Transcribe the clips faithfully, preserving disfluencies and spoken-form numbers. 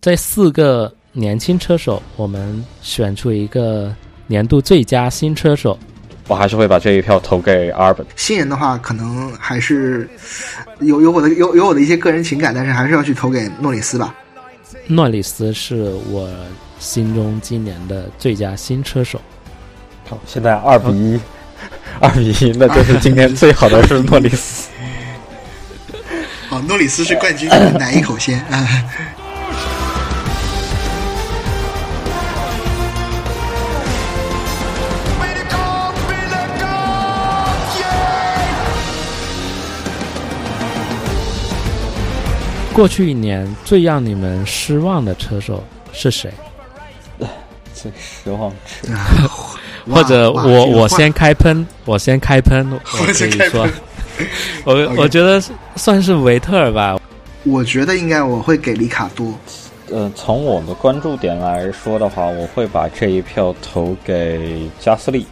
这四个年轻车手，我们选出一个年度最佳新车手。 我还是会把这一票投给阿尔本。 新人的话，可能还是有有我的有有我的一些个人情感，但是还是要去投给诺里斯吧。 诺里斯是我心中今年的最佳新车手。 好，现在二比一，二比一，那就是今年最好的是诺里斯。 哦，诺里斯是冠军，哪一口先？ 过去一年最让你们失望的车手是谁？ 最失望车或者我我先开喷，我先开喷，我可以说，我我觉得算是维特尔吧。 我觉得应该我会给里卡多。 呃，从我的关注点来说的话，我会把这一票投给加斯利。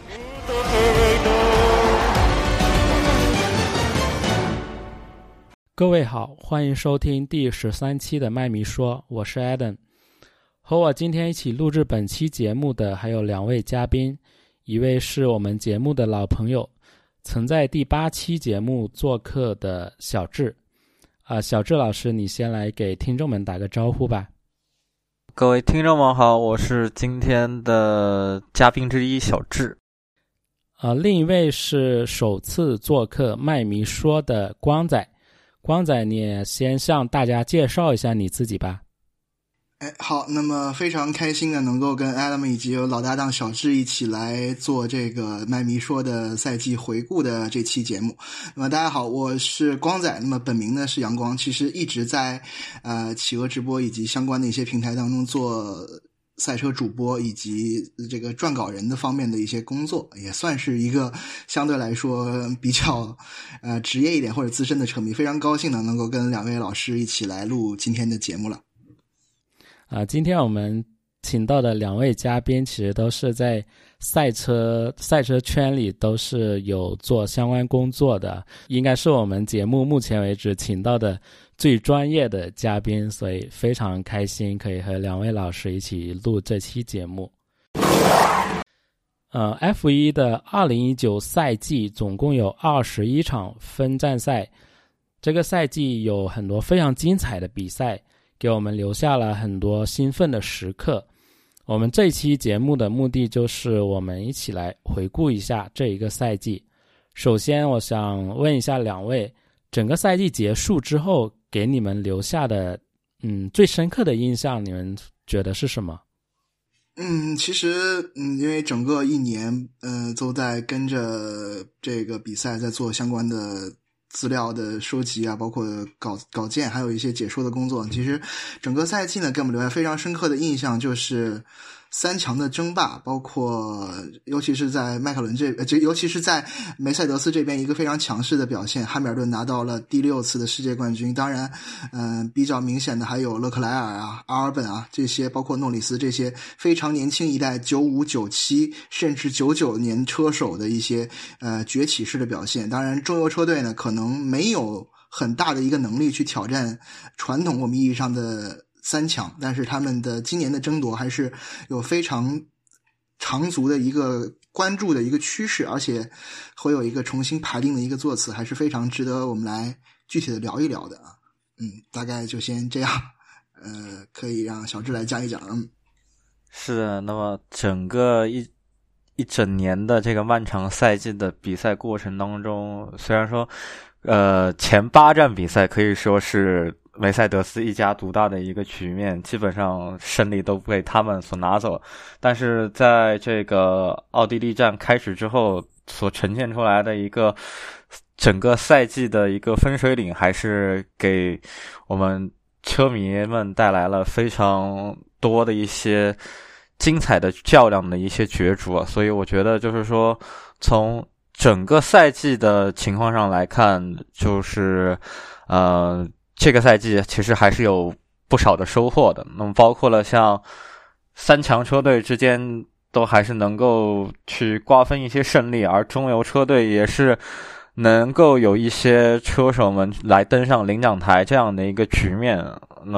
各位好，欢迎收听第十三期的麦迷说，我是 Adam。 和我今天一起录制本期节目的还有两位嘉宾，一位是我们节目的老朋友，曾在第八期节目做客的小智。啊、呃，小智老师，你先来给听众们打个招呼吧。 各位听众们好，我是今天的嘉宾之一小智。 呃，另一位是首次做客麦迷说的光仔。光仔，你也先向大家介绍一下你自己吧。 哎，好，那么非常开心的能够跟 Adam 以及有老搭档小智一起来做这个麦迷说的赛季回顾的这期节目。那么大家好，我是光仔，那么本名呢是阳光，其实一直在呃企鹅直播以及相关的一些平台当中做赛车主播以及这个撰稿人的方面的一些工作，也算是一个相对来说比较呃职业一点或者资深的车迷。非常高兴呢能够跟两位老师一起来录今天的节目了。 啊、呃，今天我们请到的两位嘉宾其实都是在赛车赛车圈里都是有做相关工作的，应该是我们节目目前为止请到的最专业的嘉宾，所以非常开心可以和两位老师一起录这期节目。呃 F 一 的二零一九赛季总共有二十一场分站赛，这个赛季有很多非常精彩的比赛，给我们留下了很多兴奋的时刻。我们这期节目的目的就是我们一起来回顾一下这一个赛季。首先我想问一下两位，整个赛季结束之后给你们留下的嗯最深刻的印象，你们觉得是什么？ 嗯，其实嗯，因为整个一年呃都在跟着这个比赛在做相关的资料的收集啊，包括稿稿件，还有一些解说的工作。其实整个赛季呢给我们留下非常深刻的印象，就是三强的争霸，包括尤其是在迈凯伦这呃，尤其是在梅赛德斯这边一个非常强势的表现，汉密尔顿拿到了第六次的世界冠军。当然嗯、呃，比较明显的还有勒克莱尔啊、阿尔本啊这些，包括诺里斯这些非常年轻一代九五、九七甚至九九年车手的一些呃崛起式的表现。当然中游车队呢可能没有很大的一个能力去挑战传统我们意义上的三强，但是他们的今年的争夺还是有非常长足的一个关注的一个趋势，而且会有一个重新排定的一个座次，还是非常值得我们来具体的聊一聊的啊。嗯，大概就先这样，呃，可以让小智来讲一讲。嗯， 是的，那么整个一一整年的这个漫长赛季的比赛过程当中，虽然说呃前八站比赛可以说是梅赛德斯一家独大的一个局面，基本上胜利都被他们所拿走，但是在这个奥地利站开始之后所呈现出来的一个整个赛季的一个分水岭，还是给我们车迷们带来了非常多的一些精彩的较量的一些角逐啊。所以我觉得就是说从整个赛季的情况上来看，就是呃这个赛季其实还是有不少的收获的。那么包括了像三强车队之间都还是能够去瓜分一些胜利，而中游车队也是能够有一些车手们来登上领奖台这样的一个局面。那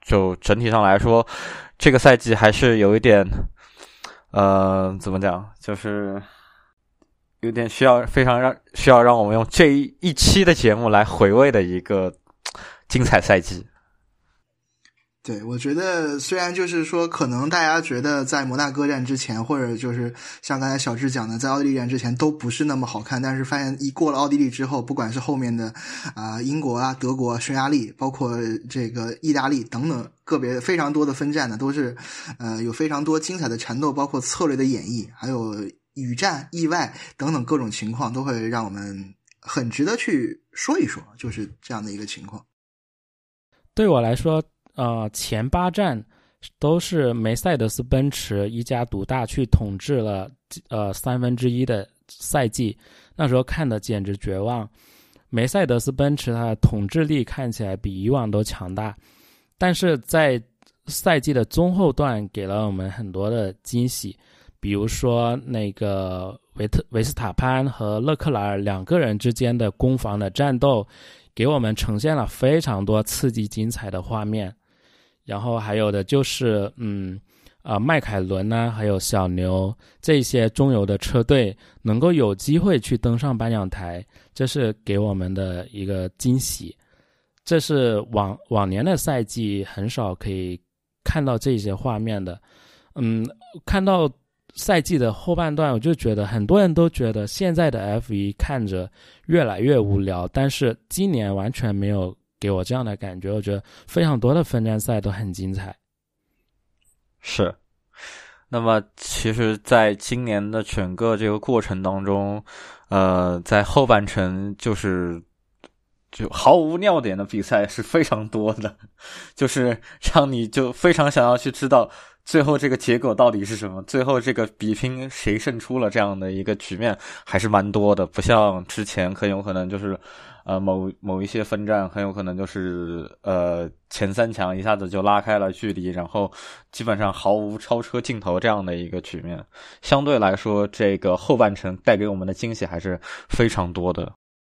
就整体上来说，这个赛季还是有一点，呃，怎么讲，就是有点需要非常让需要让我们用这一一期的节目来回味的一个精彩赛季。 对，我觉得虽然就是说可能大家觉得在摩纳哥站之前，或者就是像刚才小智讲的在奥地利站之前都不是那么好看，但是发现一过了奥地利之后，不管是后面的啊、呃、英国啊、德国、匈牙利，包括这个意大利等等个别非常多的分站呢，都是呃有非常多精彩的缠斗，包括策略的演绎，还有雨战、意外等等各种情况，都会让我们很值得去说一说，就是这样的一个情况。 对我来说呃，前八站都是梅赛德斯奔驰一家独大去统治了呃三分之一的赛季，那时候看的简直绝望。梅赛德斯奔驰它的统治力看起来比以往都强大，但是在赛季的中后段给了我们很多的惊喜，比如说那个维特维斯塔潘和勒克莱尔两个人之间的攻防的战斗，给我们呈现了非常多刺激精彩的画面。然后还有的就是嗯啊、呃、迈凯伦呢，还有小牛这些中游的车队能够有机会去登上颁奖台，这是给我们的一个惊喜。这是往往年的赛季很少可以看到这些画面的。嗯，看到赛季的后半段，我就觉得很多人都觉得现在的 F 一 看着越来越无聊，但是今年完全没有给我这样的感觉，我觉得非常多的分站赛都很精彩。 是，那么其实在今年的整个这个过程当中，呃，在后半程就是就毫无尿点的比赛是非常多的，就是让你就非常想要去知道最后这个结果到底是什么，最后这个比拼谁胜出了这样的一个局面还是蛮多的，不像之前很有可能就是呃某某一些分站很有可能就是呃前三强一下子就拉开了距离，然后基本上毫无超车镜头这样的一个局面。相对来说，这个后半程带给我们的惊喜还是非常多的。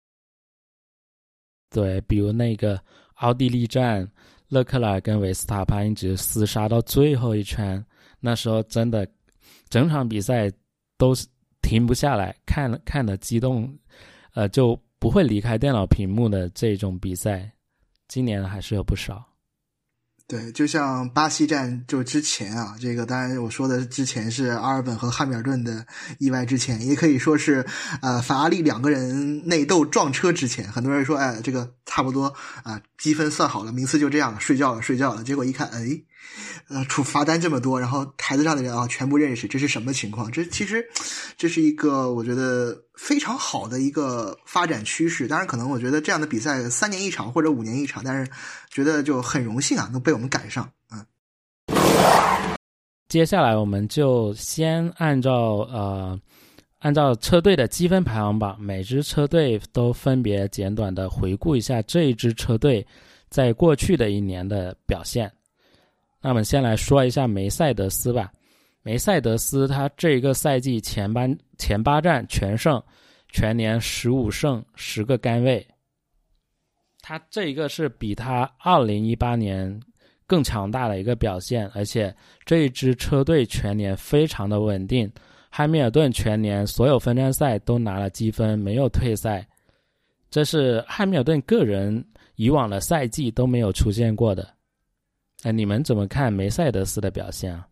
对，比如那个奥地利站，勒克莱尔跟维斯塔潘一直厮杀到最后一圈，那时候真的整场比赛都停不下来，看看的激动，呃，就不会离开电脑屏幕的这种比赛，今年还是有不少。 对，就像巴西站就之前啊，这个当然我说的之前是阿尔本和汉密尔顿的意外之前，也可以说是呃法拉利两个人内斗撞车之前。很多人说哎这个差不多啊积分算好了，名次就这样了，睡觉了睡觉了，结果一看哎呃处罚单这么多，然后台子上的人啊全部认识，这是什么情况？这其实这是一个我觉得非常好的一个发展趋势。当然可能我觉得这样的比赛三年一场或者五年一场，但是觉得就很荣幸啊能被我们赶上。嗯， 接下来我们就先按照呃按照车队的积分排行榜，每支车队都分别简短的回顾一下这一支车队在过去的一年的表现。那我们先来说一下梅赛德斯吧。梅赛德斯他这个赛季前八前八站全胜，全年十五胜十个杆位，他这一个是比他二零一八年更强大的一个表现，而且这一支车队全年非常的稳定。汉密尔顿全年所有分站赛都拿了积分，没有退赛，这是汉密尔顿个人以往的赛季都没有出现过的。哎，你们怎么看梅赛德斯的表现啊？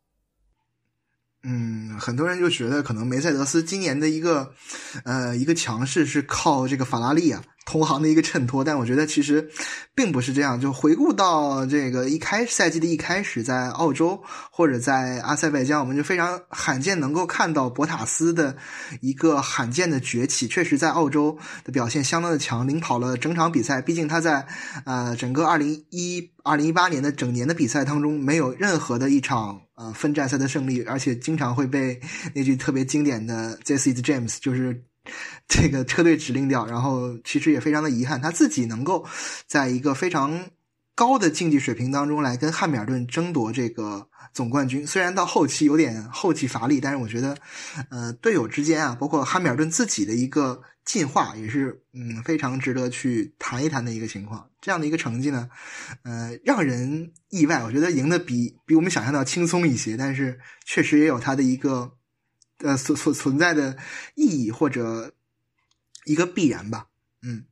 嗯，很多人就觉得可能梅赛德斯今年的一个呃一个强势是靠这个法拉利啊同行的一个衬托，但我觉得其实并不是这样。就回顾到这个一开赛季的一开始，在澳洲或者在阿塞拜疆，我们就非常罕见能够看到博塔斯的一个罕见的崛起。确实在澳洲的表现相当的强，领跑了整场比赛。毕竟他在呃整个二零一二零一八年的整年的比赛当中，没有任何的一场呃分站赛的胜利，而且经常会被那句特别经典的 "This is James" 就是这个车队指令掉，然后其实也非常的遗憾，他自己能够在一个非常高的竞技水平当中来跟汉密尔顿争夺这个总冠军。虽然到后期有点后继乏力，但是我觉得呃队友之间啊，包括汉密尔顿自己的一个进化也是嗯非常值得去谈一谈的一个情况。这样的一个成绩呢呃让人意外，我觉得赢得比比我们想象的要轻松一些，但是确实也有它的一个呃所所存在的意义或者一个必然吧。嗯，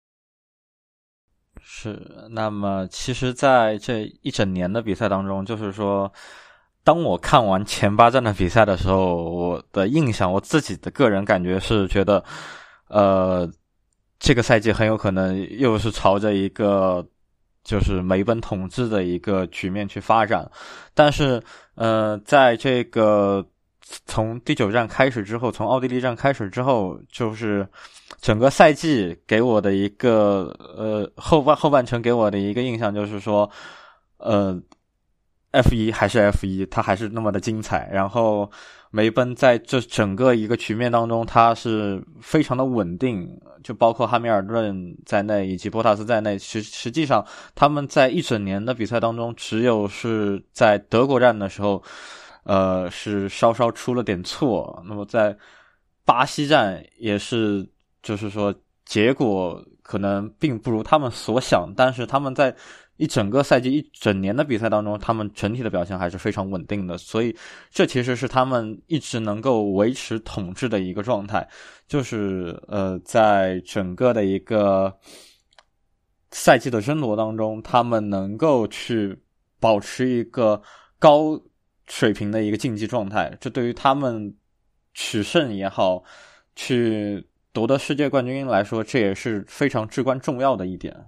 是。那么其实在这一整年的比赛当中，就是说当我看完前八站的比赛的时候，我的印象，我自己的个人感觉是觉得呃这个赛季很有可能又是朝着一个就是梅奔统治的一个局面去发展。但是呃在这个从第九站开始之后，从奥地利站开始之后，就是整个赛季给我的一个呃后半后半程给我的一个印象就是说呃 F 一 还是 F 一， 它还是那么的精彩。然后梅奔在这整个一个局面当中，它是非常的稳定，就包括汉密尔顿在内以及博塔斯在内，实实际上他们在一整年的比赛当中，只有是在德国站的时候呃是稍稍出了点错。那么在巴西站也是就是说结果可能并不如他们所想，但是他们在一整个赛季一整年的比赛当中，他们整体的表现还是非常稳定的，所以这其实是他们一直能够维持统治的一个状态，就是呃在整个的一个赛季的争夺当中，他们能够去保持一个高水平的一个竞技状态，这对于他们取胜也好，去夺得世界冠军来说，这也是非常至关重要的一点。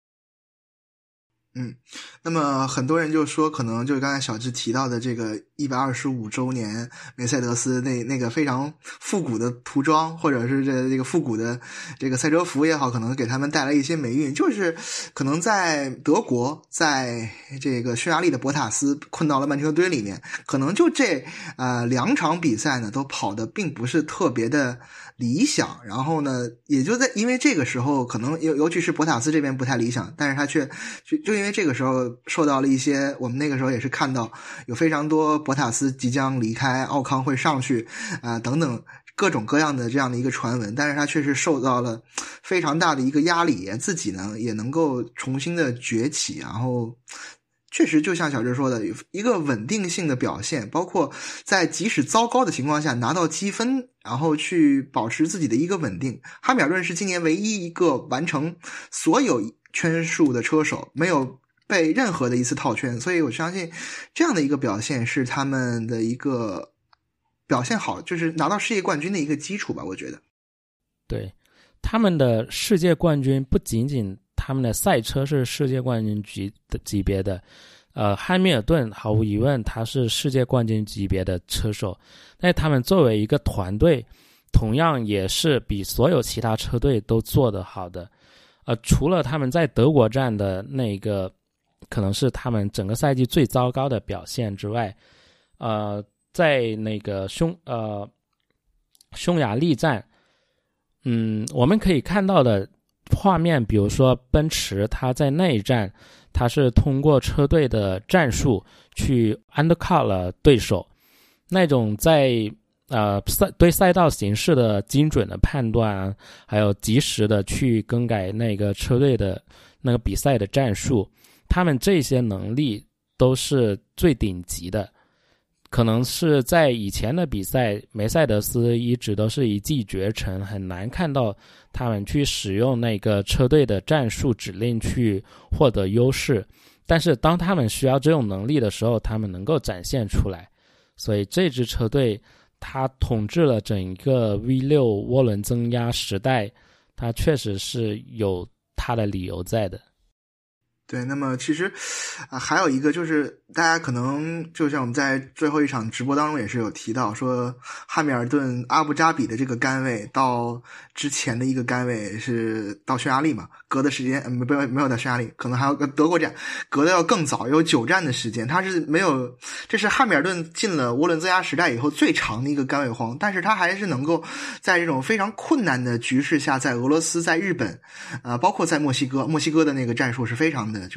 嗯，那么很多人就说，可能就是刚才小智提到的这个一百二十五周年梅赛德斯那那个非常复古的涂装，或者是这这个复古的这个赛车服也好，可能给他们带来一些霉运，就是可能在德国，在这个匈牙利的博塔斯困到了慢车堆里面，可能就这呃两场比赛呢都跑得并不是特别的理想，然后呢也就在因为这个时候可能尤尤其是博塔斯这边不太理想，但是他却就就因为这个时候受到了一些，我们那个时候也是看到有非常多博塔斯即将离开，奥康会上去啊、呃、等等各种各样的这样的一个传闻，但是他确实受到了非常大的一个压力，自己呢也能够重新的崛起，然后确实就像小智说的，一个稳定性的表现，包括在即使糟糕的情况下拿到积分，然后去保持自己的一个稳定。汉密尔顿是今年唯一一个完成所有圈数的车手，没有被任何的一次套圈，所以我相信这样的一个表现是他们的一个表现好，就是拿到世界冠军的一个基础吧，我觉得。 对，他们的世界冠军不仅仅他们的赛车是世界冠军级的级别的，呃，汉密尔顿毫无疑问他是世界冠军级别的车手，但他们作为一个团队，同样也是比所有其他车队都做得好的。呃，除了他们在德国站的那个可能是他们整个赛季最糟糕的表现之外，呃，在那个匈呃匈牙利站，嗯，我们可以看到的画面，比如说奔驰，它在那一站，它是通过车队的战术去 undercut 了对手，那种在呃赛对赛道形势的精准的判断啊，还有及时的去更改那个车队的那个比赛的战术，他们这些能力都是最顶级的。可能是在以前的比赛，梅赛德斯一直都是一骑绝尘，很难看到他们去使用那个车队的战术指令去获得优势，但是当他们需要这种能力的时候，他们能够展现出来。所以这支车队它统治了整个 V 六 涡轮增压时代，它确实是有它的理由在的。 对，那么其实啊，还有一个就是大家可能就像我们在最后一场直播当中也是有提到说，汉密尔顿阿布扎比的这个杆位到之前的一个杆位是到匈牙利嘛，隔的时间没没有没有到匈牙利，可能还有个德国站，隔的要更早，有九站的时间，他是没有，这是汉密尔顿进了涡轮增压时代以后最长的一个杆位荒，但是他还是能够在这种非常困难的局势下，在俄罗斯、在日本，呃，包括在墨西哥，墨西哥的那个战术是非常的。就是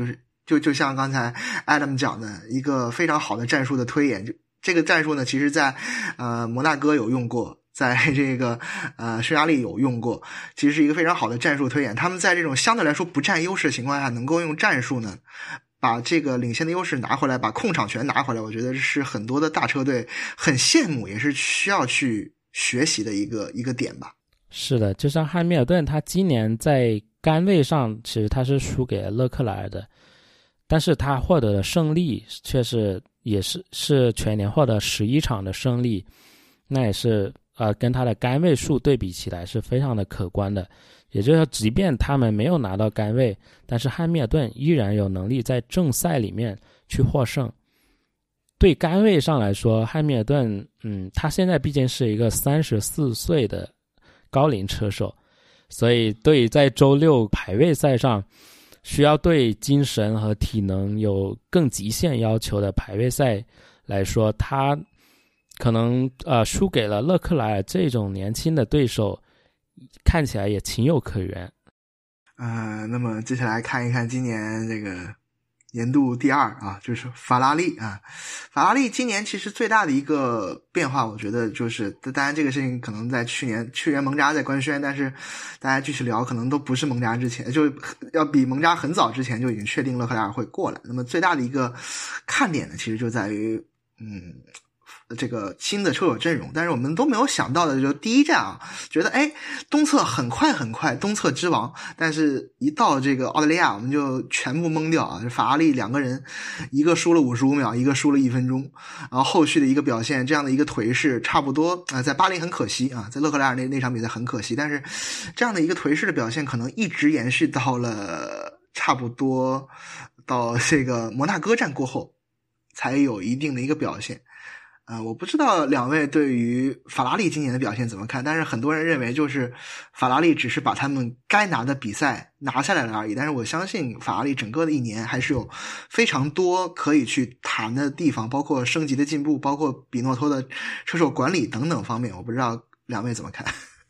就就像刚才 Adam 讲的一个非常好的战术的推演，这个战术呢，其实在呃摩纳哥有用过，在这个呃匈牙利有用过，其实是一个非常好的战术推演。他们在这种相对来说不占优势的情况下，能够用战术呢把这个领先的优势拿回来，把控场权拿回来，我觉得是很多的大车队很羡慕，也是需要去学习的一个一个点吧。 是的，就像汉密尔顿，他今年在杆位上其实他是输给了勒克莱尔的，但是他获得的胜利却是也是是全年获得十一场的胜利，那也是呃跟他的杆位数对比起来是非常的可观的。也就是说，即便他们没有拿到杆位，但是汉密尔顿依然有能力在正赛里面去获胜。对杆位上来说，汉密尔顿嗯他现在毕竟是一个三十四岁的高龄车手，所以对于在周六排位赛上需要对精神和体能有更极限要求的排位赛来说，他可能呃输给了勒克莱尔这种年轻的对手，看起来也情有可原。 呃，那么接下来看一看今年这个年度第二啊，就是法拉利啊。法拉利今年其实最大的一个变化，我觉得就是当然这个事情可能在去年去年蒙扎在官宣，但是大家继续聊可能都不是蒙扎之前，就要比蒙扎很早之前就已经确定勒克莱尔会过来。那么最大的一个看点呢，其实就在于嗯这个新的车手阵容，但是我们都没有想到的，就第一站啊，觉得哎东侧很快很快，东侧之王，但是一到这个澳大利亚，我们就全部懵掉啊！法拉利两个人，一个输了五十五秒，一个输了一分钟，然后后续的一个表现，这样的一个颓势，差不多啊、呃，在巴林很可惜啊，在勒克莱尔那那场比赛很可惜，但是这样的一个颓势的表现，可能一直延续到了差不多到这个摩纳哥站过后，才有一定的一个表现。呃，我不知道两位对于法拉利今年的表现怎么看，但是很多人认为就是法拉利只是把他们该拿的比赛拿下来了而已，但是我相信法拉利整个的一年还是有非常多可以去谈的地方，包括升级的进步，包括比诺托的车手管理等等方面，我不知道两位怎么看。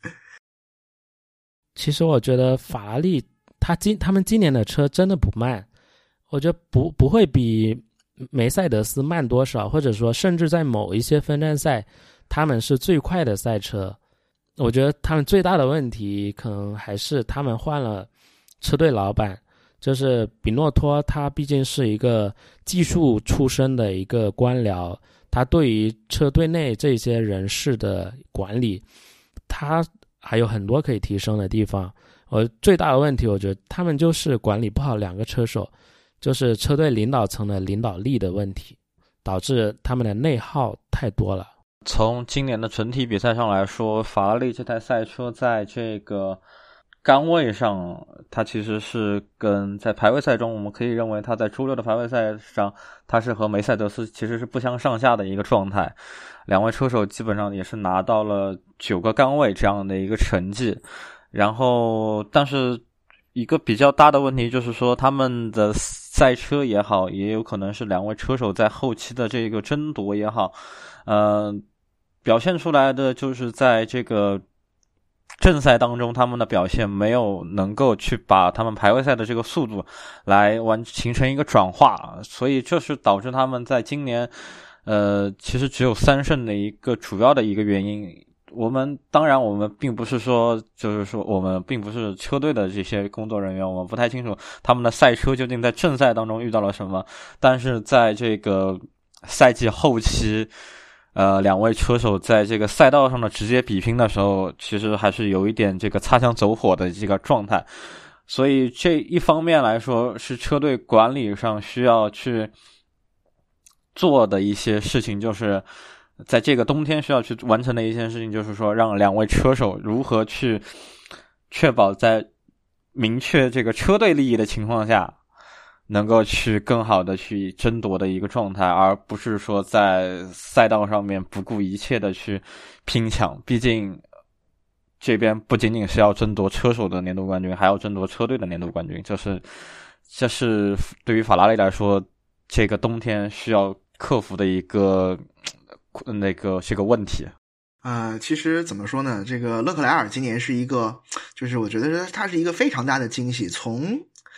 其实我觉得法拉利他今他们今年的车真的不慢，我觉得不不会比梅赛德斯慢多少，或者说甚至在某一些分站赛他们是最快的赛车。我觉得他们最大的问题可能还是他们换了车队老板，就是比诺托他毕竟是一个技术出身的一个官僚，他对于车队内这些人士的管理他还有很多可以提升的地方。我最大的问题我觉得他们就是管理不好两个车手，就是车队领导层的领导力的问题，导致他们的内耗太多了。 从今年的整体比赛上来说，法拉利这台赛车在这个杆位上，它其实是跟在排位赛中，我们可以认为它在周六的排位赛上，它是和梅赛德斯其实是不相上下的一个状态。两位车手基本上也是拿到了九个杆位这样的一个成绩，然后但是一个比较大的问题就是说，他们的赛车也好，也有可能是两位车手在后期的这个争夺也好，呃，表现出来的就是在这个正赛当中，他们的表现没有能够去把他们排位赛的这个速度来完形成一个转化，所以这是导致他们在今年，呃，其实只有三胜的一个主要的一个原因。我们当然我们并不是说就是说我们并不是车队的这些工作人员，我们不太清楚他们的赛车究竟在正赛当中遇到了什么，但是在这个赛季后期呃两位车手在这个赛道上的直接比拼的时候，其实还是有一点这个擦枪走火的这个状态，所以这一方面来说是车队管理上需要去做的一些事情，就是在这个冬天需要去完成的一件事情，就是说让两位车手如何去确保在明确这个车队利益的情况下，能够去更好的去争夺的一个状态，而不是说在赛道上面不顾一切的去拼抢。毕竟这边不仅仅是要争夺车手的年度冠军，还要争夺车队的年度冠军，这是这是对于法拉利来说这个冬天需要克服的一个那个是个问题。 呃，其实怎么说呢，这个勒克莱尔今年是一个，就是我觉得他是一个非常大的惊喜。从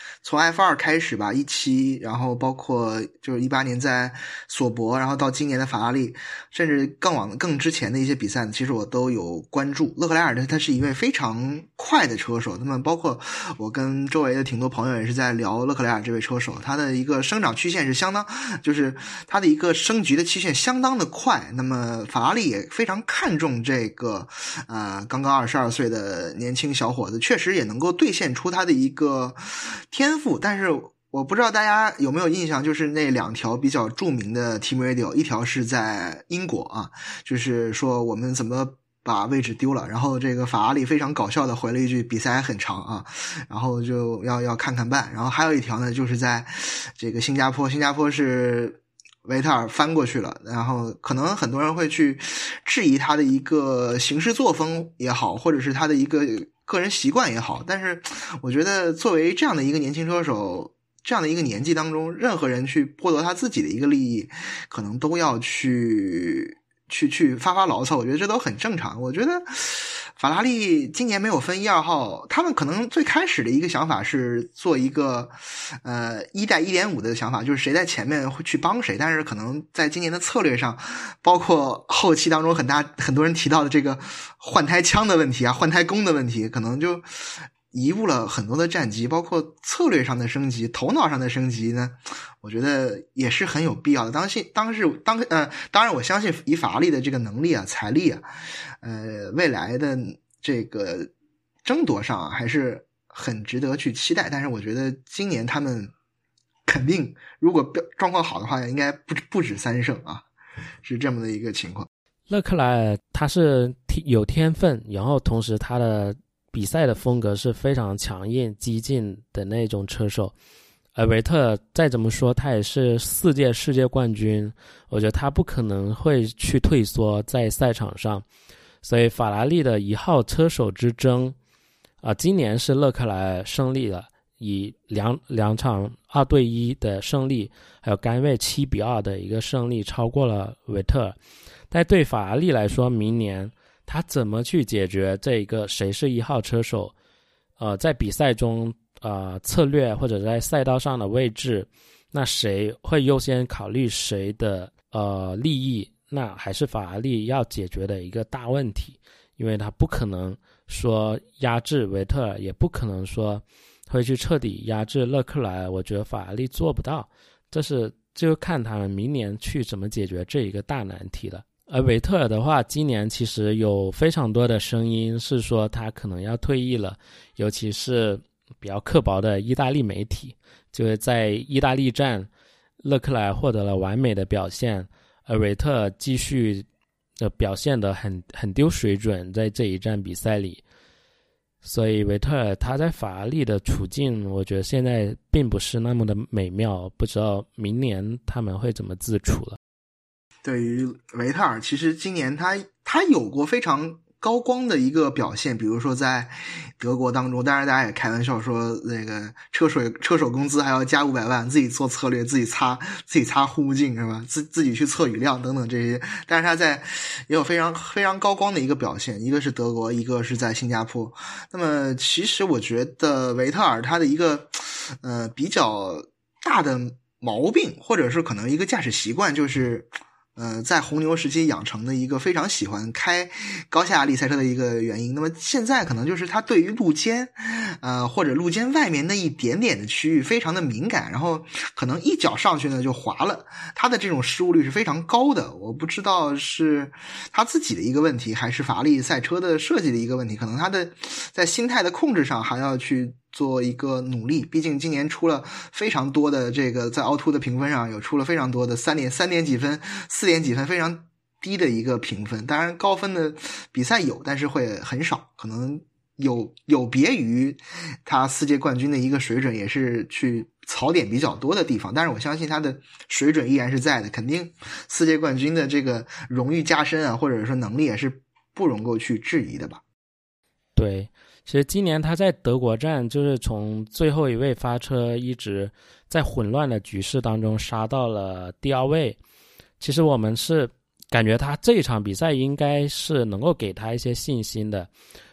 从 F 二 开始吧，一期，然后包括就是一八年在索博，然后到今年的法拉利，甚至更往更之前的一些比赛呢，其实我都有关注。勒克莱尔呢，他是一位非常快的车手，那么包括我跟周围的挺多朋友也是在聊勒克莱尔这位车手，他的一个生长曲线是相当，就是他的一个升级的曲线相当的快。那么法拉利也非常看重这个呃刚刚二十二岁的年轻小伙子，确实也能够兑现出他的一个天赋。但是我不知道大家有没有印象，就是那两条比较著名的 Team Radio， 一条是在英国啊，就是说我们怎么把位置丢了，然后这个法拉利非常搞笑的回了一句比赛还很长啊，然后就要要看看办。然后还有一条呢，就是在这个新加坡，新加坡是维特尔翻过去了，然后可能很多人会去质疑他的一个行事作风也好，或者是他的一个个人习惯也好，但是我觉得作为这样的一个年轻车手，这样的一个年纪当中，任何人去剥夺他自己的一个利益，可能都要去去去发发牢骚，我觉得这都很正常。我觉得法拉利今年没有分一二号，他们可能最开始的一个想法是做一个呃一带 一点五 的想法，就是谁在前面会去帮谁，但是可能在今年的策略上，包括后期当中很大很多人提到的这个换胎枪的问题啊，换胎弓的问题，可能就贻误了很多的战绩，包括策略上的升级，头脑上的升级呢，我觉得也是很有必要的。当信当时当呃，当然我相信以法拉利的这个能力啊、财力啊，呃，未来的这个争夺上啊，还是很值得去期待。但是我觉得今年他们肯定，如果状况好的话，应该不不止三胜啊，是这么的一个情况。 勒克莱尔他是有天分，然后同时他的比赛的风格是非常强硬激进的那种车手，而维特再怎么说他也是四届世界冠军，我觉得他不可能会去退缩在赛场上，所以法拉利的一号车手之争啊、呃，今年是勒克莱尔胜利了，以两两场二对一的胜利，还有甘位七比二的一个胜利超过了维特尔。但对法拉利来说，明年他怎么去解决这个谁是一号车手呃，在比赛中呃策略或者在赛道上的位置，那谁会优先考虑谁的呃利益，那还是法拉利要解决的一个大问题。因为他不可能说压制维特尔，也不可能说会去彻底压制勒克莱尔，我觉得法拉利做不到，这是就看他们明年去怎么解决这一个大难题了。而维特尔的话，今年其实有非常多的声音是说他可能要退役了，尤其是比较刻薄的意大利媒体，就是在意大利站，勒克莱尔获得了完美的表现，而维特尔继续的表现得很很丢水准在这一站比赛里，所以维特尔他在法拉利的处境，我觉得现在并不是那么的美妙，不知道明年他们会怎么自处了。 对于维特尔，其实今年他他有过非常高光的一个表现，比如说在德国当中，当然大家也开玩笑说那个车手车手工资还要加五百万，自己做策略，自己擦自己擦护目镜是吧？自自己去测雨量等等这些，但是他在也有非常非常高光的一个表现，一个是德国，一个是在新加坡。那么其实我觉得维特尔他的一个呃比较大的毛病，或者是可能一个驾驶习惯，就是呃，在红牛时期养成的一个非常喜欢开高下压力赛车的一个原因。那么现在可能就是他对于路肩，呃，或者路肩外面那一点点的区域非常的敏感，然后可能一脚上去呢就滑了。他的这种失误率是非常高的，我不知道是他自己的一个问题，还是法拉利赛车的设计的一个问题。可能他的在心态的控制上还要去做一个努力，毕竟今年出了非常多的这个在凹凸的评分上有出了非常多的三点三点几分、四点几分非常低的一个评分。当然高分的比赛有，但是会很少，可能有有别于他世界冠军的一个水准，也是去槽点比较多的地方。但是我相信他的水准依然是在的，肯定世界冠军的这个荣誉加身啊，或者说能力也是不容够去质疑的吧。 对，其实今年他在德国站就是从最后一位发车一直在混乱的局势当中杀到了第二位。其实我们是感觉他这一场比赛应该是能够给他一些信心的。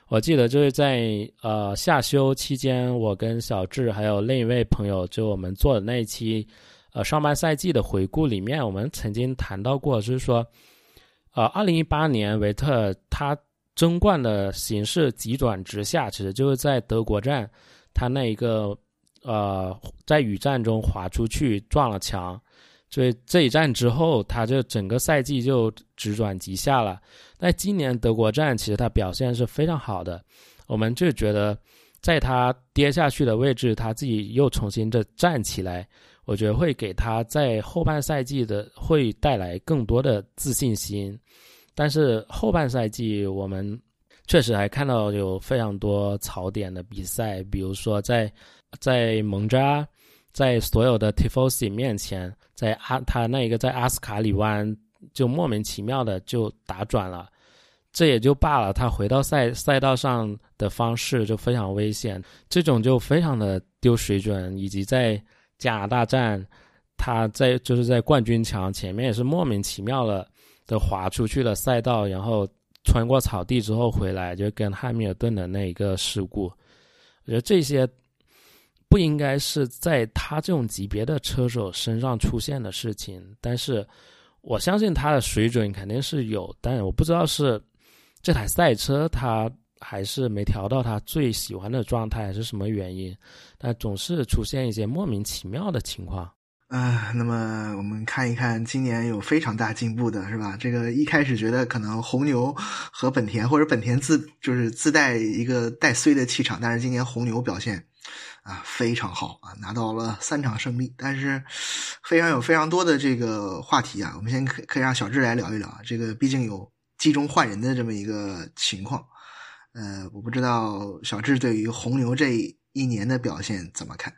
我记得就是在呃夏休期间，我跟小智还有另一位朋友，就我们做的那一期呃上半赛季的回顾里面，我们曾经谈到过，就是说呃二零一八年维特他争冠的形势急转直下，其实就是在德国站他那一个呃在雨战中滑出去撞了墙。所以这一战之后，他就整个赛季就直转急下了。但今年德国站其实他表现是非常好的，我们就觉得在他跌下去的位置，他自己又重新的站起来，我觉得会给他在后半赛季的会带来更多的自信心。但是后半赛季我们确实还看到有非常多槽点的比赛，比如说在在蒙扎，在所有的 Tifosi 面前，在阿他那个在阿斯卡里湾就莫名其妙的就打转了，这也就罢了，他回到赛赛道上的方式就非常危险，这种就非常的丢水准。以及在加拿大站，他在就是在冠军墙前面也是莫名其妙的的滑出去了赛道，然后穿过草地之后回来，就跟汉密尔顿的那一个事故，我觉得这些不应该是在他这种级别的车手身上出现的事情。但是我相信他的水准肯定是有，但我不知道是这台赛车他还是没调到他最喜欢的状态，还是什么原因，但总是出现一些莫名其妙的情况。 呃，那么我们看一看今年有非常大进步的是吧？这个一开始觉得可能红牛和本田，或者本田自就是自带一个带衰的气场，但是今年红牛表现啊非常好啊，拿到了三场胜利。但是非常有非常多的这个话题啊，我们先可可以让小智来聊一聊啊，这个毕竟有集中换人的这么一个情况。呃，我不知道小智对于红牛这一年的表现怎么看？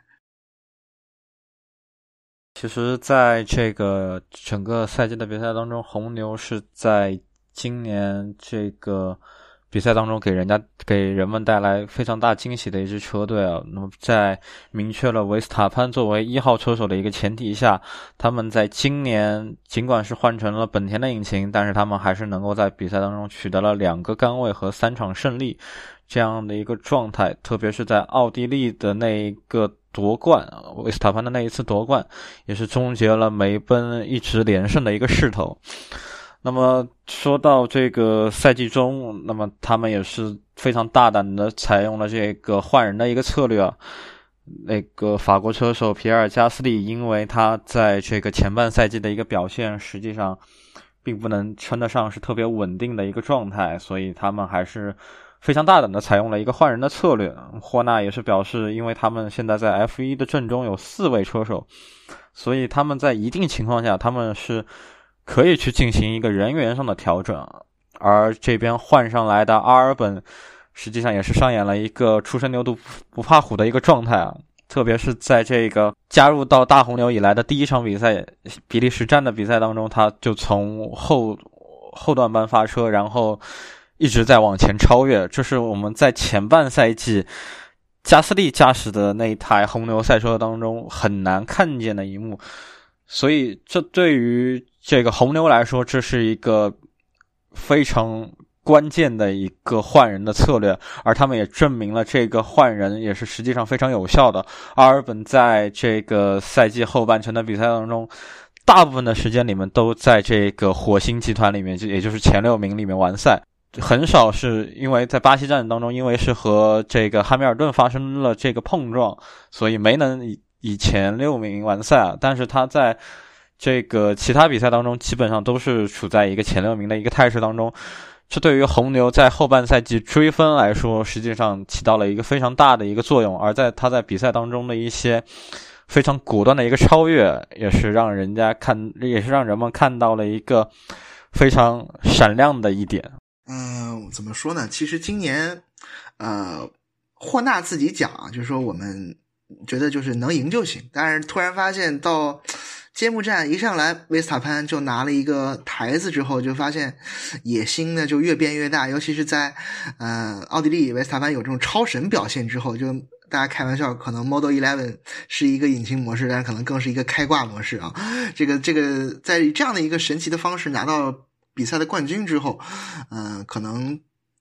其实在这个整个赛季的比赛当中，红牛是在今年这个比赛当中给人家给人们带来非常大惊喜的一支车队啊。那么在明确了维斯塔潘作为一号车手的一个前提下，他们在今年尽管是换成了本田的引擎，但是他们还是能够在比赛当中取得了两个杆位和三场胜利这样的一个状态。特别是在奥地利的那一个夺冠，维斯塔潘的那一次夺冠，也是终结了梅奔一直连胜的一个势头。那么说到这个赛季中，那么他们也是非常大胆的采用了这个换人的一个策略啊。那个法国车手皮埃尔加斯利，因为他在这个前半赛季的一个表现实际上并不能称得上是特别稳定的一个状态，所以他们还是非常大胆的采用了一个换人的策略。霍纳也是表示，因为他们现在在 F 一 的阵中有四位车手，所以他们在一定情况下他们是可以去进行一个人员上的调整。而这边换上来的阿尔本实际上也是上演了一个初生牛犊不怕虎的一个状态啊。特别是在这个加入到大红牛以来的第一场比赛比利时站的比赛当中，他就从后后段班发车，然后一直在往前超越。这是我们在前半赛季加斯利驾驶的那一台红牛赛车当中很难看见的一幕。所以这对于这个红牛来说，这是一个非常关键的一个换人的策略，而他们也证明了这个换人也是实际上非常有效的。阿尔本在这个赛季后半程的比赛当中，大部分的时间里面都在这个火星集团里面，也就是前六名里面完赛，很少是因为在巴西站当中，因为是和这个汉密尔顿发生了这个碰撞，所以没能以以前六名完赛啊。但是他在这个其他比赛当中基本上都是处在一个前六名的一个态势当中。这对于红牛在后半赛季追分来说，实际上起到了一个非常大的一个作用。而在他在比赛当中的一些非常果断的一个超越，也是让人家看，也是让人们看到了一个非常闪亮的一点。 嗯，怎么说呢？其实今年，呃，霍纳自己讲啊，就是说我们觉得就是能赢就行，但是突然发现到揭幕战一上来，维斯塔潘就拿了一个台子之后，就发现野心呢就越变越大，尤其是在呃奥地利，维斯塔潘有这种超神表现之后，就大家开玩笑，可能 Model 十一是一个引擎模式，但是可能更是一个开挂模式啊。这个这个在这样的一个神奇的方式拿到比赛的冠军之后，嗯、呃，可能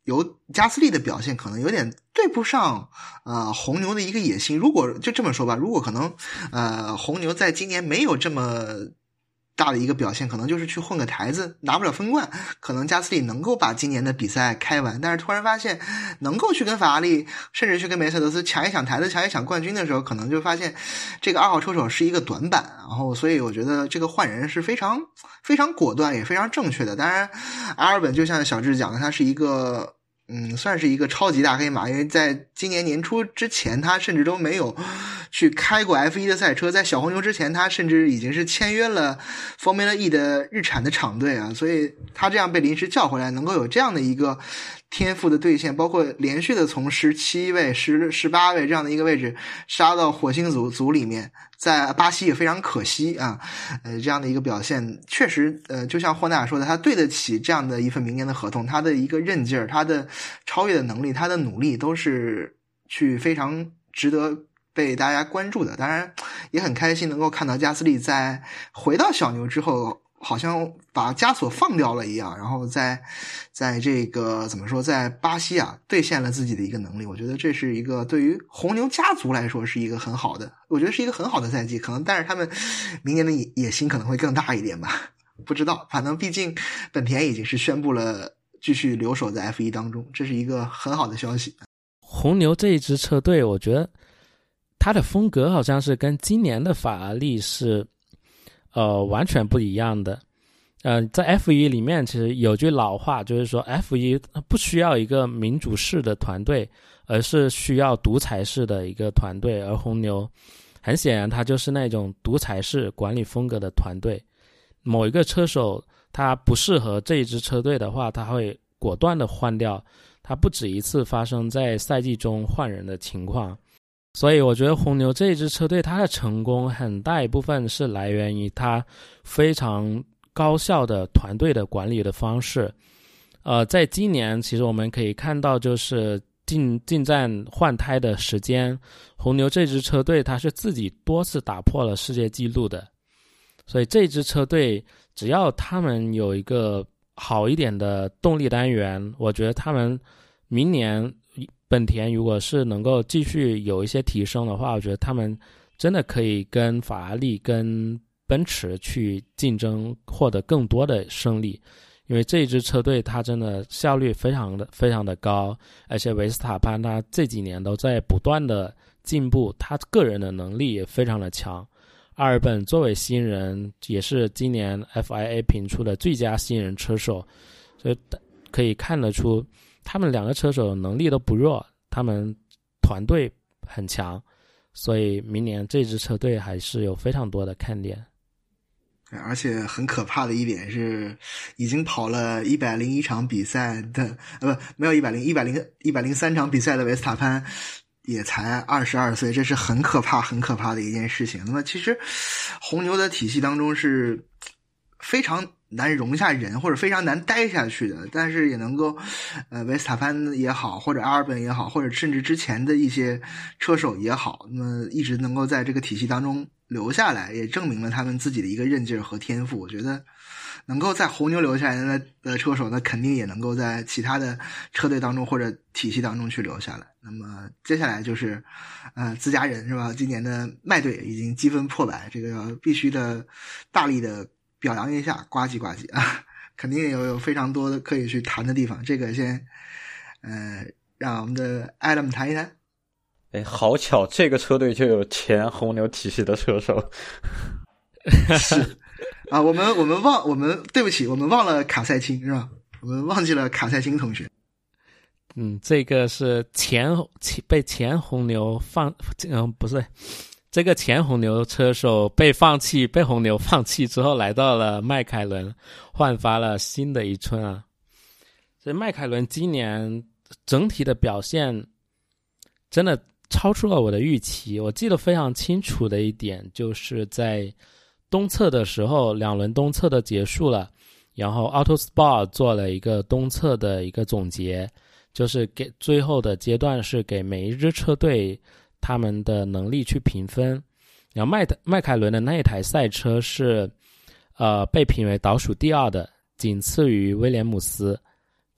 由加斯利的表现可能有点对不上呃红牛的一个野心。如果就这么说吧，如果可能呃红牛在今年没有这么大的一个表现，可能就是去混个台子，拿不了分冠，可能加斯利能够把今年的比赛开完。但是突然发现能够去跟法拉利甚至去跟梅赛德斯抢一抢台子，抢一抢冠军的时候，可能就发现这个二号车手是一个短板。然后所以我觉得这个换人是非常非常果断也非常正确的。当然阿尔本就像小智讲的，他是一个嗯，算是一个超级大黑马，因为在今年年初之前他甚至都没有去开过 F 一 的赛车，在小红牛之前他甚至已经是签约了 Formula E 的日产的厂队啊，所以他这样被临时叫回来，能够有这样的一个天赋的兑现，包括连续的从十七位、十十八位这样的一个位置杀到火星组组里面，在巴西也非常可惜啊，呃，这样的一个表现确实，呃，就像霍纳说的，他对得起这样的一份明年的合同，他的一个韧劲儿，他的超越的能力，他的努力都是去非常值得被大家关注的。当然也很开心能够看到加斯利在回到小牛之后好像把枷锁放掉了一样，然后在在这个怎么说，在巴西啊兑现了自己的一个能力。我觉得这是一个对于红牛家族来说是一个很好的，我觉得是一个很好的赛季，可能但是他们明年的野心可能会更大一点吧，不知道，反正毕竟本田已经是宣布了继续留守在 F 一 当中，这是一个很好的消息。 红牛这一支车队我觉得它的风格好像是跟今年的法拉利是呃，完全不一样的。呃，在 F 一 里面其实有句老话，就是说 F 一 不需要一个民主式的团队，而是需要独裁式的一个团队，而红牛很显然它就是那种独裁式管理风格的团队。某一个车手他不适合这一支车队的话，他会果断的换掉，他不止一次发生在赛季中换人的情况。所以我觉得红牛这一支车队它的成功很大一部分是来源于它非常高效的团队的管理的方式。呃，在今年其实我们可以看到，就是进进站换胎的时间，红牛这支车队它是自己多次打破了世界纪录的。所以这支车队只要他们有一个好一点的动力单元，我觉得他们明年本田如果是能够继续有一些提升的话，我觉得他们真的可以跟法拉利跟奔驰去竞争，获得更多的胜利。因为这一支车队它真的效率非常的非常的高，而且维斯塔潘他这几年都在不断的进步，他个人的能力也非常的强。阿尔本作为新人也是今年 F I A 评出的最佳新人车手，所以可以看得出他们两个车手能力都不弱，他们团队很强，所以明年这支车队还是有非常多的看点。 而且很可怕的一点是，已经跑了一百零一场比赛的，呃，不，没有一百零一百零一百零三场比赛的维斯塔潘也才二十二岁，这是很可怕、很可怕的一件事情。那么，其实红牛的体系当中是非常难容下人，或者非常难待下去的，但是也能够，呃，维斯塔潘也好，或者阿尔本也好，或者甚至之前的一些车手也好，那么一直能够在这个体系当中留下来，也证明了他们自己的一个韧劲和天赋。我觉得能够在红牛留下来的的车手，那肯定也能够在其他的车队当中或者体系当中去留下来。那么接下来就是呃自家人是吧，今年的麦队已经积分破百，这个必须的大力的表扬一下，呱唧呱唧啊，肯定有有非常多的可以去谈的地方。这个先呃让我们的 Adam 谈一谈。 哎，好巧，这个车队就有前红牛体系的车手。 是啊，我们我们忘我们对不起，我们忘了卡塞钦是吧？我们忘记了卡塞钦同学。 嗯，这个是前被前红牛放，嗯，不是，这个前红牛车手被放弃，被红牛放弃之后，来到了迈凯伦，焕发了新的一春啊。所以迈凯伦今年整体的表现真的超出了我的预期。我记得非常清楚的一点，就是在东侧的时候，两轮东侧的结束了，然后 Autosport 做了一个东侧的一个总结，就是给最后的阶段是给每一支车队他们的能力去评分。然后迈迈凯伦的那一台赛车是呃被评为倒数第二的，仅次于威廉姆斯。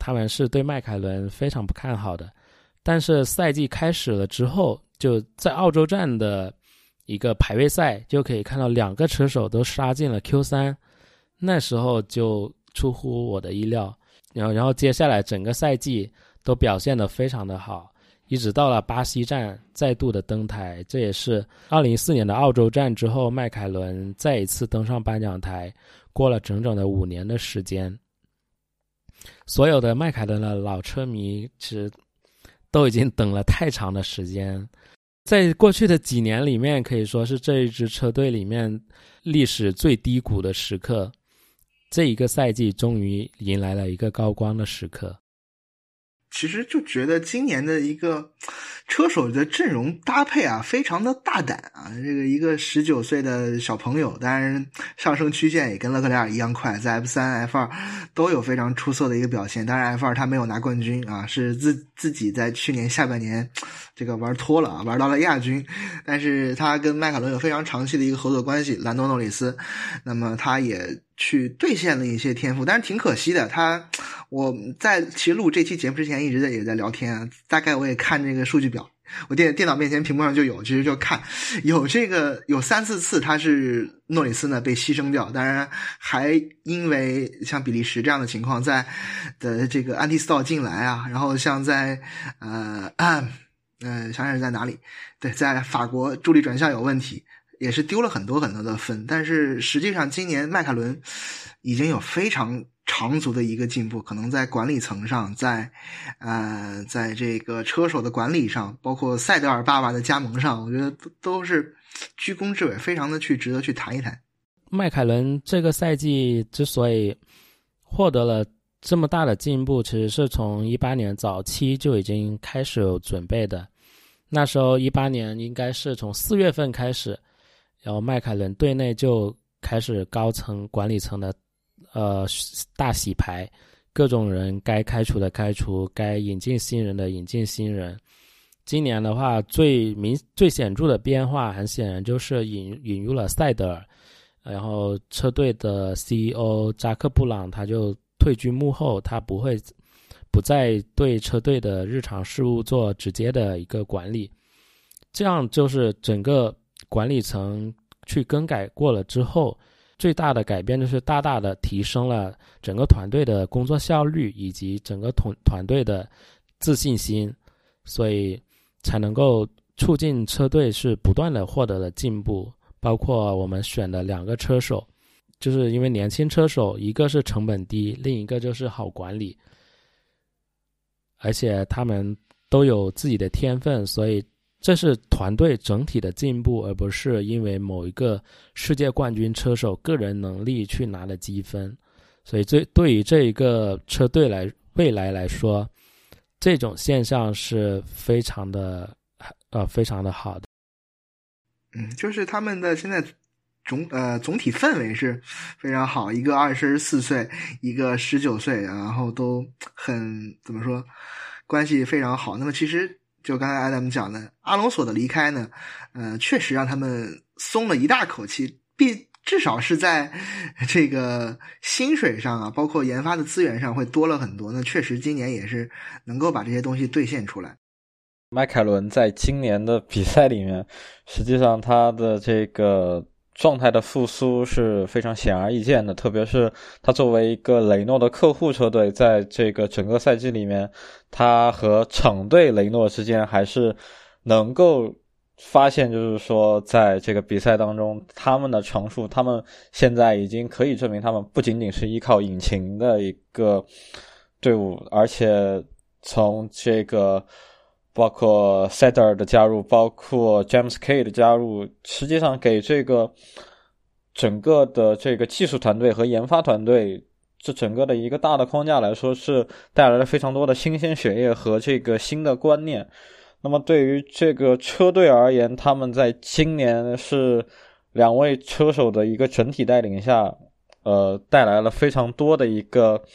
他们是对迈凯伦非常不看好的。但是赛季开始了之后，就在澳洲站的一个排位赛就可以看到两个车手都杀进了 Q 三， 那时候就出乎我的意料。然后然后接下来整个赛季都表现得非常的好，一直到了巴西站再度的登台，这也是二零一四年的澳洲站之后迈凯伦再一次登上颁奖台，过了整整的五年的时间。所有的迈凯伦的老车迷其实都已经等了太长的时间，在过去的几年里面可以说是这一支车队里面历史最低谷的时刻，这一个赛季终于迎来了一个高光的时刻。 其实就觉得今年的一个车手的阵容搭配啊，非常的大胆啊！这个一个十九岁的小朋友，当然上升曲线也跟勒克莱尔一样快，在 F 三 F 二 都有非常出色的一个表现。当然 F 二 他没有拿冠军啊，是自自己在去年下半年这个玩脱了啊，玩到了亚军。但是他跟迈凯伦有非常长期的一个合作关系，兰多诺里斯，那么他也去兑现了一些天赋，但是挺可惜的。他我在其实录这期节目之前一直在也在聊天啊，大概我也看这个数据表，我电电脑面前屏幕上就有，其实就看有这个有三四次他是诺里斯呢被牺牲掉，当然还因为像比利时这样的情况，在的这个安蒂斯道进来啊，然后像在呃呃想想是在哪里，对，在法国助力转向有问题，也是丢了很多很多的分。但是实际上今年迈凯伦已经有非常长足的一个进步，可能在管理层上，在呃在这个车手的管理上，包括塞德尔爸爸的加盟上，我觉得都都是居功至伟，非常的去值得去谈一谈。 迈凯伦这个赛季之所以获得了这么大的进步，其实是从一八年早期就已经开始有准备的。那时候一八年应该是从四月份开始，然后迈凯伦队内就开始高层管理层的呃大洗牌，各种人该开除的开除，该引进新人的引进新人。今年的话，最明最显著的变化，很显然就是引引入了塞德尔，然后车队的 C E O 扎克布朗他就退居幕后，他不会不再对车队的日常事务做直接的一个管理。这样就是整个管理层去更改过了之后，最大的改变就是大大的提升了整个团队的工作效率以及整个团团队的自信心，所以才能够促进车队是不断的获得了进步。包括我们选的两个车手，就是因为年轻车手，一个是成本低，另一个就是好管理，而且他们都有自己的天分，所以这是团队整体的进步，而不是因为某一个世界冠军车手个人能力去拿的积分。所以这对于这一个车队来未来来说，这种现象是非常的呃非常的好的。 嗯，就是他们的现在总呃总体氛围是非常好，一个二十四岁，一个十九岁，然后都很怎么说，关系非常好。那么其实就刚才 Adam 讲的，阿隆索的离开呢，呃，确实让他们松了一大口气，必至少是在这个薪水上啊，包括研发的资源上会多了很多。那确实今年也是能够把这些东西兑现出来。 迈凯伦在今年的比赛里面，实际上他的这个状态的复苏是非常显而易见的，特别是他作为一个雷诺的客户车队，在这个整个赛季里面，他和厂队雷诺之间还是能够发现，就是说在这个比赛当中，他们的长处，他们现在已经可以证明他们不仅仅是依靠引擎的一个队伍，而且从这个包括塞德尔的加入，包括 James K 的加入，实际上给这个整个的这个技术团队和研发团队这整个的一个大的框架来说，是带来了非常多的新鲜血液和这个新的观念。那么对于这个车队而言，他们在今年是两位车手的一个整体带领下，呃，带来了非常多的一个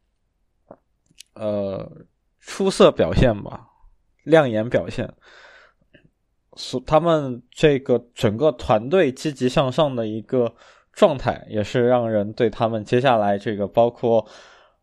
呃出色表现吧。亮眼表现，他们这个整个团队积极向上的一个状态，也是让人对他们接下来这个包括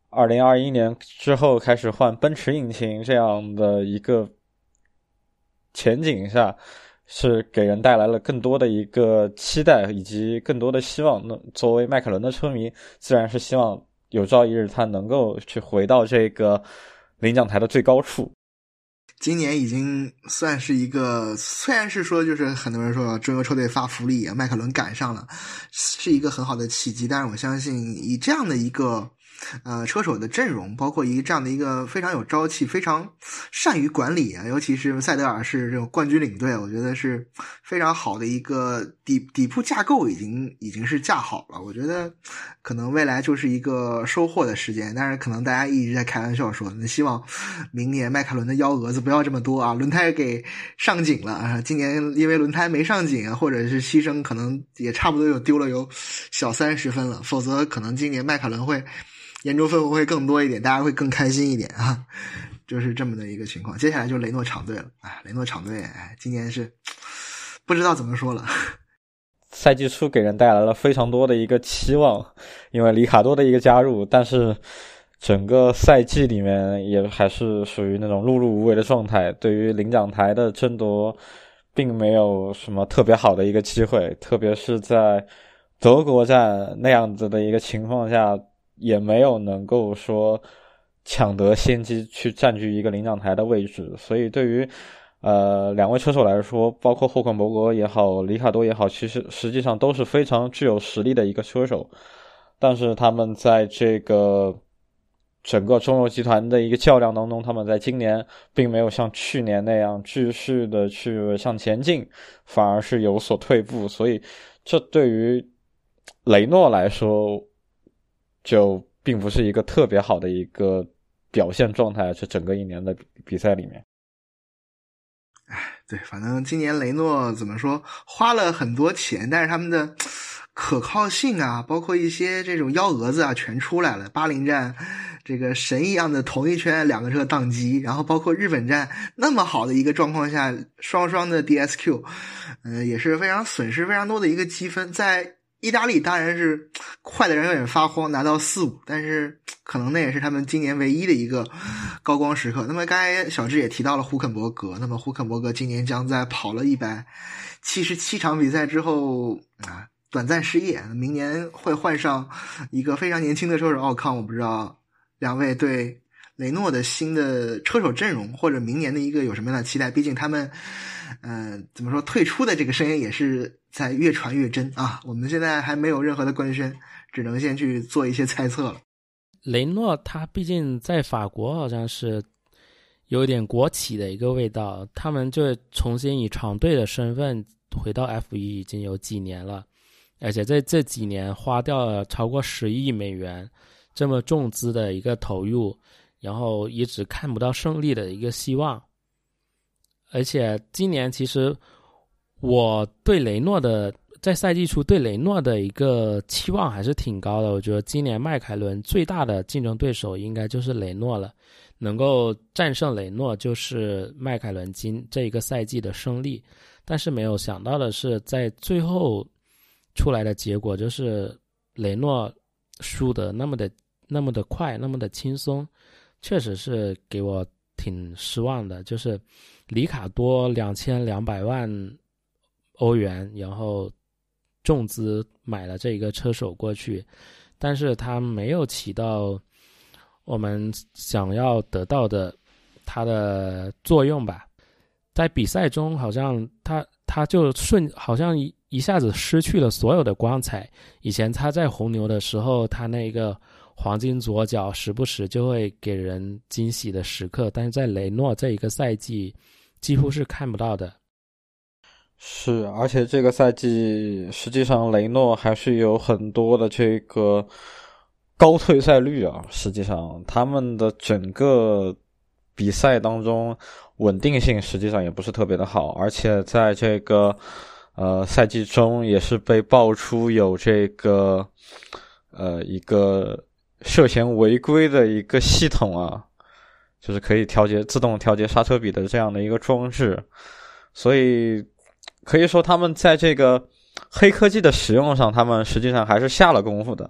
二零二一年之后开始换奔驰引擎这样的一个前景下，是给人带来了更多的一个期待以及更多的希望。那作为迈凯伦的车迷，自然是希望有朝一日他能够去回到这个领奖台的最高处。 今年已经算是一个，虽然是说就是很多人说中游车队发福利啊，迈凯伦赶上了，是一个很好的契机，但是我相信以这样的一个呃车手的阵容，包括一个这样的一个非常有朝气、非常善于管理啊，尤其是塞德尔是这种冠军领队，我觉得是非常好的一个底底部架构已经已经是架好了。我觉得可能未来就是一个收获的时间，但是可能大家一直在开玩笑说，希望明年迈凯伦的幺蛾子不要这么多啊，轮胎给上紧了啊，今年因为轮胎没上紧啊，或者是牺牲，可能也差不多有丢了有小三十分了，否则可能今年迈凯伦会研究氛围会更多一点，大家会更开心一点啊，就是这么的一个情况。接下来就雷诺厂队了，哎，雷诺厂队，哎，今年是不知道怎么说了。 赛季初给人带来了非常多的一个期望，因为里卡多的一个加入，但是整个赛季里面也还是属于那种碌碌无为的状态，对于领奖台的争夺并没有什么特别好的一个机会，特别是在德国站那样子的一个情况下，也没有能够说抢得先机去占据一个领奖台的位置。所以对于呃两位车手来说，包括霍肯伯格也好，里卡多也好，其实实际上都是非常具有实力的一个车手，但是他们在这个整个中游集团的一个较量当中，他们在今年并没有像去年那样继续的去向前进，反而是有所退步。所以这对于雷诺来说就并不是一个特别好的一个表现状态，这整个一年的比赛里面。 哎，对，反正今年雷诺怎么说，花了很多钱，但是他们的可靠性啊，包括一些这种幺蛾子啊，全出来了。巴林站这个神一样的同一圈两个车宕机，然后包括日本站那么好的一个状况下，双双的 D S Q， 呃，也是非常损失非常多的一个积分。在意大利当然是快的人有点发慌，拿到四五，但是可能那也是他们今年唯一的一个高光时刻。那么刚才小智也提到了胡肯伯格，那么胡肯伯格今年将在跑了一百七十七场比赛之后啊，短暂失业，明年会换上一个非常年轻的车手奥康。我不知道两位对雷诺的新的车手阵容或者明年的一个有什么样的期待？毕竟他们呃怎么说，退出的这个声音也是在越传越真啊。我们现在还没有任何的官宣，只能先去做一些猜测了。 雷诺他毕竟在法国好像是有点国企的一个味道，他们就重新以厂队的身份回到 F 一 已经有几年了，而且在这几年花掉了超过十亿美元这么重资的一个投入，然后一直看不到胜利的一个希望。而且今年其实我对雷诺的在赛季初对雷诺的一个期望还是挺高的，我觉得今年迈凯伦最大的竞争对手应该就是雷诺了，能够战胜雷诺就是迈凯伦今这一个赛季的胜利。但是没有想到的是，在最后出来的结果就是雷诺输得那么的那么的快，那么的轻松，确实是给我挺失望的。就是里卡多两千两百万欧元，然后重资买了这个车手过去，但是他没有起到我们想要得到的他的作用吧。在比赛中好像他他就瞬好像一一下子失去了所有的光彩。以前他在红牛的时候，他那个黄金左脚时不时就会给人惊喜的时刻，但是在雷诺这一个赛季几乎是看不到的。 是，而且这个赛季实际上雷诺还是有很多的这个高退赛率啊，实际上他们的整个比赛当中稳定性实际上也不是特别的好，而且在这个呃赛季中也是被爆出有这个呃一个涉嫌违规的一个系统啊，就是可以调节自动调节刹车比的这样的一个装置。所以可以说他们在这个黑科技的使用上，他们实际上还是下了功夫的。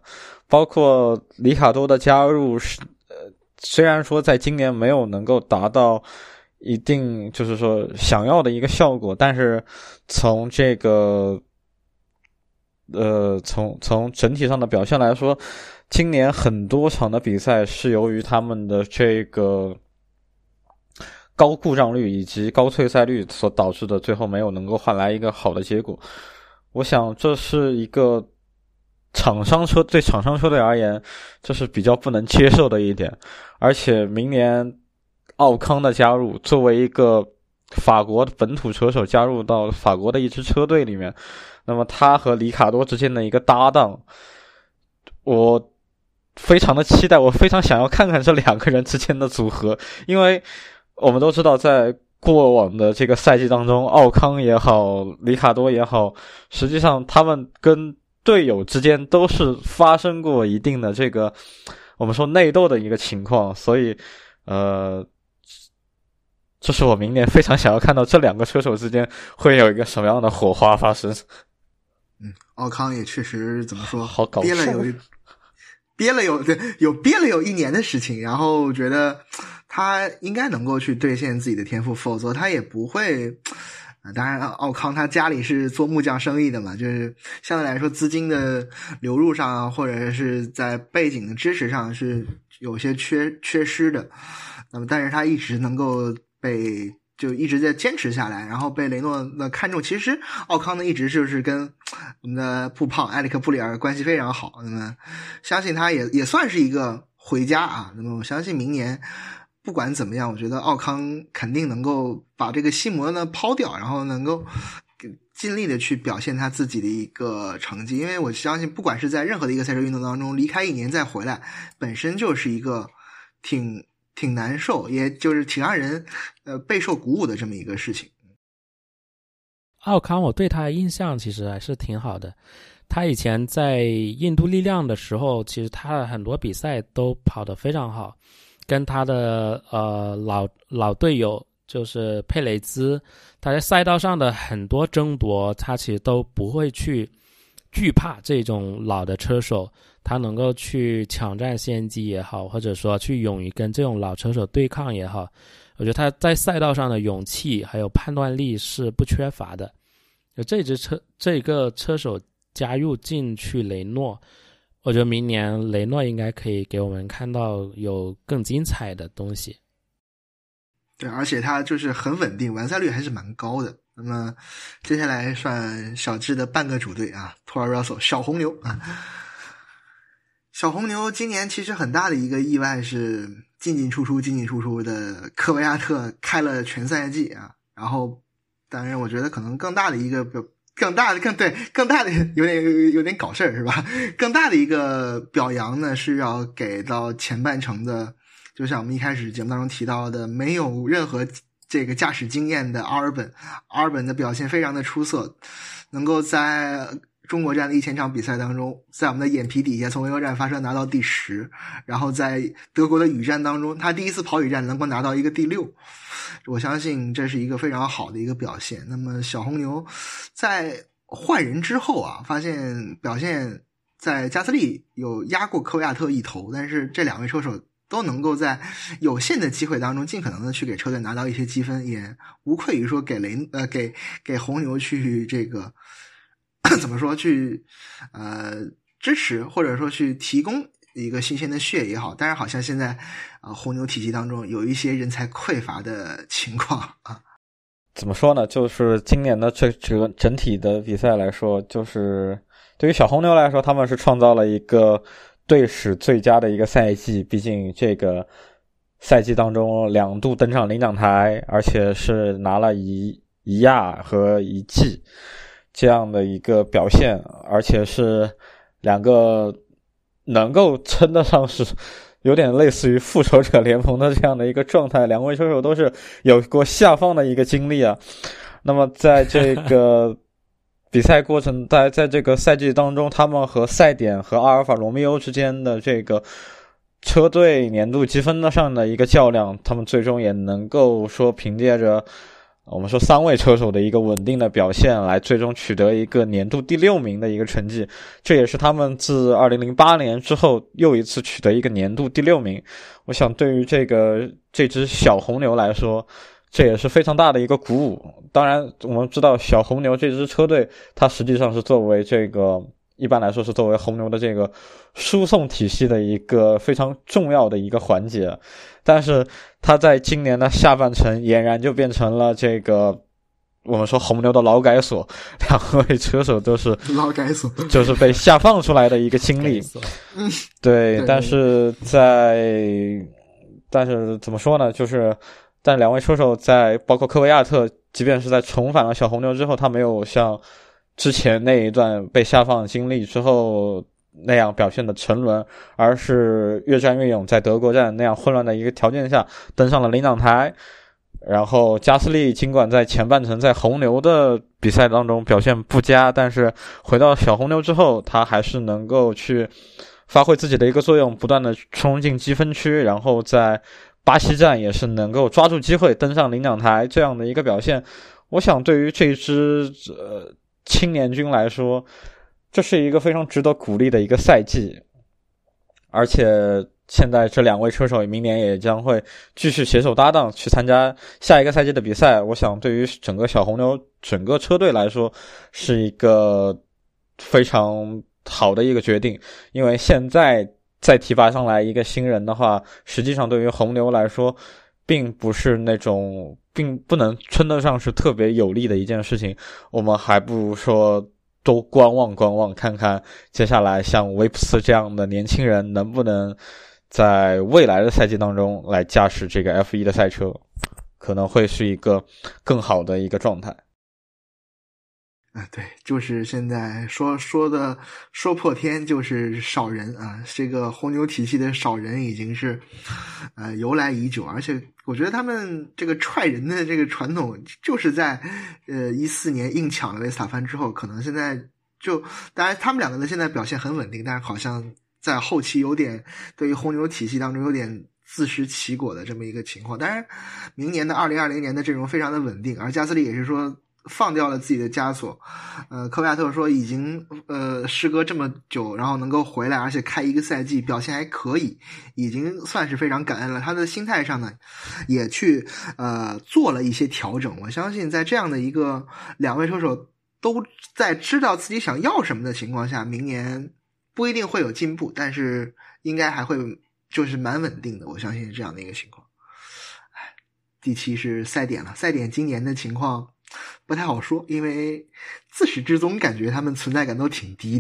包括里卡多的加入是呃，虽然说在今年没有能够达到一定就是说想要的一个效果，但是从这个呃从从整体上的表现来说，今年很多场的比赛是由于他们的这个高故障率以及高退赛率所导致的，最后没有能够换来一个好的结果。我想这是一个厂商车对厂商车队而言，这是比较不能接受的一点。而且明年奥康的加入，作为一个法国本土车手加入到法国的一支车队里面，那么他和里卡多之间的一个搭档，我非常的期待，我非常想要看看这两个人之间的组合。因为我们都知道在过往的这个赛季当中，奥康也好，里卡多也好，实际上他们跟队友之间都是发生过一定的这个我们说内斗的一个情况，所以呃，这是我明年非常想要看到这两个车手之间会有一个什么样的火花发生。 嗯，奥康也确实怎么说， 好搞笑， 憋了有憋了有对有憋了有一年的事情，然后觉得他应该能够去兑现自己的天赋，否则他也不会。啊，当然，奥康他家里是做木匠生意的嘛，就是相对来说资金的流入上，或者是在背景的支持上是有些缺缺失的。那么，但是他一直能够被就一直在坚持下来，然后被雷诺的看中。其实奥康呢一直就是跟我们的布胖埃里克布里尔关系非常好，那么相信他也也算是一个回家啊。那么我相信明年不管怎么样，我觉得奥康肯定能够把这个心魔呢抛掉，然后能够尽力的去表现他自己的一个成绩。因为我相信不管是在任何的一个赛车运动当中，离开一年再回来本身就是一个挺挺难受，也就是挺让人呃备受鼓舞的这么一个事情。 奥康我对他的印象其实还是挺好的，他以前在印度力量的时候，其实他的很多比赛都跑得非常好，跟他的呃老老队友就是佩雷兹，他在赛道上的很多争夺，他其实都不会去惧怕这种老的车手，他能够去抢占先机也好，或者说去勇于跟这种老车手对抗也好，我觉得他在赛道上的勇气还有判断力是不缺乏的。有这支车这个车手加入进去雷诺，我觉得明年雷诺应该可以给我们看到有更精彩的东西。 对，而且他就是很稳定，完赛率还是蛮高的。那么接下来算小智的半个主队啊 Toro Rosso 小红牛啊。小红牛今年其实很大的一个意外是进进出出进进出出的科维亚特开了全赛季啊，然后当然我觉得可能更大的一个更大的更对更大的有点有有点搞事儿是吧？更大的一个表扬呢是要给到前半程的，就像我们一开始节目当中提到的，没有任何这个驾驶经验的阿尔本，阿尔本的表现非常的出色，能够在中国站的一千场比赛当中，在我们的眼皮底下从维修站发车拿到第十，然后在德国的雨战当中，他第一次跑雨战能够拿到一个第六，我相信这是一个非常好的一个表现。那么小红牛在换人之后啊，发现表现在加斯利有压过科维亚特一头，但是这两位车手都能够在有限的机会当中尽可能的去给车队拿到一些积分，也无愧于说给雷呃给给红牛去这个怎么说去呃支持或者说去提供一个新鲜的血也好。当然好像现在啊、呃、红牛体系当中有一些人才匮乏的情况啊。 怎么说呢，就是今年的这这个整体的比赛来说，就是对于小红牛来说，他们是创造了一个队史最佳的一个赛季，毕竟这个赛季当中两度登上领奖台，而且是拿了一一亚和一季这样的一个表现，而且是两个能够称得上是有点类似于复仇者联盟的这样的一个状态，两位车手都是有过下放的一个经历啊。那么在这个比赛过程在在这个赛季当中，他们和赛点和阿尔法罗密欧之间的这个车队年度积分上的一个较量，他们最终也能够说凭借着我们说三位车手的一个稳定的表现，来最终取得一个年度第六名的一个成绩，这也是他们自二零零八年之后又一次取得一个年度第六名。我想对于这个这只小红牛来说，这也是非常大的一个鼓舞。当然我们知道小红牛这支车队，它实际上是作为这个一般来说是作为红牛的这个输送体系的一个非常重要的一个环节，但是它在今年的下半程俨然就变成了这个我们说红牛的劳改所，两位车手都是劳改所， 就是被下放出来的一个经历。 嗯， 对，但是在但是怎么说呢，就是但两位车手在包括科维亚特，即便是在重返了小红牛之后，他没有像之前那一段被下放经历之后那样表现的沉沦，而是越战越勇，在德国站那样混乱的一个条件下登上了领奖台。然后加斯利尽管在前半程在红牛的比赛当中表现不佳，但是回到小红牛之后，他还是能够去发挥自己的一个作用，不断的冲进积分区，然后在巴西站也是能够抓住机会登上领奖台，这样的一个表现，我想对于这支呃青年军来说，这是一个非常值得鼓励的一个赛季。而且现在这两位车手明年也将会继续携手搭档去参加下一个赛季的比赛，我想对于整个小红牛整个车队来说是一个非常好的一个决定。因为现在再提拔上来一个新人的话，实际上对于红牛来说并不是那种并不能称得上是特别有利的一件事情，我们还不如说都观望观望，看看接下来像维普斯这样的年轻人能不能在未来的赛季当中来驾驶这个 F 一 的赛车，可能会是一个更好的一个状态。 啊，对，就是现在说说的说破天就是少人啊，这个红牛体系的少人已经是呃由来已久，而且我觉得他们这个踹人的这个传统，就是在呃一四年硬抢了维斯塔潘之后，可能现在就当然他们两个人现在表现很稳定，但是好像在后期有点对于红牛体系当中有点自食其果的这么一个情况。当然明年的二零二零年的阵容非常的稳定，而加斯利也是说放掉了自己的枷锁，呃，科维亚特说已经呃时隔这么久，然后能够回来，而且开一个赛季表现还可以，已经算是非常感恩了。他的心态上呢，也去呃做了一些调整。我相信在这样的一个两位车手都在知道自己想要什么的情况下，明年不一定会有进步，但是应该还会就是蛮稳定的。我相信是这样的一个情况。第七是赛点了，赛点今年的情况不太好说，因为自始至终感觉他们存在感都挺低的。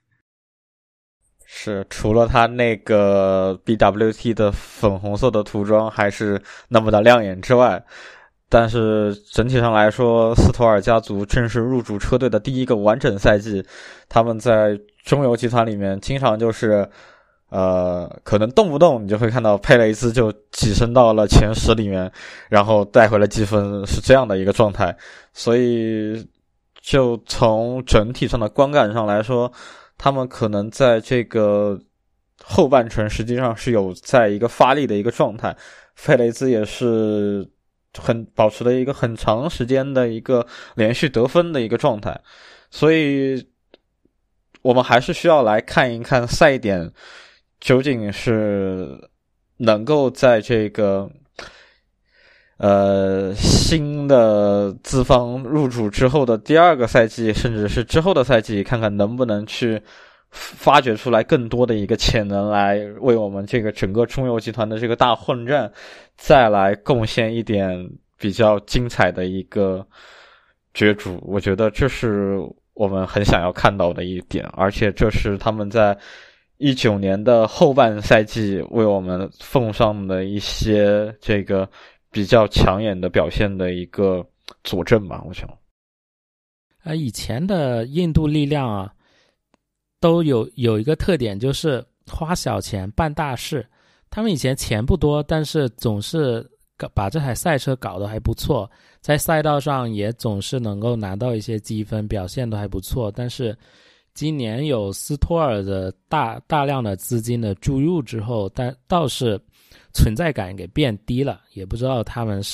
是，除了他那个 B W T 的粉红色的涂装还是那么的亮眼之外，但是整体上来说，斯托尔家族正式入主车队的第一个完整赛季，他们在中游集团里面经常就是呃，可能动不动你就会看到佩雷兹就跻身到了前十里面，然后带回了积分，是这样的一个状态。所以就从整体上的观感上来说，他们可能在这个后半程实际上是有在一个发力的一个状态，佩雷兹也是很保持了一个很长时间的一个连续得分的一个状态。所以我们还是需要来看一看赛点究竟是能够在这个呃新的资方入主之后的第二个赛季，甚至是之后的赛季，看看能不能去发掘出来更多的一个潜能，来为我们这个整个中游集团的这个大混战再来贡献一点比较精彩的一个角逐。我觉得这是我们很想要看到的一点，而且这是他们在一九年的后半赛季为我们奉上的一些这个比较抢眼的表现的一个佐证吧，我想。 呃，以前的印度力量啊，都有有一个特点，就是花小钱办大事。他们以前钱不多，但是总是把这台赛车搞得还不错，在赛道上也总是能够拿到一些积分，表现都还不错。但是今年有斯托尔的大大量的资金的注入之后，但倒是存在感给变低了，也不知道他们是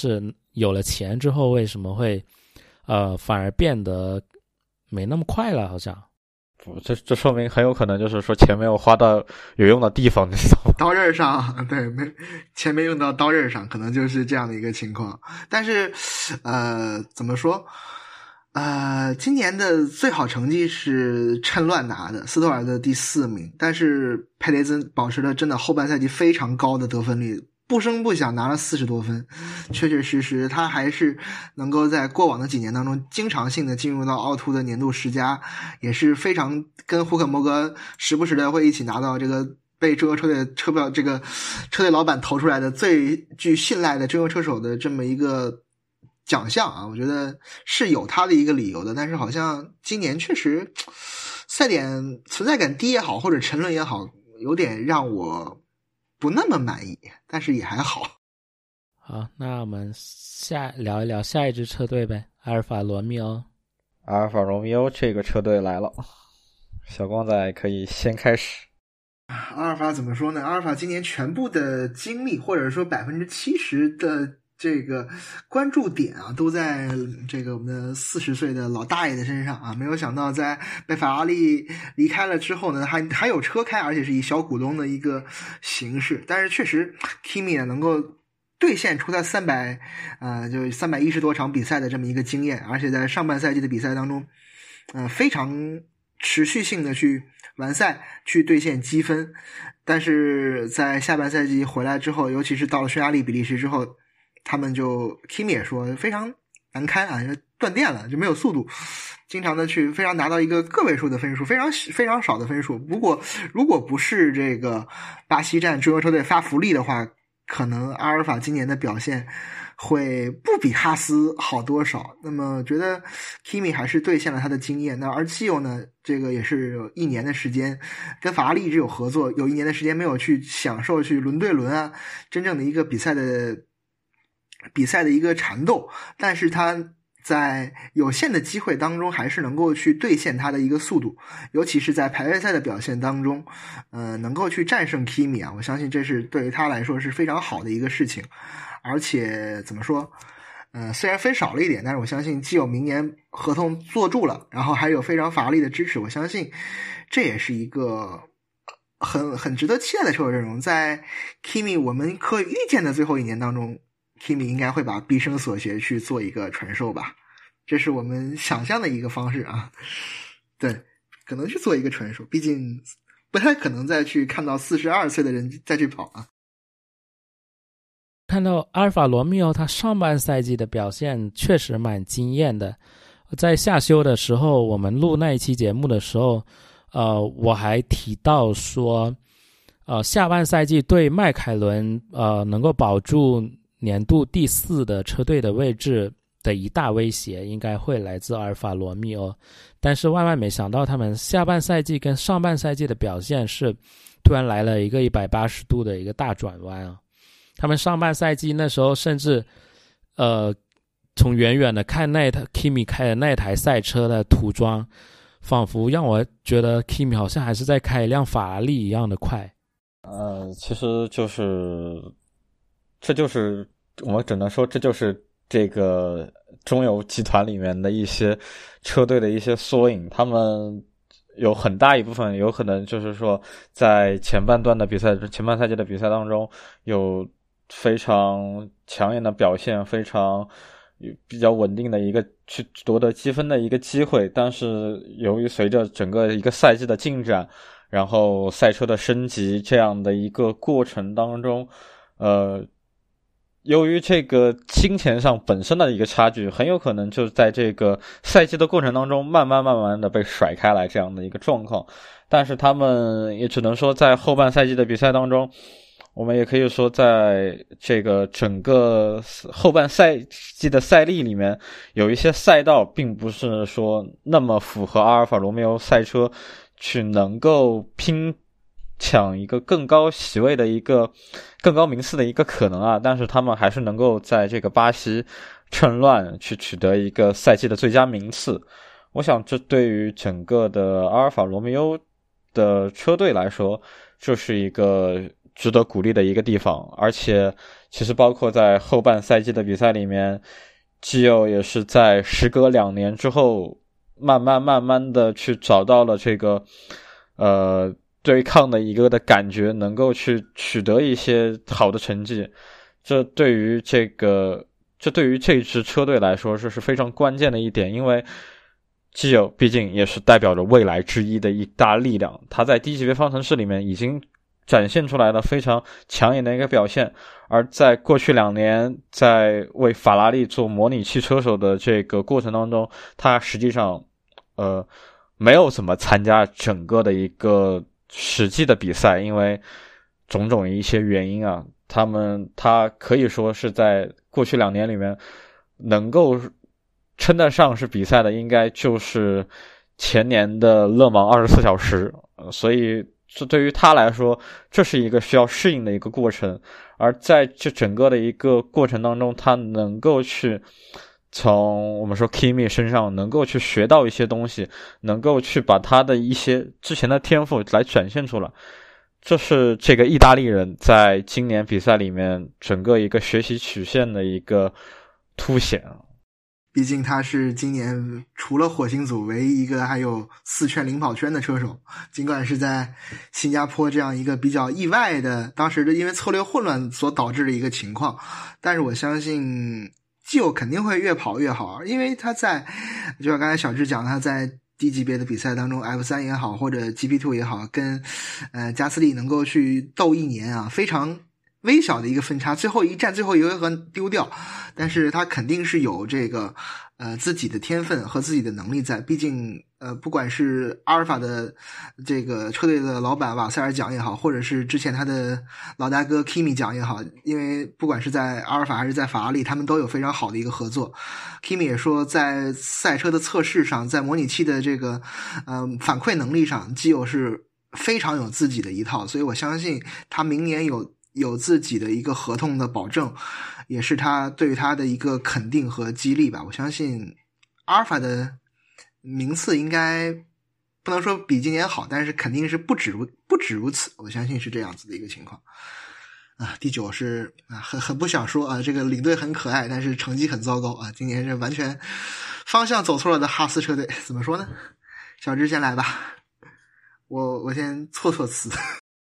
有了钱之后为什么会呃反而变得没那么快了？好像不，这这说明很有可能就是说钱没有花到有用的地方，你知道吗？ 刀刃上，对，没钱没用到刀刃上，可能就是这样的一个情况。但是，呃，怎么说？呃，今年的最好成绩是趁乱拿的，斯托尔的第四名，但是佩雷兹保持了真的后半赛季非常高的得分率。不声不响拿了四十多分，确确实实他还是能够在过往的几年当中经常性的进入到奥突的年度十佳，也是非常跟胡肯摩格时不时的会一起拿到这个被中国车队车票这个车队老板投出来的最具信赖的中国车手的这么一个奖项啊，我觉得是有他的一个理由的。但是好像今年确实赛点存在感低也好，或者沉沦也好，有点让我不那么满意，但是也还好。 好，那我们下聊一聊下一支车队呗，阿尔法罗密欧。 阿尔法罗密欧这个车队来了，小光仔可以先开始。 阿尔法怎么说呢？阿尔法今年全部的精力，或者说百分之七十的这个关注点啊，都在这个我们的四十岁的老大爷的身上啊！没有想到在被法拉利离开了之后呢，还还有车开，而且是以小股东的一个形式。但是确实 Kimi 呢能够兑现出他三百呃就三百一十多场比赛的这么一个经验，而且在上半赛季的比赛当中，呃非常持续性的去完赛，去兑现积分。但是在下半赛季回来之后，尤其是到了匈牙利、比利时之后，他们就 Kimi 也说非常难堪啊，断电了，就没有速度，经常的去非常拿到一个个位数的分数，非常非常少的分数。不过如果不是这个巴西站中国车队发福利的话，可能阿尔法今年的表现会不比哈斯好多少。那么觉得 Kimi 还是兑现了他的经验。那而基友呢，这个也是有一年的时间跟法拉利一直有合作，有一年的时间没有去享受去轮对轮啊，真正的一个比赛的比赛的一个缠斗，但是他在有限的机会当中还是能够去兑现他的一个速度，尤其是在排位赛的表现当中呃，能够去战胜 Kimi 啊，我相信这是对于他来说是非常好的一个事情。而且怎么说呃，虽然分少了一点，但是我相信既有明年合同做住了，然后还有非常法拉利的支持，我相信这也是一个很很值得期待的车手阵容。在 Kimi 我们可以预见的最后一年当中，Kimi 应该会把毕生所学去做一个传授吧，这是我们想象的一个方式啊。对，可能去做一个传授，毕竟不太可能再去看到四十二岁的人再去跑啊。 看到阿尔法罗密欧他上半赛季的表现确实蛮惊艳的，在夏休的时候我们录那一期节目的时候呃，我还提到说呃，下半赛季对迈凯伦呃能够保住年度第四的车队的位置的一大威胁应该会来自阿尔法罗密欧，但是万万没想到他们下半赛季跟上半赛季的表现是突然来了一个一百八十度的一个大转弯啊！他们上半赛季那时候甚至呃，从远远的看那台 Kimi 开的那台赛车的涂装，仿佛让我觉得 Kimi 好像还是在开一辆法拉利一样的快。 呃，其实就是这就是我们只能说这就是这个中游集团里面的一些车队的一些缩影，他们有很大一部分有可能就是说在前半段的比赛前半赛季的比赛当中有非常抢眼的表现，非常比较稳定的一个去夺得积分的一个机会，但是由于随着整个一个赛季的进展，然后赛车的升级这样的一个过程当中，呃，由于这个金钱上本身的一个差距，很有可能就在这个赛季的过程当中慢慢慢慢的被甩开来这样的一个状况。但是他们也只能说在后半赛季的比赛当中，我们也可以说在这个整个后半赛季的赛例里面，有一些赛道并不是说那么符合阿尔法罗密欧赛车去能够拼抢一个更高席位的一个更高名次的一个可能啊，但是他们还是能够在这个巴西趁乱去取得一个赛季的最佳名次。我想这对于整个的阿尔法罗密欧的车队来说，这是一个值得鼓励的一个地方。而且其实包括在后半赛季的比赛里面，基友也是在时隔两年之后慢慢慢慢的去找到了这个呃对抗的一个的感觉，能够去取得一些好的成绩。这对于这个这对于这支车队来说，这是非常关键的一点，因为基友毕竟也是代表着未来之一的一大力量，他在低级别方程式里面已经展现出来了非常抢眼的一个表现，而在过去两年在为法拉利做模拟器车手的这个过程当中，他实际上呃没有怎么参加整个的一个实际的比赛，因为种种一些原因啊，他们他可以说是在过去两年里面能够称得上是比赛的，应该就是前年的勒芒二十四小时，所以这对于他来说，这是一个需要适应的一个过程。而在这整个的一个过程当中，他能够去从我们说 Kimi 身上能够去学到一些东西，能够去把他的一些之前的天赋来展现出来，这是这个意大利人在今年比赛里面整个一个学习曲线的一个凸显。 毕竟他是今年除了火星组唯一一个还有四圈领跑圈的车手，尽管是在新加坡这样一个比较意外的当时的因为策略混乱所导致的一个情况，但是我相信基友肯定会越跑越好，因为他在就像刚才小智讲，他在低级别的比赛当中 F 三 也好或者 G P 二 也好，跟呃加斯利能够去斗一年啊，非常微小的一个分差，最后一站最后一回合丢掉，但是他肯定是有这个呃自己的天分和自己的能力在，毕竟呃不管是阿尔法的这个车队的老板瓦塞尔讲也好，或者是之前他的老大哥 Kimi 讲也好，因为不管是在阿尔法还是在法拉利，他们都有非常好的一个合作。 Kimi 也说在赛车的测试上，在模拟器的这个呃反馈能力上，基友是非常有自己的一套，所以我相信他明年有有自己的一个合同的保证，也是他对于他的一个肯定和激励吧。我相信阿尔法的名次应该不能说比今年好，但是肯定是不止如不止如此，我相信是这样子的一个情况啊。第九是啊，很很不想说啊，这个领队很可爱，但是成绩很糟糕啊，今年是完全方向走错了的哈斯车队。怎么说呢？小智先来吧，我我先措措词。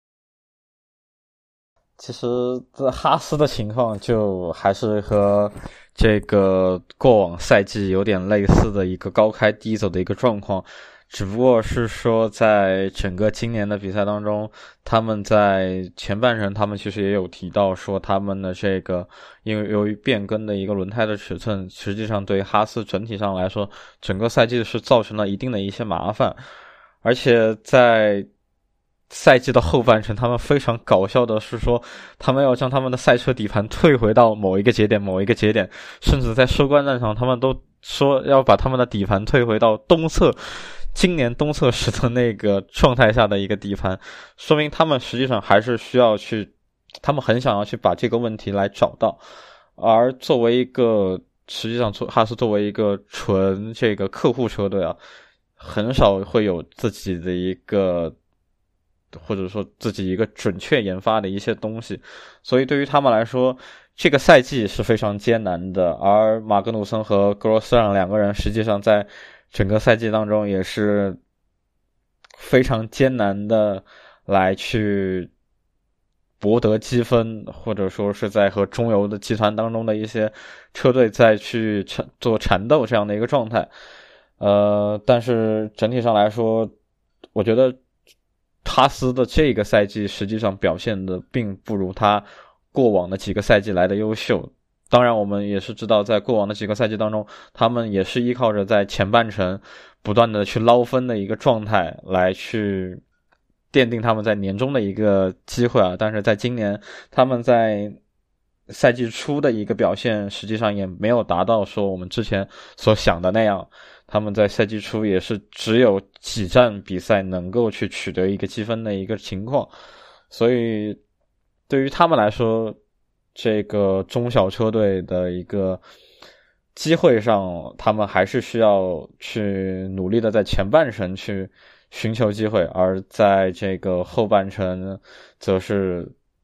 其实这哈斯的情况就还是和这个过往赛季有点类似的一个高开低走的一个状况，只不过是说在整个今年的比赛当中，他们在前半程他们其实也有提到说他们的这个因为由于变更的一个轮胎的尺寸，实际上对哈斯整体上来说整个赛季是造成了一定的一些麻烦，而且在赛季的后半程他们非常搞笑的是说他们要将他们的赛车底盘退回到某一个节点某一个节点，甚至在收官战场他们都说要把他们的底盘退回到东侧今年东侧时的那个状态下的一个底盘，说明他们实际上还是需要去他们很想要去把这个问题来找到。而作为一个实际上哈斯作为一个纯这个客户车队啊，很少会有自己的一个或者说自己一个准确研发的一些东西，所以对于他们来说这个赛季是非常艰难的。而马格努森和格罗斯让两个人实际上在整个赛季当中也是非常艰难的来去博得积分，或者说是在和中游的集团当中的一些车队再去做缠斗这样的一个状态。呃，但是整体上来说我觉得哈斯的这个赛季实际上表现的并不如他过往的几个赛季来的优秀。当然我们也是知道在过往的几个赛季当中他们也是依靠着在前半程不断的去捞分的一个状态来去奠定他们在年终的一个机会啊，但是在今年他们在赛季初的一个表现实际上也没有达到说我们之前所想的那样，他们在赛季初也是只有几站比赛能够去取得一个积分的一个情况，所以对于他们来说这个中小车队的一个机会上他们还是需要去努力的在前半程去寻求机会，而在这个后半程则是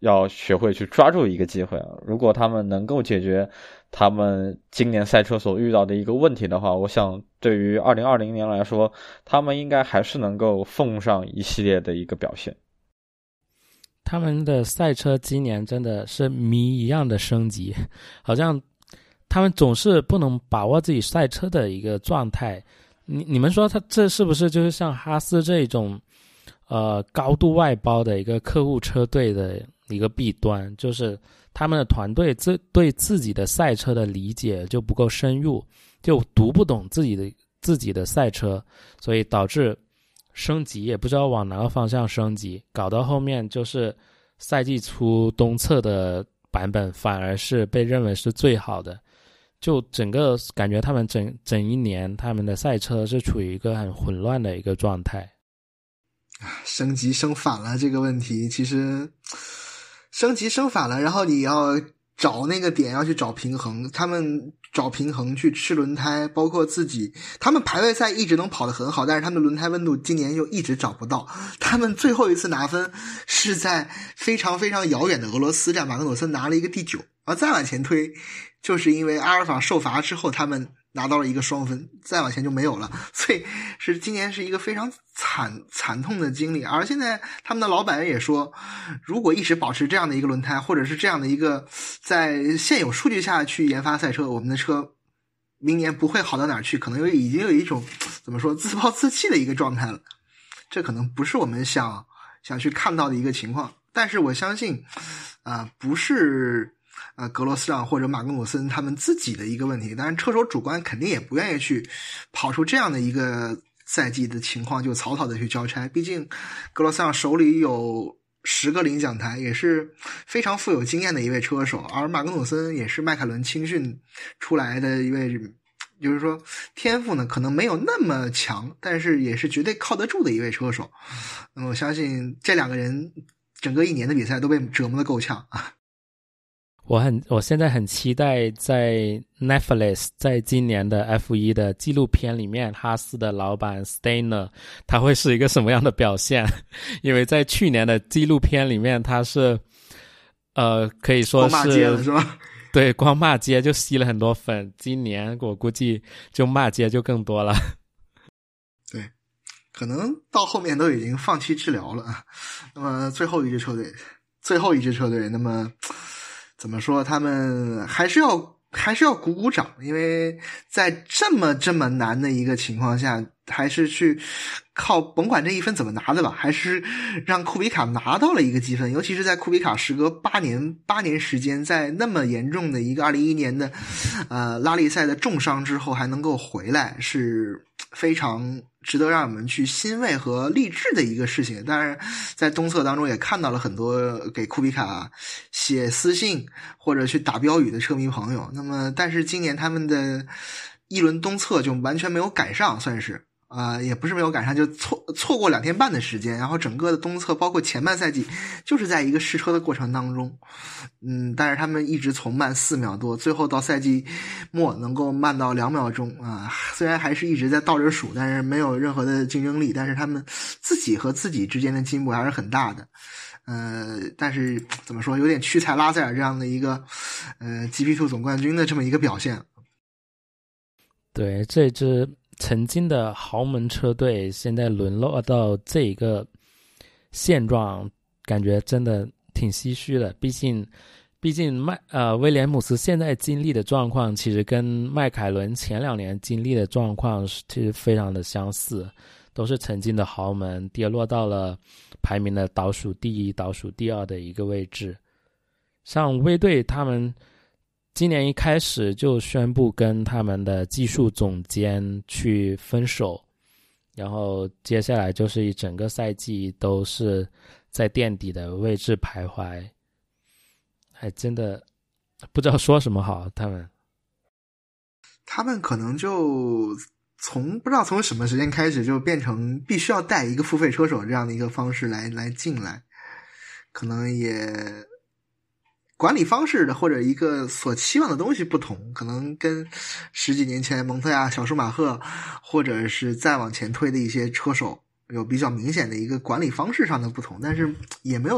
要学会去抓住一个机会啊！如果他们能够解决他们今年赛车所遇到的一个问题的话，我想对于二零二零年来说，他们应该还是能够奉上一系列的一个表现。 他们的赛车今年真的是谜一样的升级，好像他们总是不能把握自己赛车的一个状态。你你们说他这是不是就是像哈斯这种呃高度外包的一个客户车队的一个弊端，就是他们的团队自对自己的赛车的理解就不够深入，就读不懂自己的自己的赛车，所以导致升级也不知道往哪个方向升级，搞到后面就是赛季初东侧的版本反而是被认为是最好的，就整个感觉他们整整一年他们的赛车是处于一个很混乱的一个状态。 升级升反了这个问题，其实升级升反了，然后你要找那个点，要去找平衡，他们找平衡去吃轮胎，包括自己他们排位赛一直能跑得很好，但是他们的轮胎温度今年又一直找不到，他们最后一次拿分是在非常非常遥远的俄罗斯站，马格努森拿了一个第九，而再往前推就是因为阿尔法受罚之后他们拿到了一个双分，再往前就没有了，所以是今年是一个非常惨惨痛的经历。而现在他们的老板也说，如果一直保持这样的一个轮胎，或者是这样的一个在现有数据下去研发赛车，我们的车明年不会好到哪儿去，可能有已经有一种怎么说自暴自弃的一个状态了，这可能不是我们想想去看到的一个情况。但是我相信啊、呃，不是呃，格罗斯让或者马格努森他们自己的一个问题，当然车手主观肯定也不愿意去跑出这样的一个赛季的情况就草草的去交差，毕竟格罗斯让手里有十个领奖台，也是非常富有经验的一位车手，而马格努森也是迈凯伦青训出来的一位，就是说天赋呢可能没有那么强，但是也是绝对靠得住的一位车手。那么我相信这两个人整个一年的比赛都被折磨得够呛啊。 我很，我现在很期待在 Netflix 在今年的 F 一 的纪录片里面，哈斯的老板 Steiner 他会是一个什么样的表现？因为在去年的纪录片里面，他是呃可以说是光骂街了是吧？ 对，光骂街就吸了很多粉。今年我估计就骂街就更多了。 对，可能到后面都已经放弃治疗了。那么最后一支车队，最后一支车队，那么。怎么说，他们还是要还是要鼓鼓掌，因为在这么这么难的一个情况下，还是去靠甭管这一分怎么拿的吧，还是让库比卡拿到了一个积分，尤其是在库比卡时隔八年八年时间，在那么严重的一个二零一一年的呃拉力赛的重伤之后还能够回来，是非常值得让我们去欣慰和励志的一个事情。当然在东侧当中也看到了很多给库比卡写私信或者去打标语的车迷朋友，那么但是今年他们的一轮东侧就完全没有赶上，算是啊、呃，也不是没有赶上，就错错过两天半的时间，然后整个的东侧包括前半赛季就是在一个试车的过程当中，嗯，但是他们一直从慢四秒多，最后到赛季末能够慢到两秒钟啊，虽然还是一直在倒着数，但是没有任何的竞争力，但是他们自己和自己之间的进步还是很大的。呃，但是怎么说，有点屈才拉塞尔这样的一个呃 G P 二 总冠军的这么一个表现。 对，这支曾经的豪门车队现在沦落到这个现状，感觉真的挺唏嘘的。毕竟，毕竟麦呃威廉姆斯现在经历的状况，其实跟迈凯伦前两年经历的状况其实非常的相似，都是曾经的豪门跌落到了排名的倒数第一、倒数第二的一个位置。像威队他们今年一开始就宣布跟他们的技术总监去分手，然后接下来就是一整个赛季都是在垫底的位置徘徊，还真的不知道说什么好。他们他们可能就从不知道从什么时间开始就变成必须要带一个付费车手这样的一个方式来来进来，可能也管理方式的或者一个所期望的东西不同，可能跟十几年前蒙特亚、小舒马赫或者是再往前推的一些车手有比较明显的一个管理方式上的不同，但是也没有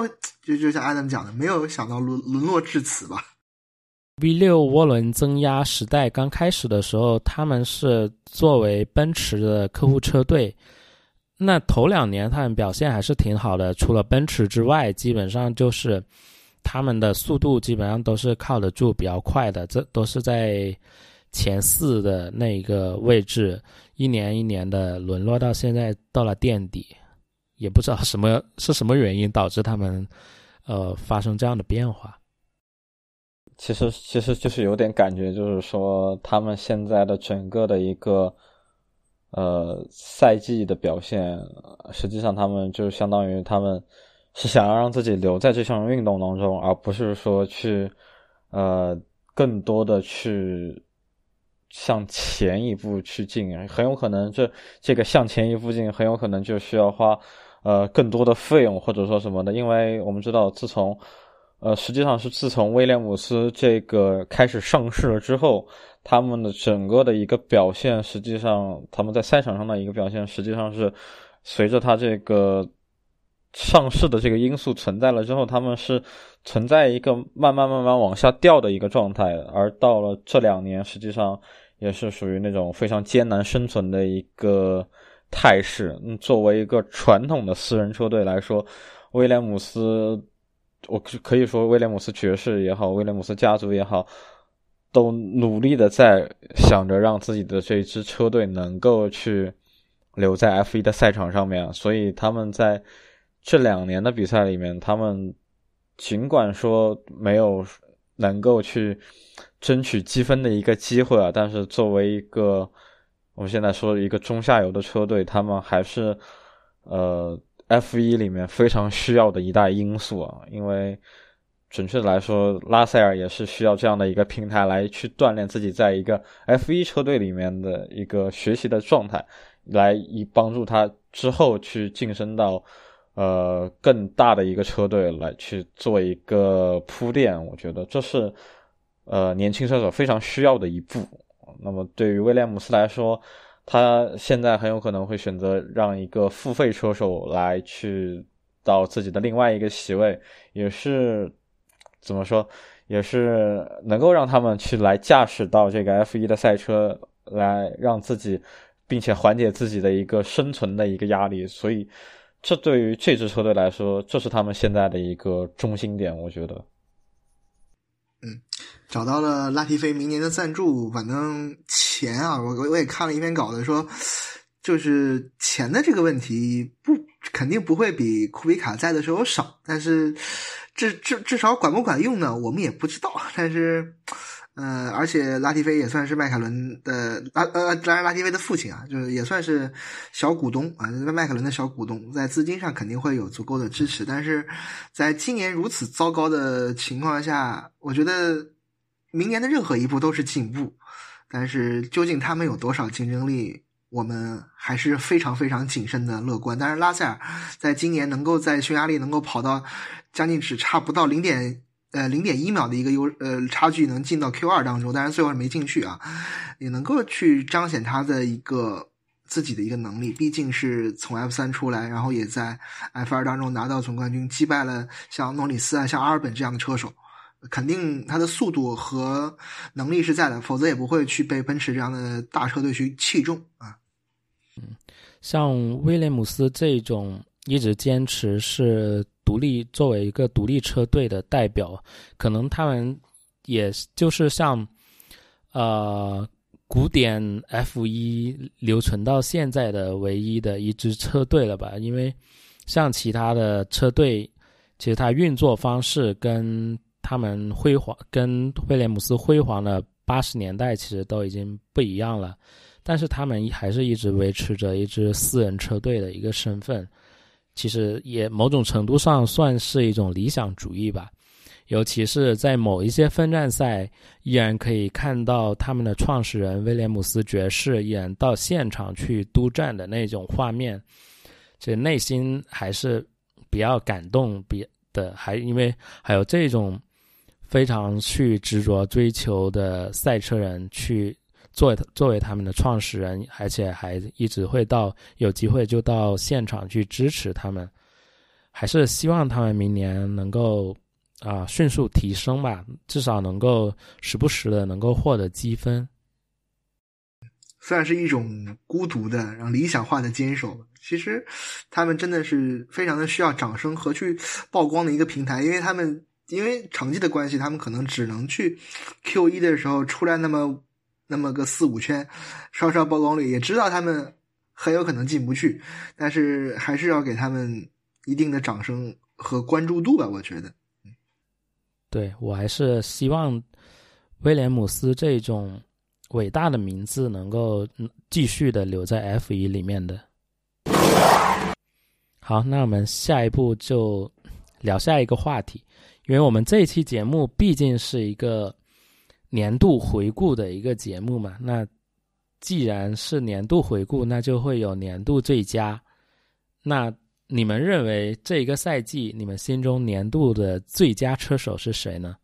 就就像 Adam 讲的，没有想到沦沦落至此吧。 V 六 涡轮增压时代刚开始的时候，他们是作为奔驰的客户车队，那头两年他们表现还是挺好的，除了奔驰之外，基本上就是他们的速度基本上都是靠得住，比较快的，这都是在前四的那个位置，一年一年的沦落到现在到了垫底，也不知道什么是什么原因导致他们呃发生这样的变化。 其实其实就是有点感觉，就是说他们现在的整个的一个呃赛季的表现，实际上他们就相当于他们是想要让自己留在这项运动当中，而不是说去呃更多的去向前一步去进，很有可能这这个向前一步进很有可能就需要花呃更多的费用或者说什么的，因为我们知道自从呃，实际上是自从威廉姆斯这个开始上市了之后，他们的整个的一个表现，实际上他们在赛场上的一个表现，实际上是随着他这个上市的这个因素存在了之后，他们是存在一个慢慢慢慢往下掉的一个状态，而到了这两年，实际上也是属于那种非常艰难生存的一个态势。嗯，作为一个传统的私人车队来说，威廉姆斯。我可以说威廉姆斯爵士也好，威廉姆斯家族也好，都努力的在想着让自己的这支车队能够去留在 F 一 的赛场上面，所以他们在这两年的比赛里面，他们尽管说没有能够去争取积分的一个机会啊，但是作为一个我们现在说一个中下游的车队，他们还是呃F 一 里面非常需要的一大因素啊，因为准确的来说，拉塞尔也是需要这样的一个平台来去锻炼自己在一个 F 一 车队里面的一个学习的状态，来以帮助他之后去晋升到呃更大的一个车队来去做一个铺垫。我觉得这是呃年轻车手非常需要的一步。那么对于威廉姆斯来说，他现在很有可能会选择让一个付费车手来去到自己的另外一个席位，也是怎么说，也是能够让他们去来驾驶到这个 F 一 的赛车，来让自己并且缓解自己的一个生存的一个压力。所以这对于这支车队来说，这是他们现在的一个中心点，我觉得。 嗯，找到了拉提菲明年的赞助，反正钱啊，我我也看了一篇稿子说，就是钱的这个问题不肯定不会比库比卡在的时候少，但是至至至少管不管用呢，我们也不知道。但是呃，而且拉提菲也算是迈凯伦的拉呃，当然拉提菲的父亲啊，就是也算是小股东啊，迈凯伦的小股东，在资金上肯定会有足够的支持。但是在今年如此糟糕的情况下，我觉得明年的任何一步都是进步，但是究竟他们有多少竞争力，我们还是非常非常谨慎的乐观。但是拉塞尔在今年能够在匈牙利能够跑到将近只差不到零点呃零点一秒的一个优呃差距能进到 Q 二 当中，当然最后是没进去啊，也能够去彰显他的一个自己的一个能力，毕竟是从 F 三 出来，然后也在 F 二 当中拿到总冠军，击败了像诺里斯啊像阿尔本这样的车手，肯定他的速度和能力是在的，否则也不会去被奔驰这样的大车队去器重啊。 嗯，像威廉姆斯这种一直坚持是独立作为一个独立车队的代表，可能他们也就是像呃古典 F 一 留存到现在的唯一的一支车队了吧，因为像其他的车队其实它运作方式跟他们辉煌跟威廉姆斯辉煌的八十年代其实都已经不一样了，但是他们还是一直维持着一支私人车队的一个身份，其实也某种程度上算是一种理想主义吧。尤其是在某一些分站赛，依然可以看到他们的创始人威廉姆斯爵士依然到现场去督战的那种画面，其实内心还是比较感动比的，还因为还有这种非常去执着追求的赛车人去作为作为他们的创始人，而且还一直会到有机会就到现场去支持他们， 还是希望他们明年能够啊、呃、迅速提升吧，至少能够时不时的能够获得积分。 虽然是一种孤独的然后理想化的坚守，其实他们真的是非常的需要掌声和去曝光的一个平台，因为他们因为成绩的关系，他们可能只能去 Q 一 的时候出来那么那么个四五圈稍稍曝光率，也知道他们很有可能进不去，但是还是要给他们一定的掌声和关注度吧，我觉得。 对，我还是希望威廉姆斯这种伟大的名字能够继续的留在 F 一 里面的。好，那我们下一步就聊下一个话题，因为我们这一期节目毕竟是一个年度回顾的一个节目嘛，那既然是年度回顾，那就会有年度最佳。那你们认为这一个赛季你们心中年度的最佳车手是谁呢？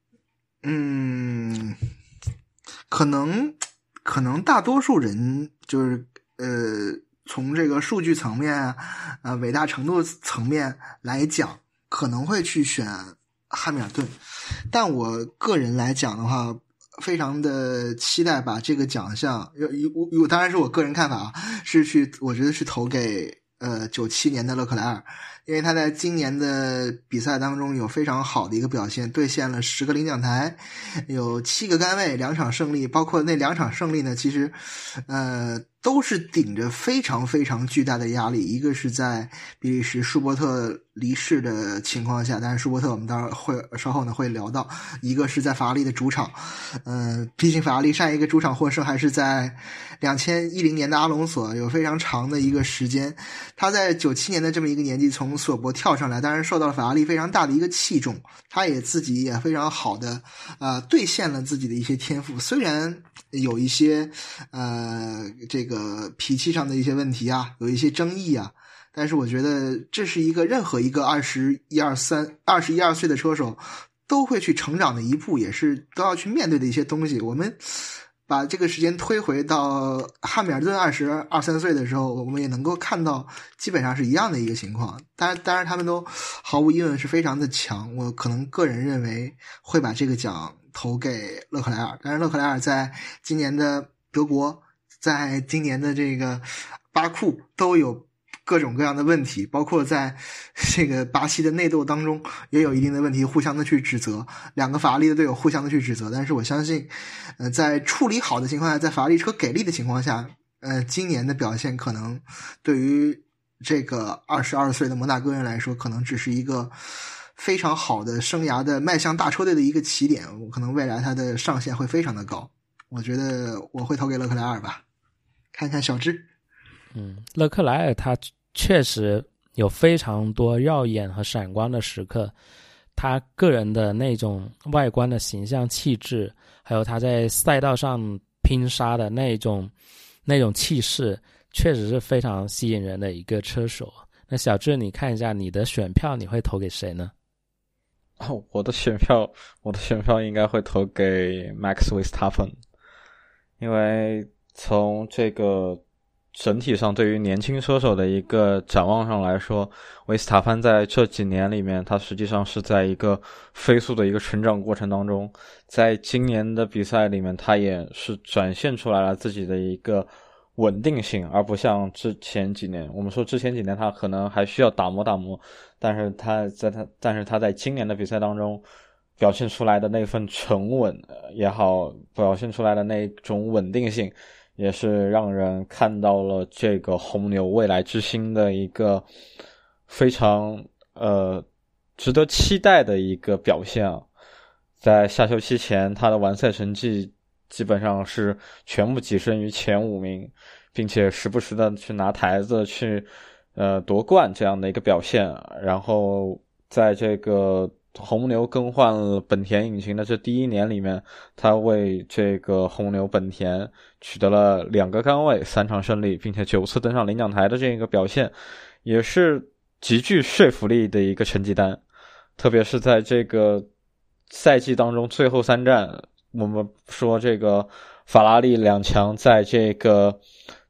嗯，可能可能大多数人就是呃从这个数据层面啊、呃、伟大程度层面来讲，可能会去选汉密尔顿，但我个人来讲的话，非常的期待把这个奖项，我我当然是我个人看法啊，是去我觉得是投给呃九七年的勒克莱尔，因为他在今年的比赛当中有非常好的一个表现，兑现了十个领奖台，有七个杆位，两场胜利，包括那两场胜利呢，其实呃都是顶着非常非常巨大的压力，一个是在比利时舒伯特离世的情况下，但是舒伯特我们当然会稍后呢会聊到，一个是在法拉利的主场，呃，毕竟法拉利上一个主场获胜还是在两千一零年的阿隆索，有非常长的一个时间，他在九七年的这么一个年纪从索伯跳上来，当然受到了法拉利非常大的一个器重，他也自己也非常好的呃兑现了自己的一些天赋，虽然有一些呃这个脾气上的一些问题啊，有一些争议啊，但是我觉得这是一个任何一个二十一二三二十一二岁的车手都会去成长的一步，也是都要去面对的一些东西。我们把这个时间推回到汉密尔顿二十二三岁的时候，我们也能够看到基本上是一样的一个情况。当然，当然他们都毫无疑问是非常的强。我可能个人认为会把这个奖投给勒克莱尔。但是勒克莱尔在今年的德国，在今年的这个巴库都有各种各样的问题，包括在这个巴西的内斗当中也有一定的问题，互相的去指责，两个法拉利的队友互相的去指责。但是我相信呃，在处理好的情况下，在法拉利车给力的情况下，呃，今年的表现可能对于这个二十二岁的摩纳哥人来说，可能只是一个非常好的生涯的迈向大车队的一个起点，我可能未来他的上限会非常的高。我觉得我会投给勒克莱尔吧。看看小智。 嗯，勒克莱尔他确实有非常多耀眼和闪光的时刻，他个人的那种外观的形象气质，还有他在赛道上拼杀的那种那种气势，确实是非常吸引人的一个车手。那小智，你看一下你的选票你会投给谁呢？ 哦，我的选票我的选票应该会投给 Max Verstappen， 因为从这个整体上对于年轻车手的一个展望上来说，维斯塔潘在这几年里面，他实际上是在一个飞速的一个成长过程当中，在今年的比赛里面，他也是展现出来了自己的一个稳定性，而不像之前几年，我们说之前几年他可能还需要打磨打磨，但是他在他但是他在今年的比赛当中表现出来的那份沉稳也好，表现出来的那种稳定性，也是让人看到了这个红牛未来之星的一个非常呃值得期待的一个表现啊。在下休期前，他的完赛成绩基本上是全部跻身于前五名，并且时不时的去拿台子去呃夺冠这样的一个表现。然后在这个红牛更换了本田引擎的这第一年里面，他为这个红牛本田取得了两个杆位，三场胜利，并且九次登上领奖台的这个表现，也是极具说服力的一个成绩单。特别是在这个赛季当中最后三站，我们说这个法拉利两强在这个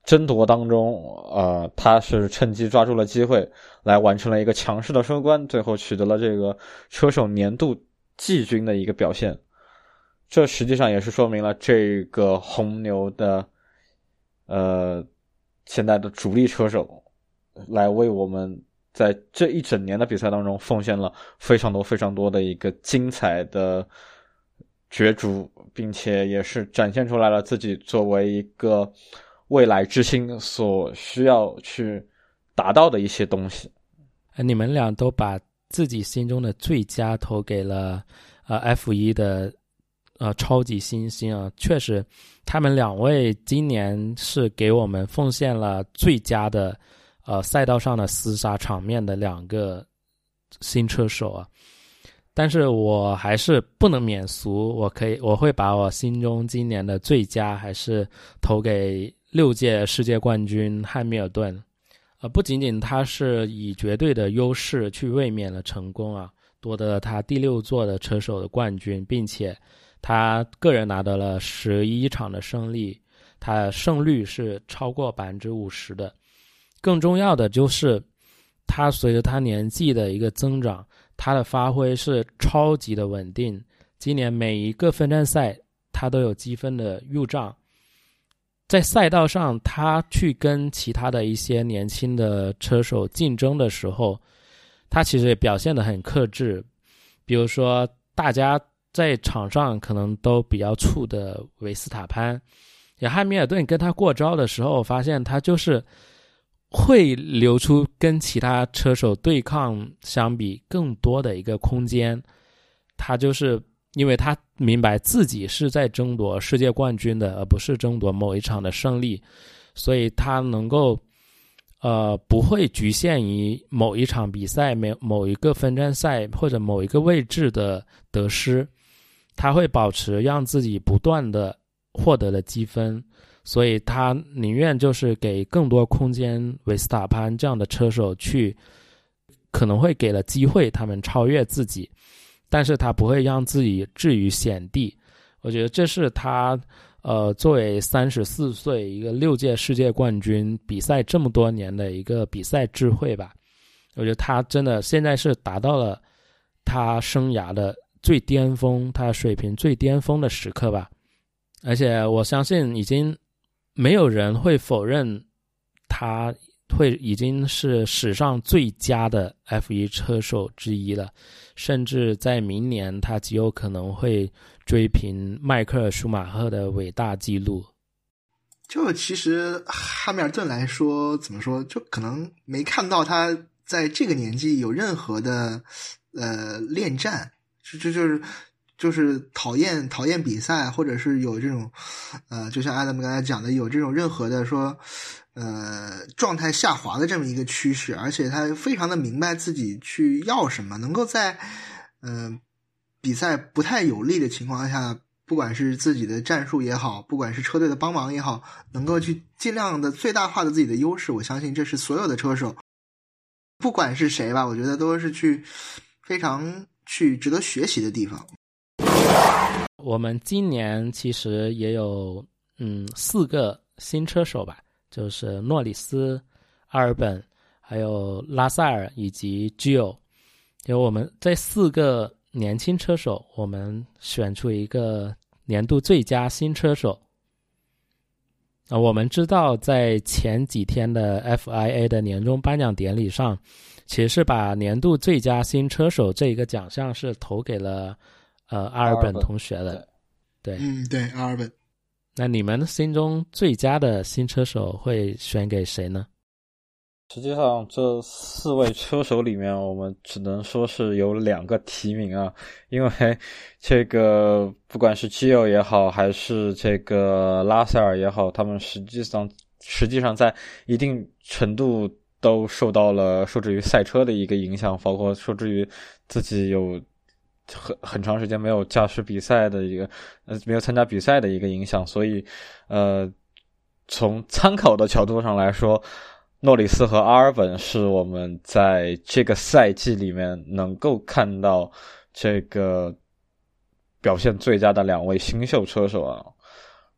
争夺当中，呃，他是趁机抓住了机会，来完成了一个强势的收官，最后取得了这个车手年度季军的一个表现。这实际上也是说明了这个红牛的，呃，现在的主力车手，来为我们在这一整年的比赛当中奉献了非常多非常多的一个精彩的角逐，并且也是展现出来了自己作为一个未来之星所需要去达到的一些东西。 你们俩都把自己心中的最佳投给了呃 F 一 的呃超级新星啊，确实他们两位今年是给我们奉献了最佳的呃赛道上的厮杀场面的两个新车手啊。但是我还是不能免俗，我可以我会把我心中今年的最佳还是投给六届世界冠军汉密尔顿。呃，不仅仅他是以绝对的优势去卫冕了成功啊，夺得了他第六座的车手的冠军，并且他个人拿到了十一场的胜利，他的胜率是超过 百分之五十 的。更重要的就是他随着他年纪的一个增长，他的发挥是超级的稳定，今年每一个分站赛他都有积分的入账。在赛道上他去跟其他的一些年轻的车手竞争的时候，他其实也表现得很克制。比如说大家在场上可能都比较怵的维斯塔潘，也汉密尔顿跟他过招的时候，发现他就是会留出跟其他车手对抗相比更多的一个空间。他就是因为他明白自己是在争夺世界冠军的，而不是争夺某一场的胜利，所以他能够呃不会局限于某一场比赛、某一个分站赛或者某一个位置的得失，他会保持让自己不断的获得的积分，所以他宁愿就是给更多空间维斯塔潘这样的车手去，可能会给了机会他们超越自己，但是他不会让自己置于险地。我觉得这是他呃作为三十四岁一个六届世界冠军，比赛这么多年的一个比赛智慧吧。我觉得他真的现在是达到了他生涯的最巅峰，他水平最巅峰的时刻吧。而且我相信已经没有人会否认他会已经是史上最佳的 F 一 车手之一了，甚至在明年他极有可能会追平迈克尔舒马赫的伟大纪录。 就其实汉密尔顿来说，怎么说，就可能没看到他在这个年纪有任何的呃恋战，就就就是就是讨厌讨厌比赛，或者是有这种呃就像 Adam 刚才讲的，有这种任何的说呃状态下滑的这么一个趋势，而且他非常的明白自己去要什么，能够在呃比赛不太有利的情况下，不管是自己的战术也好，不管是车队的帮忙也好，能够去尽量的最大化的自己的优势。我相信这是所有的车手不管是谁吧，我觉得都是去非常去值得学习的地方。 我们今年其实也有嗯四个新车手吧，就是诺里斯、阿尔本、还有拉塞尔以及 Gio。 有我们这四个年轻车手，我们选出一个年度最佳新车手。啊，我们知道在前几天的 F I A 的年终颁奖典礼上，其实是把年度最佳新车手这一个奖项是投给了呃阿尔本同学的。对， 嗯，对，阿尔本。 那你们心中最佳的新车手会选给谁呢？ 实际上这四位车手里面，我们只能说是有两个提名啊，因为这个不管是基友也好，还是这个拉塞尔也好，他们实际上实际上在一定程度都受到了受制于赛车的一个影响，包括受制于自己有很很长时间没有驾驶比赛的一个呃没有参加比赛的一个影响，所以呃从参考的角度上来说，诺里斯和阿尔本是我们在这个赛季里面能够看到这个表现最佳的两位新秀车手啊。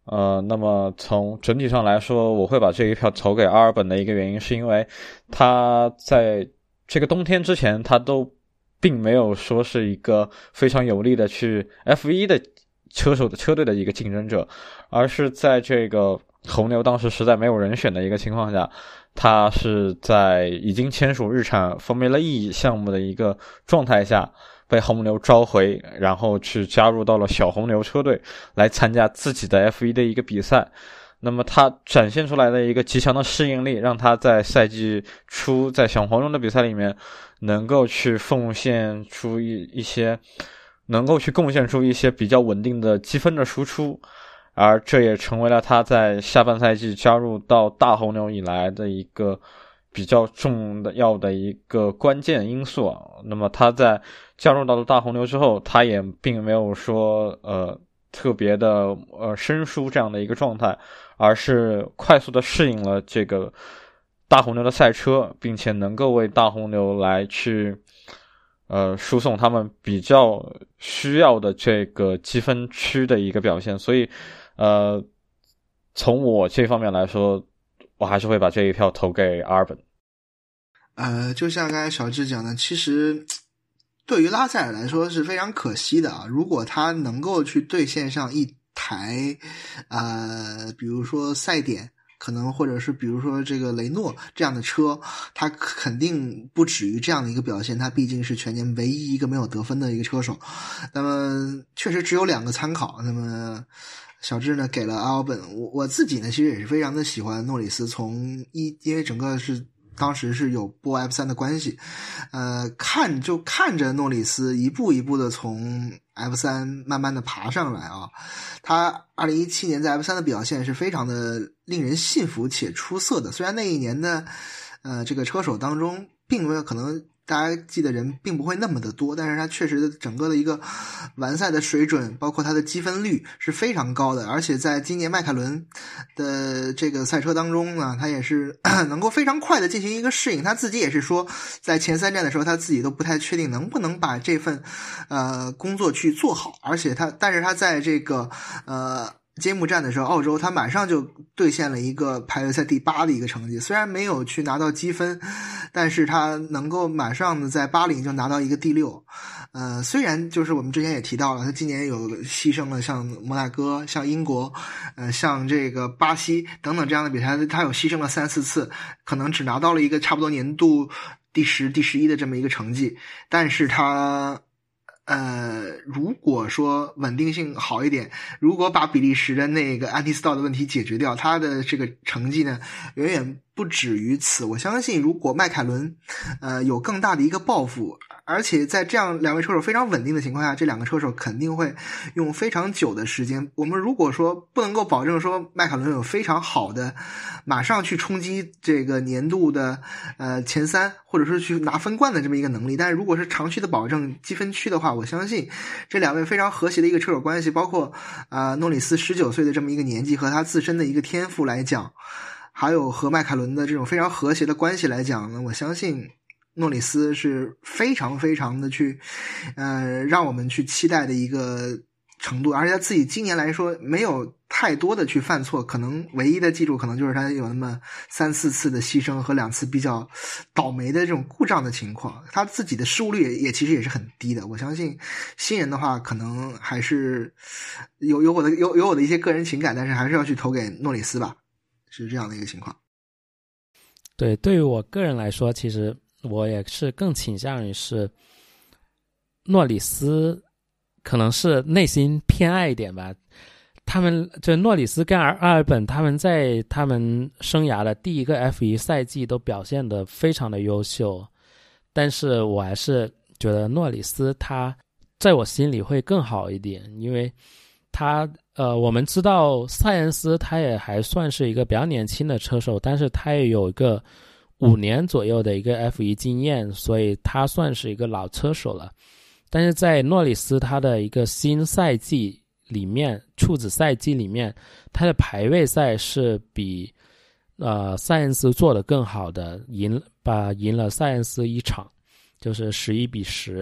呃，那么从整体上来说，我会把这一票投给阿尔本的一个原因，是因为他在这个冬天之前，他都并没有说是一个非常有力的去 F 一 的车手的车队的一个竞争者，而是在这个红牛当时实在没有人选的一个情况下，他是在已经签署日产 Formula E 项目的一个状态下被红牛召回，然后去加入到了小红牛车队来参加自己的 F 一 的一个比赛。那么他展现出来的一个极强的适应力，让他在赛季初在小黄牛的比赛里面能够去奉献出一一些能够去贡献出一些比较稳定的积分的输出，而这也成为了他在下半赛季加入到大红牛以来的一个比较重要的一个关键因素。那么他在加入到了大红牛之后，他也并没有说呃特别的呃生疏这样的一个状态，而是快速的适应了这个大红牛的赛车，并且能够为大红牛来去呃输送他们比较需要的这个积分区的一个表现。所以呃从我这方面来说，我还是会把这一票投给阿尔本。 呃，就像刚才小智讲的，其实对于拉塞尔来说是非常可惜的啊。如果他能够去兑现上一台呃，比如说赛点，可能或者是比如说这个雷诺这样的车，他肯定不止于这样的一个表现，他毕竟是全年唯一一个没有得分的一个车手。那么确实只有两个参考，那么小智呢给了阿尔本。我我自己呢其实也是非常的喜欢诺里斯，从一因为整个是当时是有播 F 三 的关系，呃，看就看着诺里斯一步一步的从 F 三 慢慢的爬上来啊。他二零一七年在 F 三 的表现是非常的令人信服且出色的，虽然那一年的呃这个车手当中并没有可能大家记得人并不会那么的多，但是他确实整个的一个完赛的水准，包括他的积分率是非常高的，而且在今年迈凯伦的这个赛车当中呢，他也是能够非常快的进行一个适应。他自己也是说，在前三站的时候，他自己都不太确定能不能把这份呃工作去做好，而且他，但是他在这个呃。揭幕战的时候，澳洲他马上就兑现了一个排位赛第八的一个成绩，虽然没有去拿到积分，但是他能够马上的在巴林就拿到一个第六。呃，虽然就是我们之前也提到了，他今年有牺牲了像摩纳哥、像英国、呃，像这个巴西等等这样的比赛，他有牺牲了三四次，可能只拿到了一个差不多年度第十、第十一的这么一个成绩，但是他。呃，如果说稳定性好一点，如果把比利时的那个 anti-stall 的问题解决掉，他的这个成绩呢，远远不止于此。我相信，如果迈凯伦呃有更大的一个抱负，而且在这样两位车手非常稳定的情况下，这两个车手肯定会用非常久的时间。我们如果说不能够保证说迈凯伦有非常好的马上去冲击这个年度的呃前三，或者是去拿分冠的这么一个能力，但是如果是长期的保证积分区的话，我相信这两位非常和谐的一个车手关系，包括啊、呃、诺里斯十九岁的这么一个年纪和他自身的一个天赋来讲，还有和迈凯伦的这种非常和谐的关系来讲呢，我相信诺里斯是非常非常的去呃让我们去期待的一个程度，而且他自己今年来说没有太多的去犯错，可能唯一的记住可能就是他有那么三四次的牺牲和两次比较倒霉的这种故障的情况，他自己的失误率也也其实也是很低的。我相信新人的话可能还是有有我的有有我的一些个人情感，但是还是要去投给诺里斯吧，是这样的一个情况。 对，对于我个人来说，其实我也是更倾向于是诺里斯，可能是内心偏爱一点吧。他们就诺里斯跟阿尔本，他们在他们生涯的第一个 F 一 赛季都表现得非常的优秀，但是我还是觉得诺里斯他在我心里会更好一点，因为他呃，我们知道塞恩斯他也还算是一个比较年轻的车手，但是他也有一个五年左右的一个 F 一 经验，所以他算是一个老车手了。但是在诺里斯他的一个新赛季里面，处子赛季里面，他的排位赛是比呃塞恩斯做得更好的，赢把赢了塞恩斯一场，就是十一比十。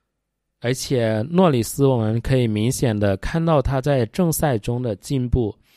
而且诺里斯我们可以明显的看到他在正赛中的进步，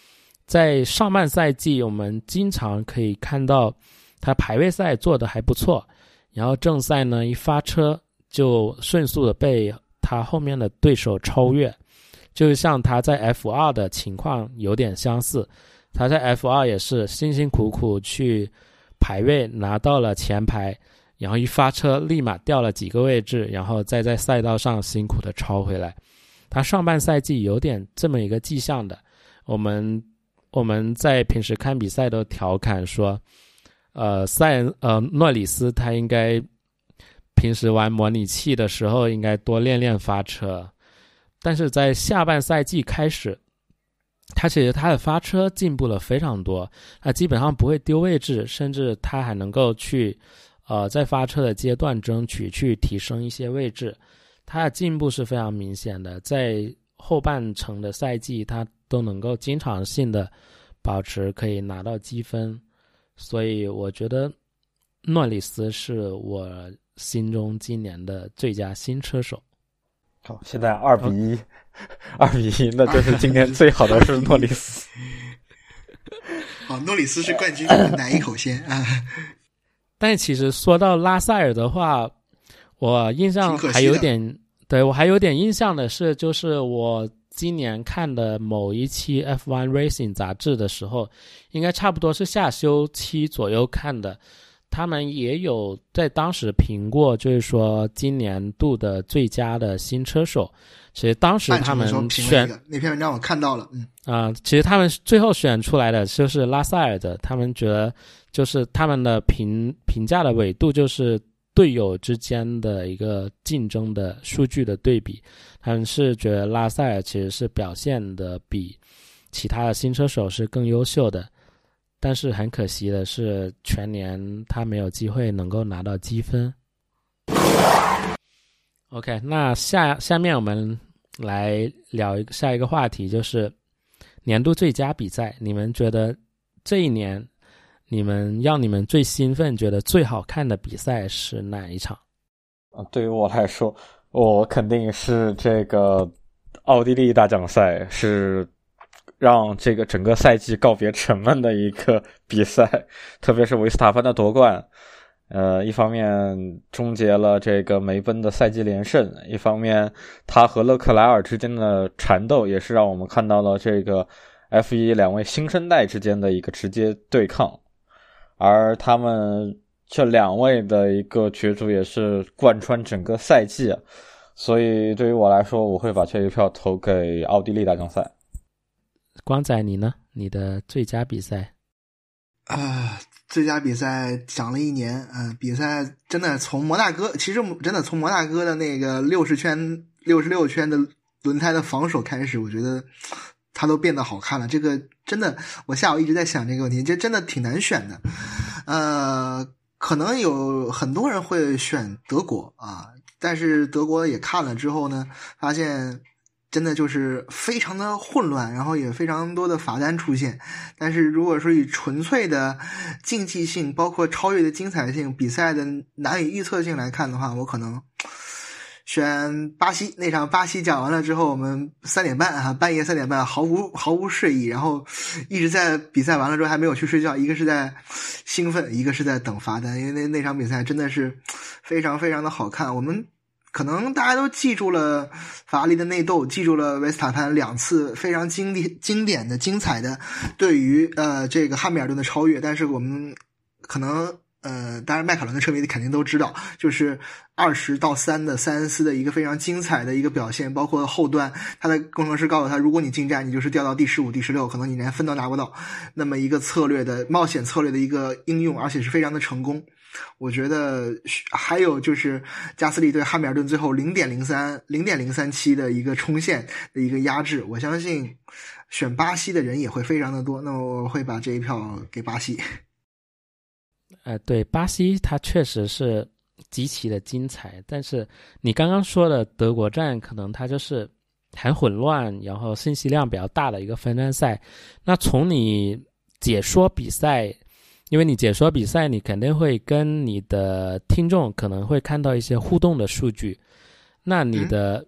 在上半赛季我们经常可以看到他排位赛做得还不错，然后正赛呢一发车就迅速的被他后面的对手超越，就像他在 F 二 的情况有点相似，他在 F 二 也是辛辛苦苦去排位拿到了前排，然后一发车立马掉了几个位置，然后再在赛道上辛苦的超回来。他上半赛季有点这么一个迹象的，我们我们在平时看比赛都调侃说，呃，塞呃诺里斯他应该平时玩模拟器的时候应该多练练发车，但是在下半赛季开始，他其实他的发车进步了非常多，他基本上不会丢位置，甚至他还能够去呃在发车的阶段争取去提升一些位置，他的进步是非常明显的，在后半程的赛季他都能够经常性的保持可以拿到积分，所以我觉得诺里斯是我心中今年的最佳新车手。 好，现在二比一，二比一，那就是今年最好的是诺里斯。 哦，诺里斯是冠军，奶一口先啊！ 但其实说到拉塞尔的话，我印象还有点，对我还有点印象的是，就是我今年看的某一期 F 一 Racing 杂志的时候，应该差不多是下休期左右看的。他们也有在当时评过，就是说今年度的最佳的新车手。其实当时他们选那篇文章我看到了，嗯啊、呃，其实他们最后选出来的就是拉塞尔的，他们觉得就是他们的评评价的纬度就是队友之间的一个竞争的数据的对比，他们是觉得拉塞尔其实是表现的比其他的新车手是更优秀的。但是很可惜的是，全年他没有机会能够拿到积分。OK， 那下下面我们来聊一个下一个话题，就是年度最佳比赛。你们觉得这一年，你们让你们最兴奋、觉得最好看的比赛是哪一场？ 啊，对于我来说，我肯定是这个奥地利大奖赛，是让这个整个赛季告别沉闷的一个比赛，特别是维斯塔潘的夺冠，呃，一方面终结了这个梅奔的赛季连胜，一方面他和勒克莱尔之间的缠斗也是让我们看到了这个 F 一 两位新生代之间的一个直接对抗，而他们这两位的一个角逐也是贯穿整个赛季，所以对于我来说，我会把这一票投给奥地利大奖赛。 光仔你呢？你的最佳比赛？ 啊、呃，最佳比赛讲了一年，嗯、呃，比赛真的从摩纳哥，其实真的从摩纳哥的那个六十圈、六十六圈的轮胎的防守开始，我觉得它都变得好看了。这个真的，我下午一直在想这个问题，这真的挺难选的。呃，可能有很多人会选德国啊，但是德国也看了之后呢，发现真的就是非常的混乱，然后也非常多的罚单出现。但是如果说以纯粹的竞技性，包括超越的精彩性，比赛的难以预测性来看的话，我可能选巴西。那场巴西讲完了之后，我们三点半啊，半夜三点半毫无毫无睡意，然后一直在比赛完了之后还没有去睡觉，一个是在兴奋，一个是在等罚单，因为那那场比赛真的是非常非常的好看。我们可能大家都记住了法拉利的内斗，记住了维斯塔潘两次非常经典、经典的、精彩的对于呃这个汉密尔顿的超越，但是我们可能呃，当然迈凯伦的车迷肯定都知道，就是二十到三的塞恩斯的一个非常精彩的一个表现，包括后段他的工程师告诉他，如果你进站，你就是掉到第十五、第十六，可能你连分都拿不到。那么一个策略的冒险策略的一个应用，而且是非常的成功。我觉得还有就是加斯利对汉密尔顿最后 零点零三 零点零三七 的一个冲线的一个压制，我相信选巴西的人也会非常的多，那我会把这一票给巴西。 呃，对，巴西它确实是极其的精彩，但是你刚刚说的德国站可能它就是很混乱，然后信息量比较大的一个分站赛。那从你解说比赛，因为你解说比赛，你肯定会跟你的听众可能会看到一些互动的数据。那你的、嗯、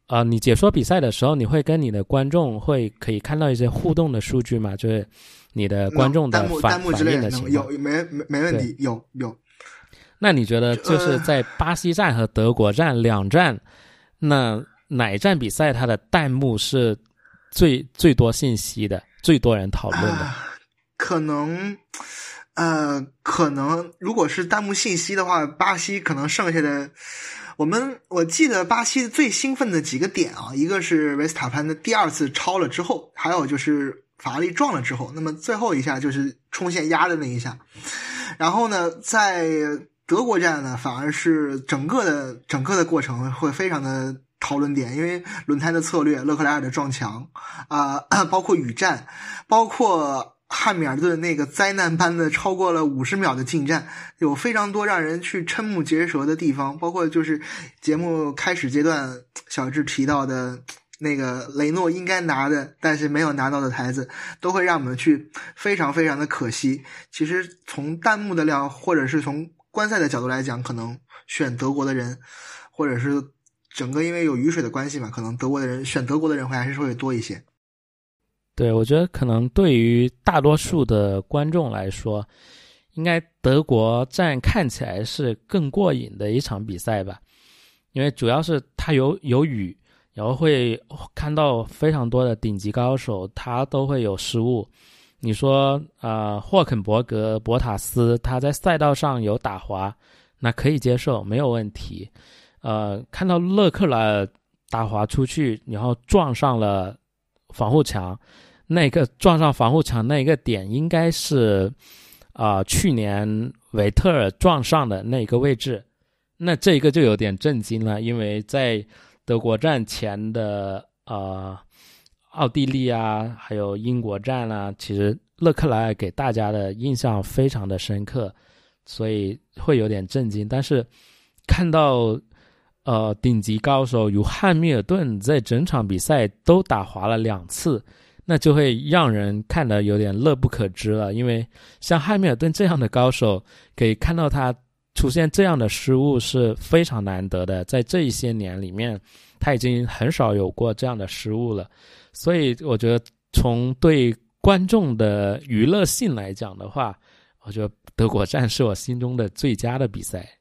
呃，你解说比赛的时候，你会跟你的观众会可以看到一些互动的数据吗？就是你的观众的反弹幕之类的情况， 有没没没问题，有有。 那你觉得就是在巴西站和德国站两站，那哪一站比赛它的弹幕是最最多信息的，最多人讨论的？ 呃、可能。呃，可能如果是弹幕信息的话，巴西可能剩下的，我们我记得巴西最兴奋的几个点啊，一个是维斯塔潘的第二次超了之后，还有就是法拉利撞了之后，那么最后一下就是冲线压的那一下。然后呢，在德国站呢，反而是整个的整个的过程会非常的讨论点，因为轮胎的策略、勒克莱尔的撞墙啊、呃，包括雨战，包括汉密尔顿那个灾难般的超过了五十秒的进站，有非常多让人去瞠目结舌的地方，包括就是节目开始阶段小智提到的那个雷诺应该拿的但是没有拿到的台子，都会让我们去非常非常的可惜。其实从弹幕的量或者是从观赛的角度来讲，可能选德国的人，或者是整个因为有雨水的关系嘛，可能德国的人选德国的人会还是会多一些。 对，我觉得可能对于大多数的观众来说，应该德国站看起来是更过瘾的一场比赛吧，因为主要是它有有雨，然后会看到非常多的顶级高手，他都会有失误。你说呃，霍肯伯格、博塔斯他在赛道上有打滑，那可以接受，没有问题。呃，看到勒克莱尔打滑出去，然后撞上了防护墙。那个撞上防护墙那个点应该是啊、呃，去年维特尔撞上的那个位置，那这个就有点震惊了，因为在德国站前的呃奥地利啊，还有英国站啊，其实勒克莱尔给大家的印象非常的深刻，所以会有点震惊。但是看到呃顶级高手如汉密尔顿在整场比赛都打滑了两次，那就会让人看得有点乐不可支了，因为像汉密尔顿这样的高手，可以看到他出现这样的失误是非常难得的，在这一些年里面，他已经很少有过这样的失误了。所以我觉得从对观众的娱乐性来讲的话，我觉得德国站是我心中的最佳的比赛。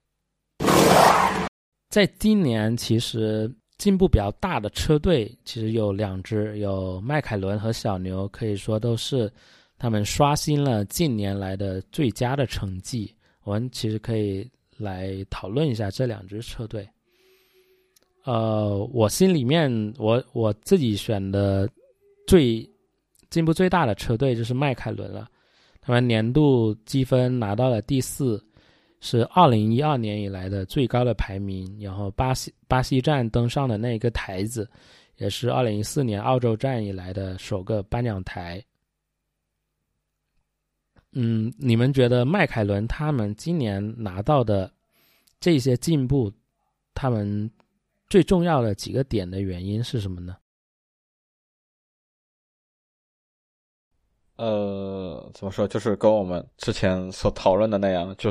在今年其实进步比较大的车队其实有两支，有迈凯伦和小牛，可以说都是他们刷新了近年来的最佳的成绩。我们其实可以来讨论一下这两支车队。呃，我心里面我我自己选的最进步最大的车队就是迈凯伦了，他们年度积分拿到了第四，是二零一二年以来的最高的排名，然后巴西巴西站登上的那个台子，也是二零一四年澳洲站以来的首个颁奖台。嗯，你们觉得迈凯伦他们今年拿到的这些进步，他们最重要的几个点的原因是什么呢？ 呃，怎么说？就是跟我们之前所讨论的那样，就是，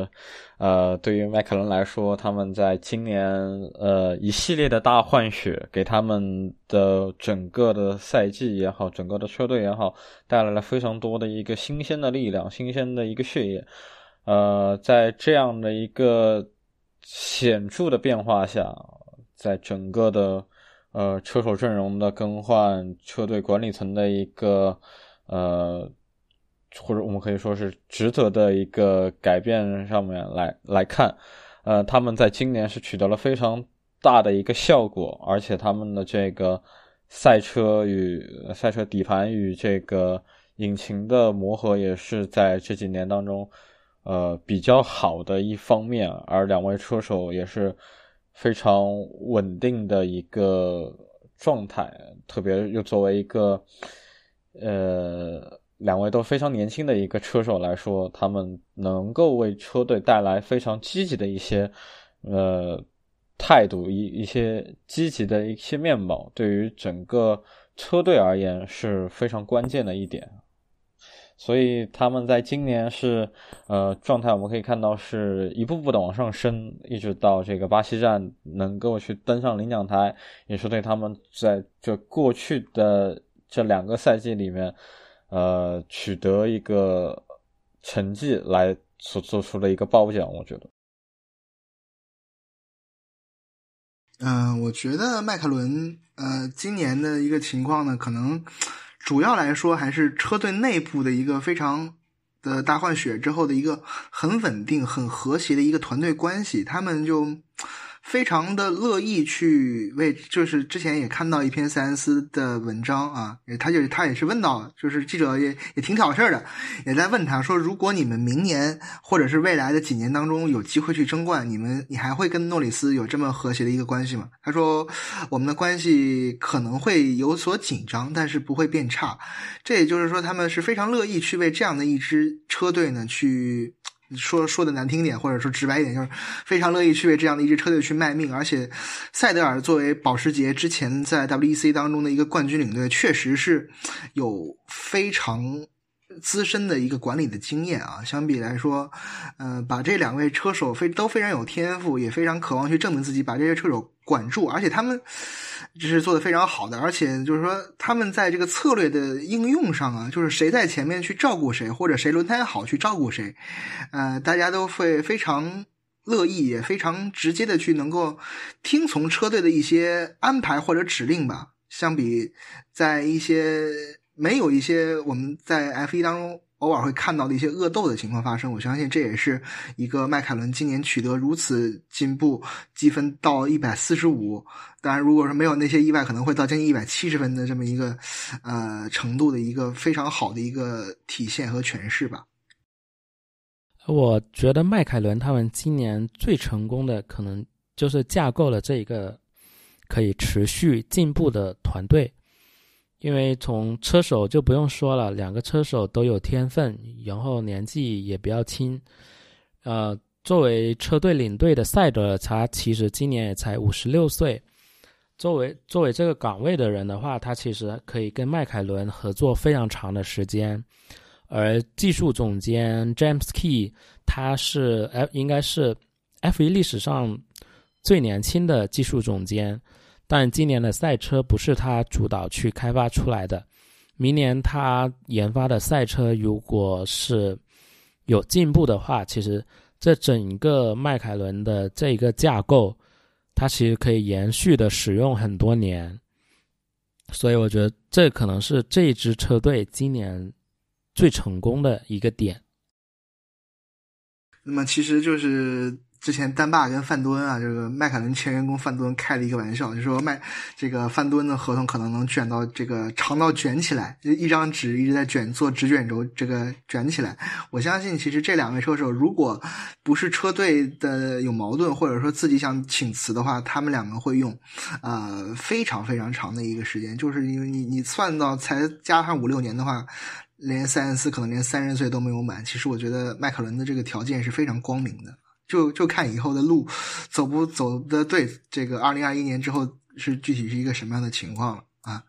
呃，对于迈凯伦来说，他们在今年呃一系列的大换血，给他们的整个的赛季也好，整个的车队也好，带来了非常多的一个新鲜的力量，新鲜的一个血液。呃，在这样的一个显著的变化下，在整个的呃车手阵容的更换，车队管理层的一个呃，或者我们可以说是职责的一个改变上面来来看，呃，他们在今年是取得了非常大的一个效果，而且他们的这个赛车与赛车底盘与这个引擎的磨合也是在这几年当中，呃，比较好的一方面，而两位车手也是非常稳定的一个状态，特别又作为一个呃，两位都非常年轻的一个车手来说，他们能够为车队带来非常积极的一些呃态度，一一些积极的一些面貌，对于整个车队而言是非常关键的一点。 所以他们在今年是呃状态我们可以看到是一步步的往上升，一直到这个巴西站能够去登上领奖台，也是对他们在这过去的这两个赛季里面呃取得一个成绩来所做出的一个褒奖，我觉得。 嗯、呃，我觉得迈凯伦呃今年的一个情况呢，可能主要来说还是车队内部的一个非常的大换血之后的一个很稳定、很和谐的一个团队关系，他们就非常的乐意去为，就是之前也看到一篇塞恩斯的文章啊，他就是他也是问到，就是记者也也挺挑事的，也在问他说，如果你们明年或者是未来的几年当中有机会去争冠，你们你还会跟诺里斯有这么和谐的一个关系吗？他说我们的关系可能会有所紧张，但是不会变差。这也就是说他们是非常乐意去为这样的一支车队呢去说说的难听点，或者说直白一点，就是非常乐意去为这样的一支车队去卖命。而且塞德尔作为保时捷之前在 W E C 当中的一个冠军领队，确实是有非常资深的一个管理的经验啊。相比来说呃，把这两位车手非都非常有天赋，也非常渴望去证明自己，把这些车手管住，而且他们这是做得非常好的。而且就是说他们在这个策略的应用上啊，就是谁在前面去照顾谁，或者谁轮胎好去照顾谁，呃，大家都会非常乐意，也非常直接的去能够听从车队的一些安排或者指令吧。相比在一些没有一些我们在 F 一 当中偶尔会看到的一些恶斗的情况发生，我相信这也是一个迈凯伦今年取得如此进步，积分到一百四十五，当然如果说没有那些意外可能会到将近一百七十分的这么一个呃程度的一个非常好的一个体现和诠释吧。 我觉得迈凯伦他们今年最成功的可能就是架构了这一个可以持续进步的团队。因为从车手就不用说了，两个车手都有天分，然后年纪也比较轻。呃，作为车队领队的塞德尔，他其实今年也才五十六岁。作为作为这个岗位的人的话，他其实可以跟迈凯伦合作非常长的时间。而技术总监 James Key， 他是 F 应该是 F 一 历史上最年轻的技术总监。但今年的赛车不是他主导去开发出来的，明年他研发的赛车如果是有进步的话，其实这整个迈凯伦的这一个架构，它其实可以延续的使用很多年。所以我觉得这可能是这一支车队今年最成功的一个点。 那么其实就是之前丹霸跟范多恩啊，这个迈凯伦前员工范多恩开了一个玩笑，就说迈这个范多恩的合同可能能卷到这个长到卷起来，就一张纸一直在卷，做直卷轴，这个卷起来。我相信其实这两位车手如果不是车队的有矛盾，或者说自己想请辞的话，他们两个会用呃非常非常长的一个时间，就是因为你你算到才加上五六年的话，连塞恩斯可能连三十岁都没有满。其实我觉得迈凯伦的这个条件是非常光明的，就就看以后的路走不走的对，这个二零二一年之后是具体是一个什么样的情况了啊。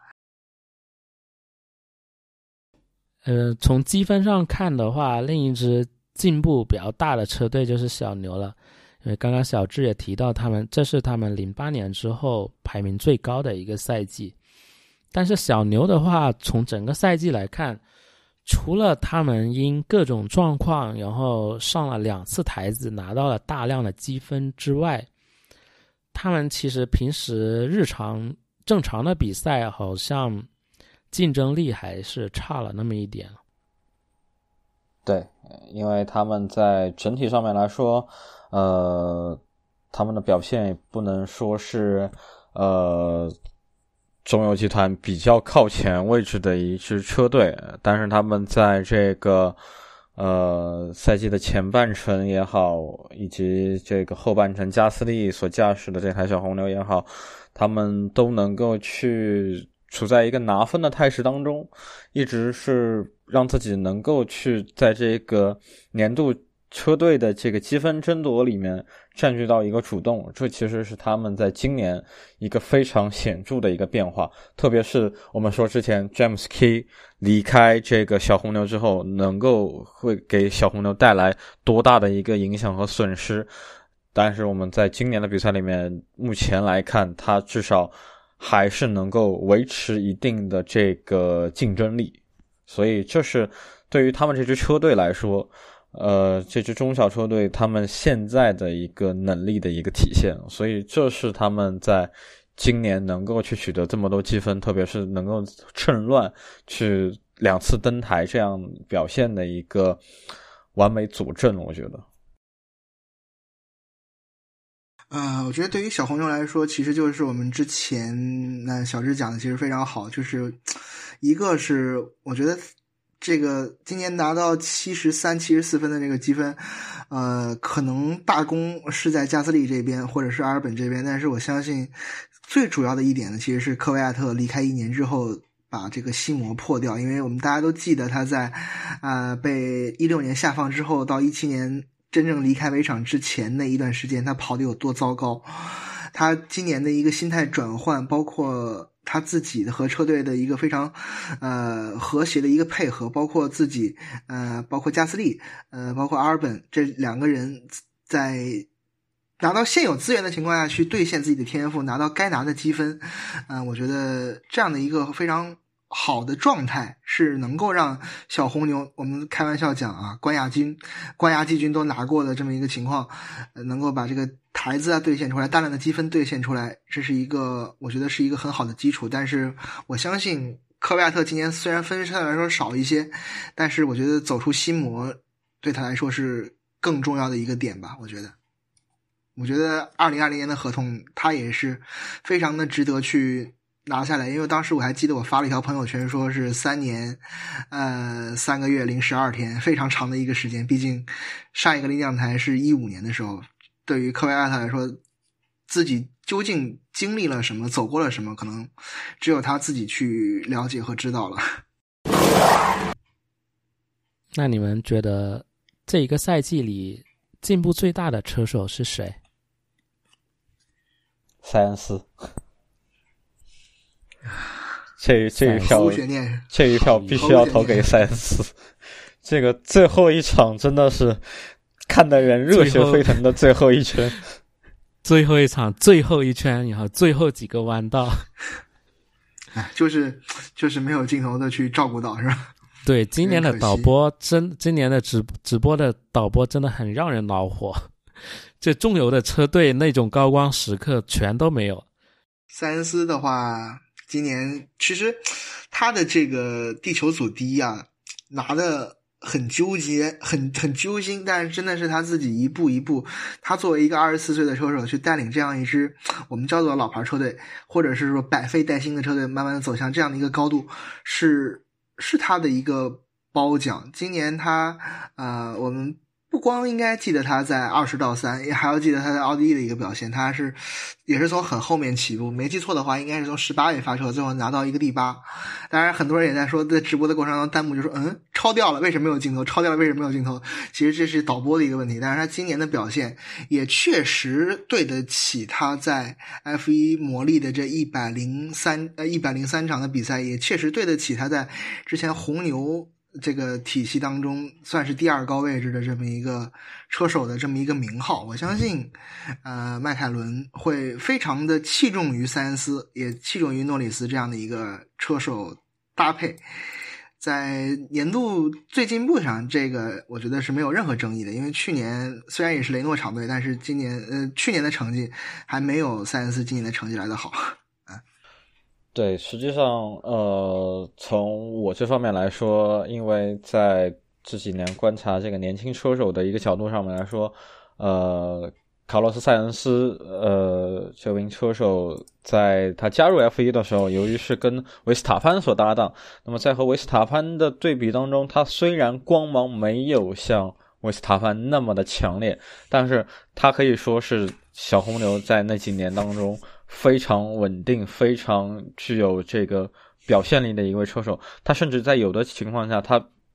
呃，从积分上看的话，另一支进步比较大的车队就是小牛了。因为刚刚小智也提到他们，这是他们零八年之后排名最高的一个赛季。但是小牛的话，从整个赛季来看，除了他们因各种状况然后上了两次台子拿到了大量的积分之外，他们其实平时日常正常的比赛好像竞争力还是差了那么一点。 对，因为他们在整体上面来说呃，他们的表现也不能说是呃中游集团比较靠前位置的一支车队，但是他们在这个呃赛季的前半程也好，以及这个后半程加斯利所驾驶的这台小红牛也好，他们都能够去处在一个拿分的态势当中，一直是让自己能够去在这个年度车队的这个积分争夺里面占据到一个主动，这其实是他们在今年一个非常显著的一个变化。特别是我们说之前 James Key 离开这个小红牛之后，能够会给小红牛带来多大的一个影响和损失，但是我们在今年的比赛里面，目前来看，他至少还是能够维持一定的这个竞争力，所以这是对于他们这支车队来说，呃，这支中小车队他们现在的一个能力的一个体现，所以这是他们在今年能够去取得这么多积分，特别是能够趁乱去两次登台这样表现的一个完美佐证，我觉得。 呃，我觉得对于小红牛来说，其实就是我们之前那小智讲的其实非常好，就是一个是我觉得这个今年拿到七十三、七十四分的这个积分，呃，可能大功是在加斯利这边或者是阿尔本这边，但是我相信最主要的一点呢，其实是科维亚特离开一年之后把这个心魔破掉，因为我们大家都记得他在呃被一六年下放之后到一七年真正离开围场之前那一段时间，他跑得有多糟糕。他今年的一个心态转换，包括他自己的和车队的一个非常呃和谐的一个配合，包括自己呃包括加斯利呃包括阿尔本这两个人在拿到现有资源的情况下去兑现自己的天赋，拿到该拿的积分，嗯、呃，我觉得这样的一个非常好的状态是能够让小红牛，我们开玩笑讲啊，关亚军、关亚季军都拿过的这么一个情况，呃、能够把这个台子啊兑现出来，大量的积分兑现出来，这是一个我觉得是一个很好的基础。但是我相信科维亚特今年虽然分相对来说少一些，但是我觉得走出心魔对他来说是更重要的一个点吧。我觉得，我觉得二零二零年的合同他也是非常的值得去拿下来，因为当时我还记得我发了一条朋友圈，说是三年，呃，三个月零十二天，非常长的一个时间。毕竟上一个领奖台是一五年的时候，对于科维亚特来说，自己究竟经历了什么，走过了什么，可能只有他自己去了解和知道了。 那你们觉得这一个赛季里进步最大的车手是谁？ 塞恩斯。这这一票，这一票必须要投给塞恩斯。这个最后一场真的是看得人热血沸腾的最后一圈， 最后一场最后一圈，然后最后几个弯道， 哎，就是就是没有镜头的去照顾到，是吧？ 对，今年的导播真，今年的直直播的导播真的很让人恼火。这中游的车队那种高光时刻全都没有。 塞恩斯的话，今年其实他的这个地球组第一啊，拿的很纠结，很很揪心，但是真的是他自己一步一步，他作为一个二十四岁的车手去带领这样一支我们叫做老牌车队，或者是说百废待兴的车队，慢慢的走向这样的一个高度，是是他的一个褒奖。今年他呃，我们不光应该记得他在二十到三，也还要记得他在奥地利的一个表现。他是也是从很后面起步，没记错的话，应该是从十八位发车，最后拿到一个第八。当然，很多人也在说，在直播的过程中，弹幕就说：“嗯，超掉了，为什么没有镜头？超掉了，为什么没有镜头？”其实这是导播的一个问题。但是他今年的表现也确实对得起他在 F 一 磨砺的这一百零三呃一百零三场的比赛，也确实对得起他在之前红牛这个体系当中算是第二高位置的这么一个车手的这么一个名号。我相信呃，迈凯伦会非常的器重于塞恩斯，也器重于诺里斯这样的一个车手搭配。在年度最进步上，这个我觉得是没有任何争议的，因为去年虽然也是雷诺厂队，但是今年呃去年的成绩还没有塞恩斯今年的成绩来得好。 对，实际上，呃，从我这方面来说，因为在这几年观察这个年轻车手的一个角度上面来说，呃，卡洛斯·塞恩斯，呃，这名车手在他加入 F 一 的时候，由于是跟维斯塔潘所搭档，那么在和维斯塔潘的对比当中，他虽然光芒没有像维斯塔潘那么的强烈，但是他可以说是小红牛在那几年当中非常稳定，非常具有这个表现力的一位车手。他甚至在有的情况下，他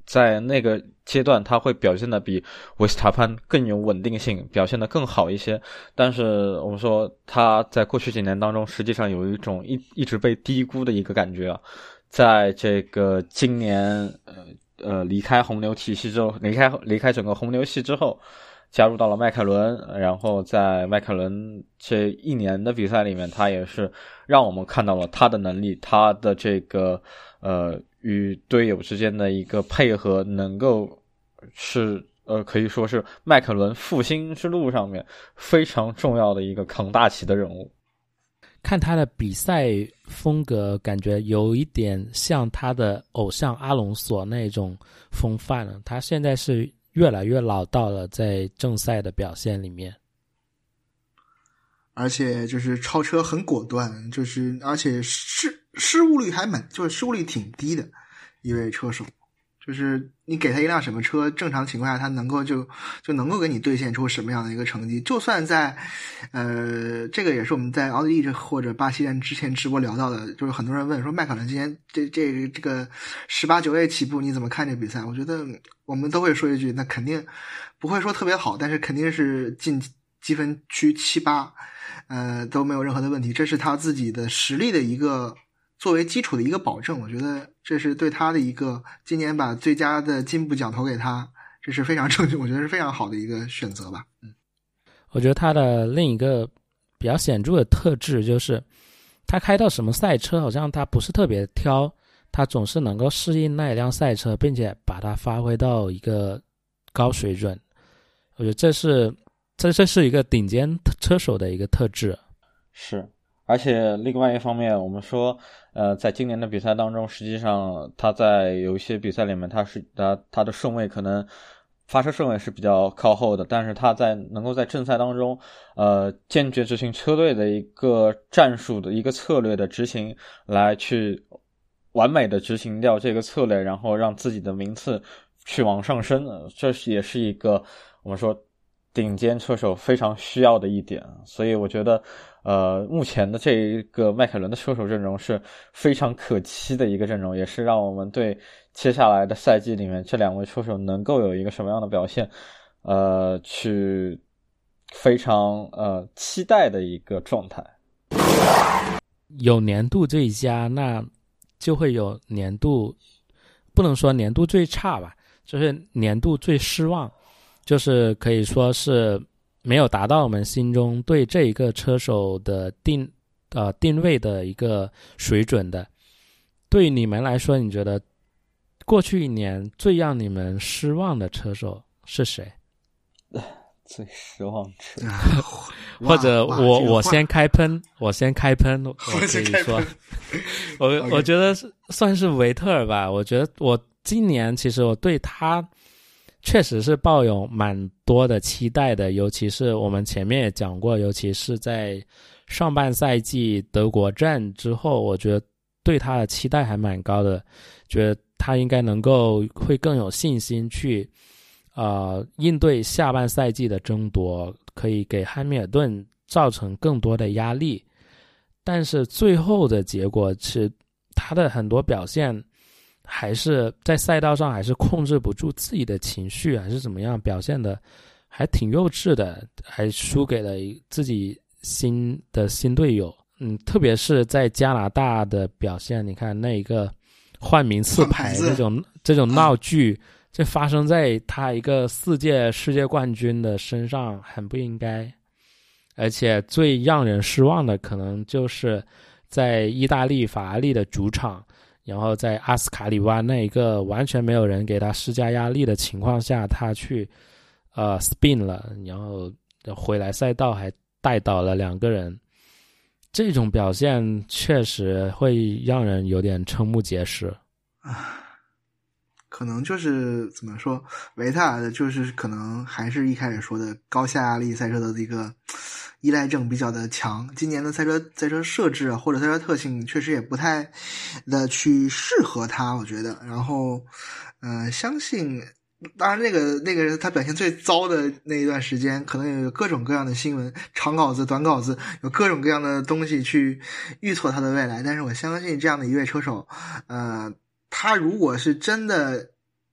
在那个阶段他会表现的比维斯塔潘更有稳定性，表现的更好一些。但是我们说他在过去几年当中实际上有一种一一直被低估的一个感觉啊。在这个今年呃呃离开红牛体系之后，离开离开整个红牛系之后，加入到了迈凯伦，然后在迈凯伦这一年的比赛里面，他也是让我们看到了他的能力，他的这个呃与队友之间的一个配合，能够是呃可以说是迈凯伦复兴之路上面非常重要的一个扛大旗的人物。 看他的比赛风格，感觉有一点像他的偶像阿隆索那种风范了。他现在是越来越老道了，在正赛的表现里面， 而且就是超车很果断，就是而且失失误率还蛮，就是失误率挺低的一位车手。就是你给他一辆什么车，正常情况下他能够就就能够给你兑现出什么样的一个成绩。就算在呃这个也是我们在奥地利或者巴西站之前直播聊到的，就是很多人问说迈凯伦今天这这这个十八九位起步你怎么看这比赛？我觉得我们都会说一句，那肯定不会说特别好，但是肯定是进积分区七八，呃都没有任何的问题。这是他自己的实力的一个作为基础的一个保证，我觉得这是对他的一个今年把最佳的进步奖投给他，这是非常正确，我觉得是非常好的一个选择吧。嗯， 我觉得他的另一个比较显著的特质就是他开到什么赛车好像他不是特别挑，他总是能够适应那一辆赛车，并且把它发挥到一个高水准。我觉得这是这这是一个顶尖车手的一个特质。 是，而且另外一方面我们说呃，在今年的比赛当中，实际上他在有一些比赛里面他是他他的顺位可能发车顺位是比较靠后的，但是他在能够在正赛当中呃坚决执行车队的一个战术的一个策略的执行，来去完美的执行掉这个策略，然后让自己的名次去往上升，这也是一个我们说顶尖车手非常需要的一点。所以我觉得呃，目前的这一个迈凯伦的车手阵容是非常可期的一个阵容，也是让我们对接下来的赛季里面这两位车手能够有一个什么样的表现呃，去非常呃期待的一个状态。 有年度最佳，那就会有年度，不能说年度最差吧，就是年度最失望，就是可以说是没有达到我们心中对这一个车手的定呃定位的一个水准的。对于你们来说，你觉得过去一年最让你们失望的车手是谁？ 最失望车或者我我先开喷，我先开喷，我可以说，我我觉得算是维特尔吧。我觉得我今年其实我对他确实是抱有蛮多的期待的，尤其是我们前面也讲过，尤其是在上半赛季德国站之后，我觉得对他的期待还蛮高的，觉得他应该能够会更有信心去呃应对下半赛季的争夺，可以给汉密尔顿造成更多的压力。但是最后的结果是他的很多表现还是在赛道上还是控制不住自己的情绪，还是怎么样，表现的还挺幼稚的，还输给了自己新的新队友。嗯，特别是在加拿大的表现，你看那一个换名次牌这种这种闹剧，这发生在他一个四届世界冠军的身上，很不应该。而且最让人失望的可能就是在意大利法拉利的主场，然后在阿斯卡里湾那一个完全没有人给他施加压力的情况下，他去呃 spin 了，然后回来赛道还带倒了两个人，这种表现确实会让人有点瞠目结舌。 可能就是怎么说，维特尔的就是可能还是一开始说的高下压力赛车的一个依赖症比较的强，今年的赛车赛车设置啊或者赛车特性确实也不太的去适合他，我觉得。然后呃相信当然那个那个他表现最糟的那一段时间，可能有各种各样的新闻，长稿子短稿子，有各种各样的东西去预测他的未来。但是我相信这样的一位车手呃他如果是真的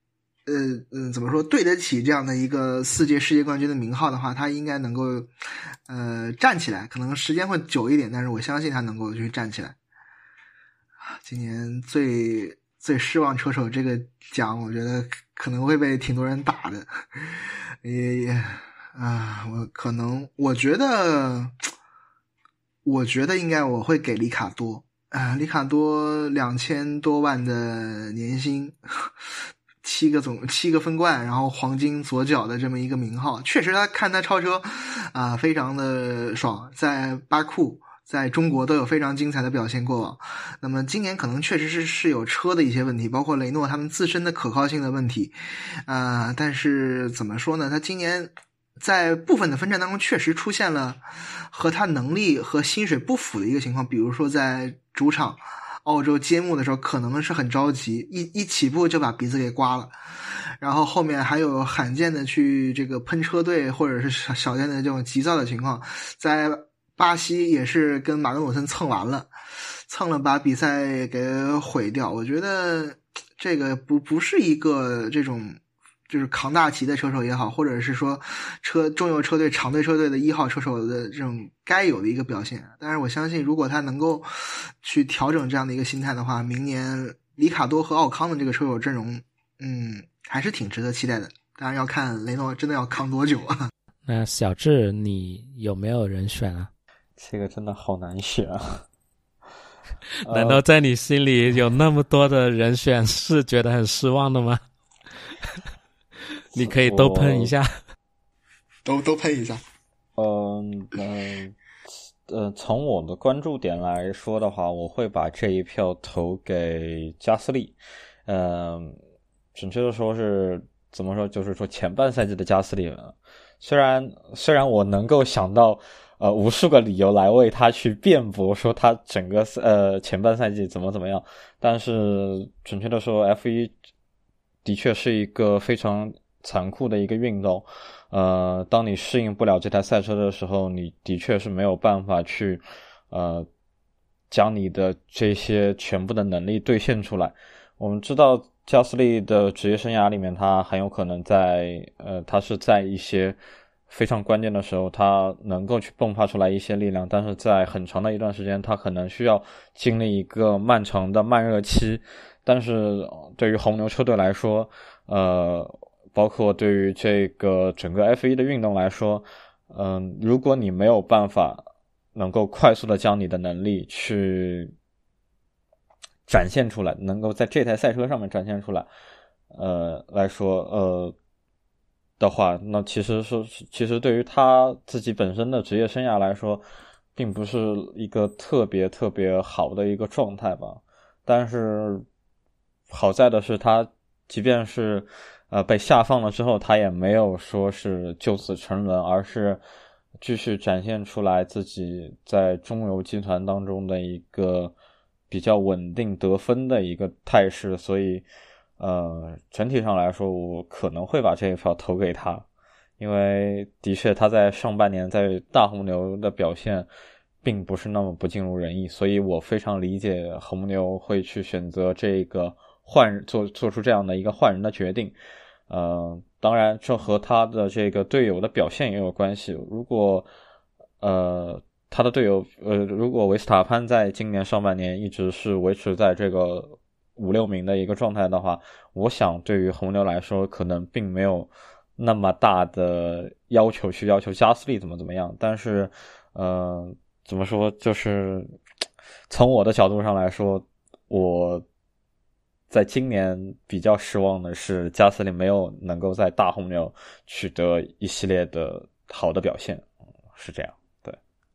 呃嗯，怎么说对得起这样的一个四届世界冠军的名号的话，他应该能够呃站起来，可能时间会久一点，但是我相信他能够去站起来。今年最最失望车手这个奖，我觉得可能会被挺多人打的，也也啊，我可能我觉得，我觉得应该我会给里卡多啊，里卡多两千多万的年薪。七个总七个分冠，然后黄金左脚的这么一个名号，确实他看他超车啊、呃，非常的爽，在巴库在中国都有非常精彩的表现过往。那么今年可能确实是是有车的一些问题，包括雷诺他们自身的可靠性的问题啊、呃，但是怎么说呢，他今年在部分的分站当中确实出现了和他能力和薪水不符的一个情况，比如说在主场澳洲揭幕的时候可能是很着急，一一起步就把鼻子给刮了，然后后面还有罕见的去这个喷车队或者是少见的这种急躁的情况，在巴西也是跟马格努森蹭完了，蹭了把比赛给毁掉。我觉得这个不不是一个这种就是扛大旗的车手也好，或者是说车中游车队长队车队的一号车手的这种该有的一个表现。但是我相信如果他能够去调整这样的一个心态的话，明年里卡多和奥康的这个车手阵容嗯还是挺值得期待的。当然要看雷诺真的要扛多久啊。 那小智你有没有人选啊？ 这个真的好难选啊。 难道在你心里有那么多的人选是觉得很失望的吗？你可以都喷一下， 都都喷一下。 嗯嗯呃，从我的关注点来说的话，我会把这一票投给加斯利。嗯、呃，准确的说是怎么说？就是说前半赛季的加斯利。虽然虽然我能够想到呃无数个理由来为他去辩驳，说他整个呃前半赛季怎么怎么样，但是准确的说 ，F 一 的确是一个非常残酷的一个运动。呃，当你适应不了这台赛车的时候，你的确是没有办法去呃将你的这些全部的能力兑现出来。我们知道加斯利的职业生涯里面，他很有可能在呃，他是在一些非常关键的时候，他能够去迸发出来一些力量，但是在很长的一段时间，他可能需要经历一个漫长的慢热期。但是对于红牛车队来说，呃，包括对于这个整个 F 一 的运动来说，嗯、呃，如果你没有办法能够快速的将你的能力去展现出来，能够在这台赛车上面展现出来，呃，来说，呃的话，那其实是其实对于他自己本身的职业生涯来说，并不是一个特别特别好的一个状态吧。但是好在的是，他即便是呃被下放了之后，他也没有说是就此沉沦，而是继续展现出来自己在中游集团当中的一个比较稳定得分的一个态势。所以呃整体上来说，我可能会把这一票投给他，因为的确他在上半年在大红牛的表现并不是那么不尽如人意，所以我非常理解红牛会去选择这个换做做出这样的一个换人的决定。呃，当然这和他的这个队友的表现也有关系。如果呃他的队友呃如果维斯塔潘在今年上半年一直是维持在这个五六名的一个状态的话，我想对于红牛来说可能并没有那么大的要求去要求加斯利怎么怎么样。但是呃怎么说，就是从我的角度上来说，我在今年比较失望的是加斯利没有能够在大红牛取得一系列的好的表现，是这样。对。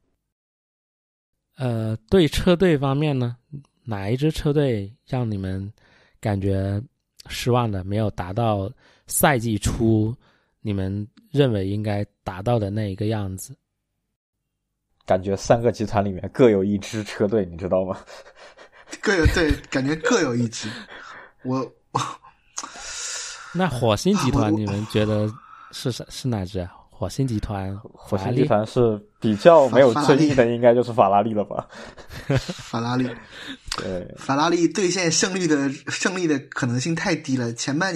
呃，对车队方面呢，哪一支车队让你们感觉失望的，没有达到赛季初你们认为应该达到的那一个样子？ 感觉三个集团里面各有一支车队，你知道吗？ 各有对，感觉各有一支。我我那火星集团你们觉得是是哪支啊？火星集团， 火星集团是比较没有争议的，应该就是法拉利了吧？ 法拉利， 对， 法拉利兑现胜率的胜利的可能性太低了。前半年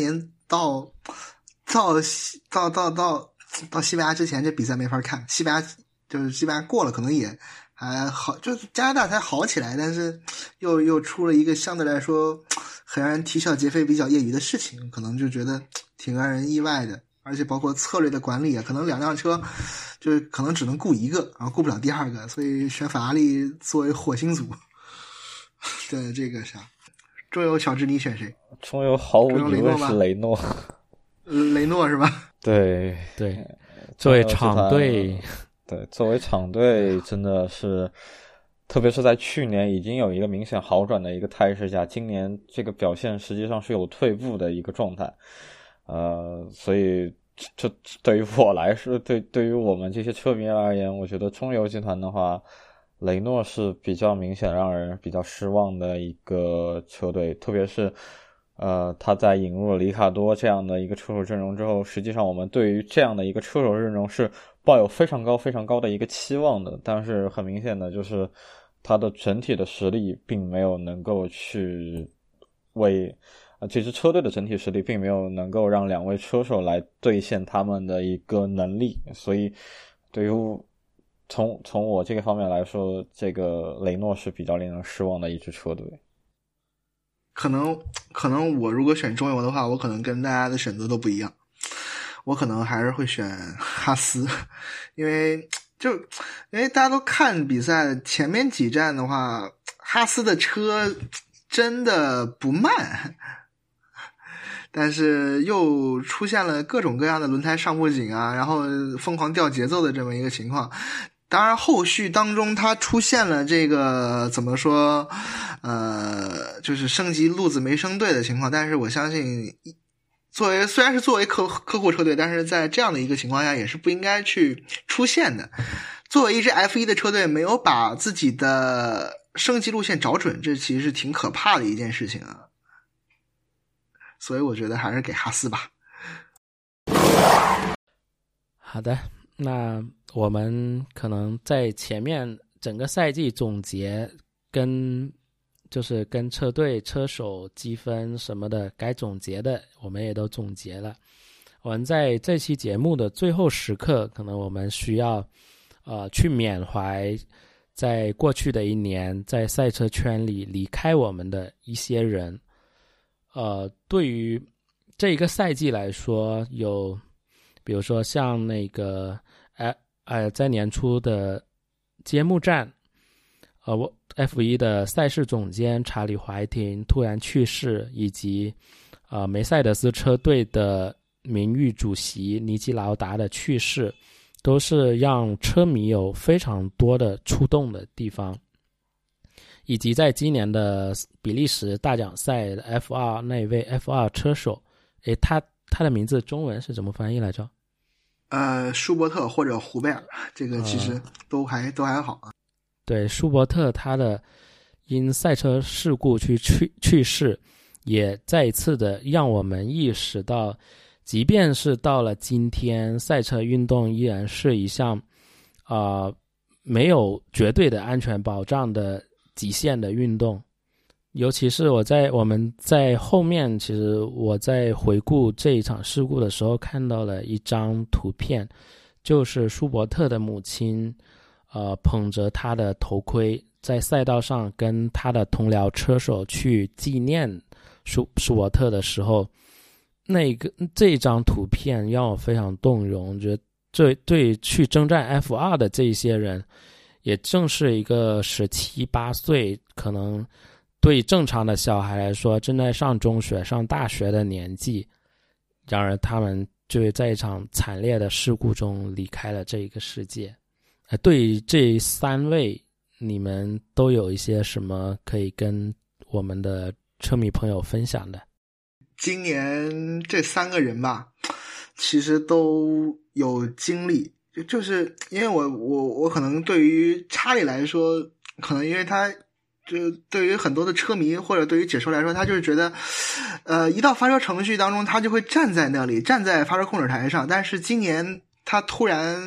到到到到到到西班牙之前，这比赛没法看。西班牙就是西班牙过了，可能也还好，就是加拿大才好起来，但是又又出了一个相对来说很让人啼笑皆非、比较业余的事情，可能就觉得挺让人意外的。而且包括策略的管理啊，可能两辆车就是可能只能顾一个，然后顾不了第二个，所以选法拉利作为火星组的这个啥。中游乔治你选谁？ 中游毫无疑问是雷诺。 雷诺是吧？ 对对，作为厂队， 对，作为厂队真的是，特别是在去年已经有一个明显好转的一个态势下，今年这个表现实际上是有退步的一个状态。呃，所以这对于我来说，对对于我们这些车迷而言，我觉得中游集团的话，雷诺是比较明显让人比较失望的一个车队，特别是呃他在引入了里卡多这样的一个车手阵容之后，实际上我们对于这样的一个车手阵容是抱有非常高非常高的一个期望的，但是很明显的就是他的整体的实力并没有能够去为呃，这支车队的整体实力并没有能够让两位车手来兑现他们的一个能力，所以对于从从我这个方面来说，这个雷诺是比较令人失望的一支车队。 可能可能我如果选中游的话，我可能跟大家的选择都不一样，我可能还是会选哈斯，因为就因为大家都看比赛前面几站的话，哈斯的车真的不慢。但是又出现了各种各样的轮胎上不紧啊，然后疯狂掉节奏的这么一个情况。当然后续当中它出现了这个怎么说呃，就是升级路子没升对的情况，但是我相信作为虽然是作为客客户车队，但是在这样的一个情况下也是不应该去出现的。作为一支 F 一 的车队，没有把自己的升级路线找准，这其实是挺可怕的一件事情啊。所以我觉得还是给哈斯吧。 好的，那我们可能在前面整个赛季总结跟就是跟车队车手积分什么的该总结的我们也都总结了。我们在这期节目的最后时刻，可能我们需要呃去缅怀在过去的一年在赛车圈里离开我们的一些人。呃，对于这一个赛季来说，有比如说像那个呃呃在年初的揭幕战，呃我 F 一 的赛事总监查理怀廷突然去世，以及呃梅赛德斯车队的名誉主席尼基劳达的去世，都是让车迷有非常多的触动的地方。以及在今年的比利时大奖赛的 F 二 那位 F 二 车手，诶，他他的名字中文是怎么翻译来着？ 呃，舒伯特或者胡贝尔，这个其实都还、呃、都还好啊。 对，舒伯特他的因赛车事故去去去世，也再一次的让我们意识到，即便是到了今天，赛车运动依然是一项啊、呃、没有绝对的安全保障的极限的运动。尤其是我在我们在后面，其实我在回顾这一场事故的时候看到了一张图片，就是舒伯特的母亲呃捧着他的头盔在赛道上跟他的同僚车手去纪念舒舒伯特的时候，那个这一张图片让我非常动容。觉得对对去征战 F 二 的这一些人，也正是一个十七八岁，可能对正常的小孩来说正在上中学上大学的年纪，然而他们就在一场惨烈的事故中离开了这一个世界。呃，对于这三位，你们都有一些什么可以跟我们的车迷朋友分享的？ 今年这三个人吧，其实都有经历，就就是因为我我我可能对于查理来说，可能因为他就对于很多的车迷或者对于解说来说，他就是觉得呃一到发车程序当中，他就会站在那里，站在发车控制台上，但是今年他突然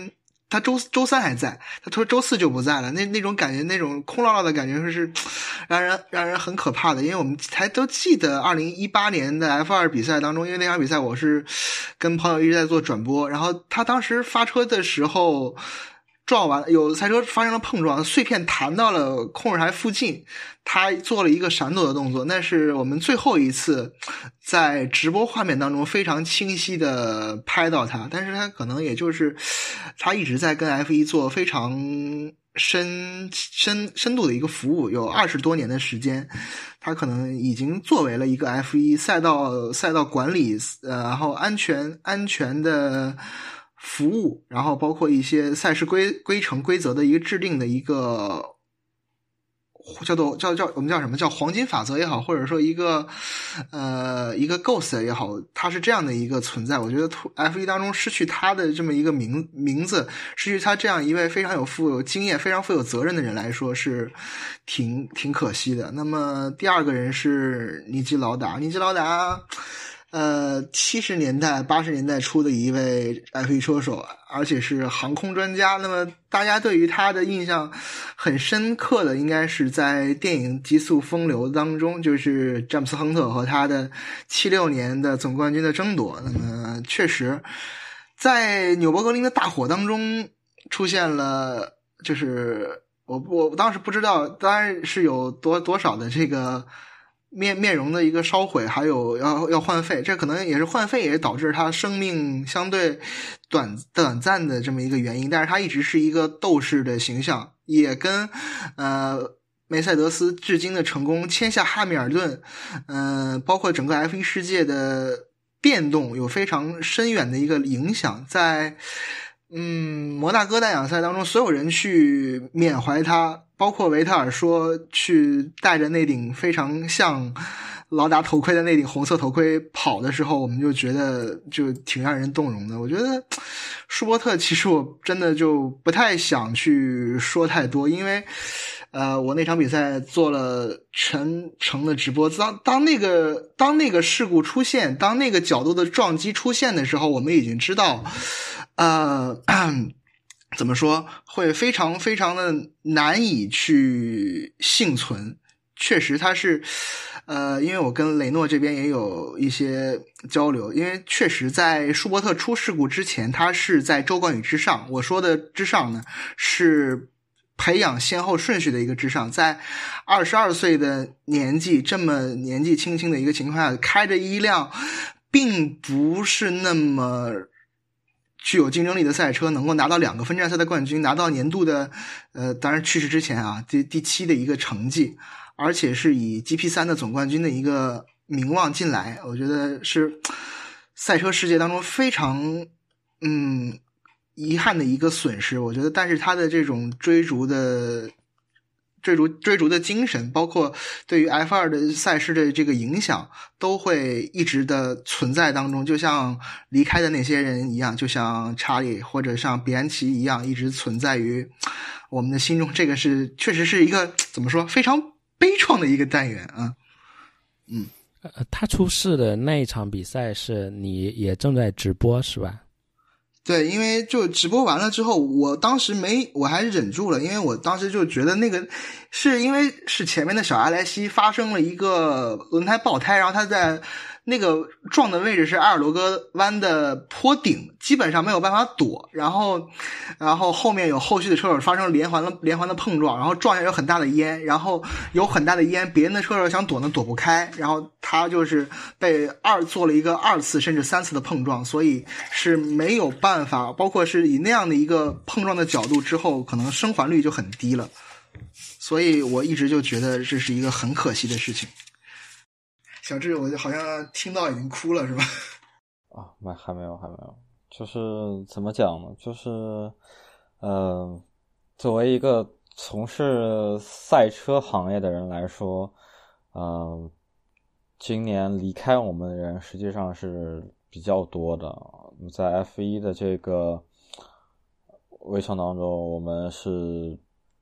他周周三还在，他说周四就不在了，那那种感觉，那种空落落的感觉是让人让人很可怕的。因为我们还都记得二零一八年的 F 二 比赛当中，因为那场比赛我是跟朋友一直在做转播，然后他当时发车的时候撞完，有赛车发生了碰撞，碎片弹到了控制台附近，他做了一个闪躲的动作，那是我们最后一次在直播画面当中非常清晰的拍到他，但是他可能也就是他一直在跟 F 一 做非常深深深度的一个服务，有二十多年的时间，他可能已经作为了一个 F 一 赛道赛道管理，呃，然后安全安全的服务，然后包括一些赛事规规程规则的一个制定的一个叫做叫叫我们叫什么叫黄金法则也好，或者说一个呃一个 ghost 也好，它是这样的一个存在。我觉得 F 一 当中失去他的这么一个名名字，失去他这样一位非常有富有经验、非常富有责任的人来说是挺挺可惜的。那么第二个人是尼基劳达，尼基劳达。呃，七十年代、八十年代初的一位 F 一 车手，而且是航空专家。那么大家对于他的印象很深刻的，应该是在电影《极速风流》当中，就是詹姆斯·亨特和他的七六年的总冠军的争夺。那么确实，在纽博格林的大火当中出现了，就是我我当时不知道，当然是有多多少的这个。面面容的一个烧毁，还有要要换肺，这可能也是换肺也是导致他生命相对短短暂的这么一个原因。但是他一直是一个斗士的形象，也跟呃梅赛德斯至今的成功签下汉密尔顿，呃，包括整个 F 一 世界的变动有非常深远的一个影响。在嗯摩纳哥大奖赛当中，所有人去缅怀他。包括维特尔说去戴着那顶非常像劳达头盔的那顶红色头盔跑的时候，我们就觉得就挺让人动容的。我觉得舒伯特其实我真的就不太想去说太多，因为呃，我那场比赛做了全程的直播，当当那个当那个事故出现，当那个角度的撞击出现的时候，我们已经知道呃怎么说会非常非常的难以去幸存。确实他是呃，因为我跟雷诺这边也有一些交流，因为确实在舒伯特出事故之前，他是在周冠宇之上。我说的之上呢，是培养先后顺序的一个之上。在二十二岁的年纪，这么年纪轻轻的一个情况下，开着一辆并不是那么具有竞争力的赛车，能够拿到两个分站赛的冠军，拿到年度的呃，当然去世之前啊第第七的一个成绩，而且是以 G P 三 的总冠军的一个名望进来，我觉得是赛车世界当中非常嗯遗憾的一个损失。我觉得但是他的这种追逐的追逐追逐的精神，包括对于 F 二 的赛事的这个影响，都会一直的存在当中，就像离开的那些人一样，就像查理或者像比安奇一样，一直存在于我们的心中。这个是确实是一个怎么说非常悲怆的一个单元啊。嗯， 呃，他出事的那一场比赛是你也正在直播是吧？ 对，因为就直播完了之后，我当时没，我还是忍住了，因为我当时就觉得那个是因为是前面的小阿莱西发生了一个轮胎爆胎，然后他在那个撞的位置是阿尔罗戈湾的坡顶，基本上没有办法躲，然后然后后面有后续的车手发生连环的连环的碰撞，然后撞下有很大的烟，然后有很大的烟，别人的车手想躲呢躲不开，然后他就是被二做了一个二次甚至三次的碰撞，所以是没有办法，包括是以那样的一个碰撞的角度之后，可能生还率就很低了，所以我一直就觉得这是一个很可惜的事情。小智，我就好像听到已经哭了，是吧？ 啊，没，还没有，还没有。就是怎么讲呢？就是，呃，作为一个从事赛车行业的人来说，呃，今年离开我们的人实际上是比较多的。在 F 一 的这个围场当中，我们是。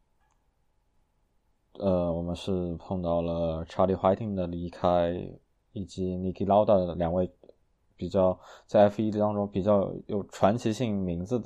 呃，我们是碰到了 Charlie Whiting 的离开，以及 Niki Lauda 的两位比较在 F 一 当中比较有传奇性名字的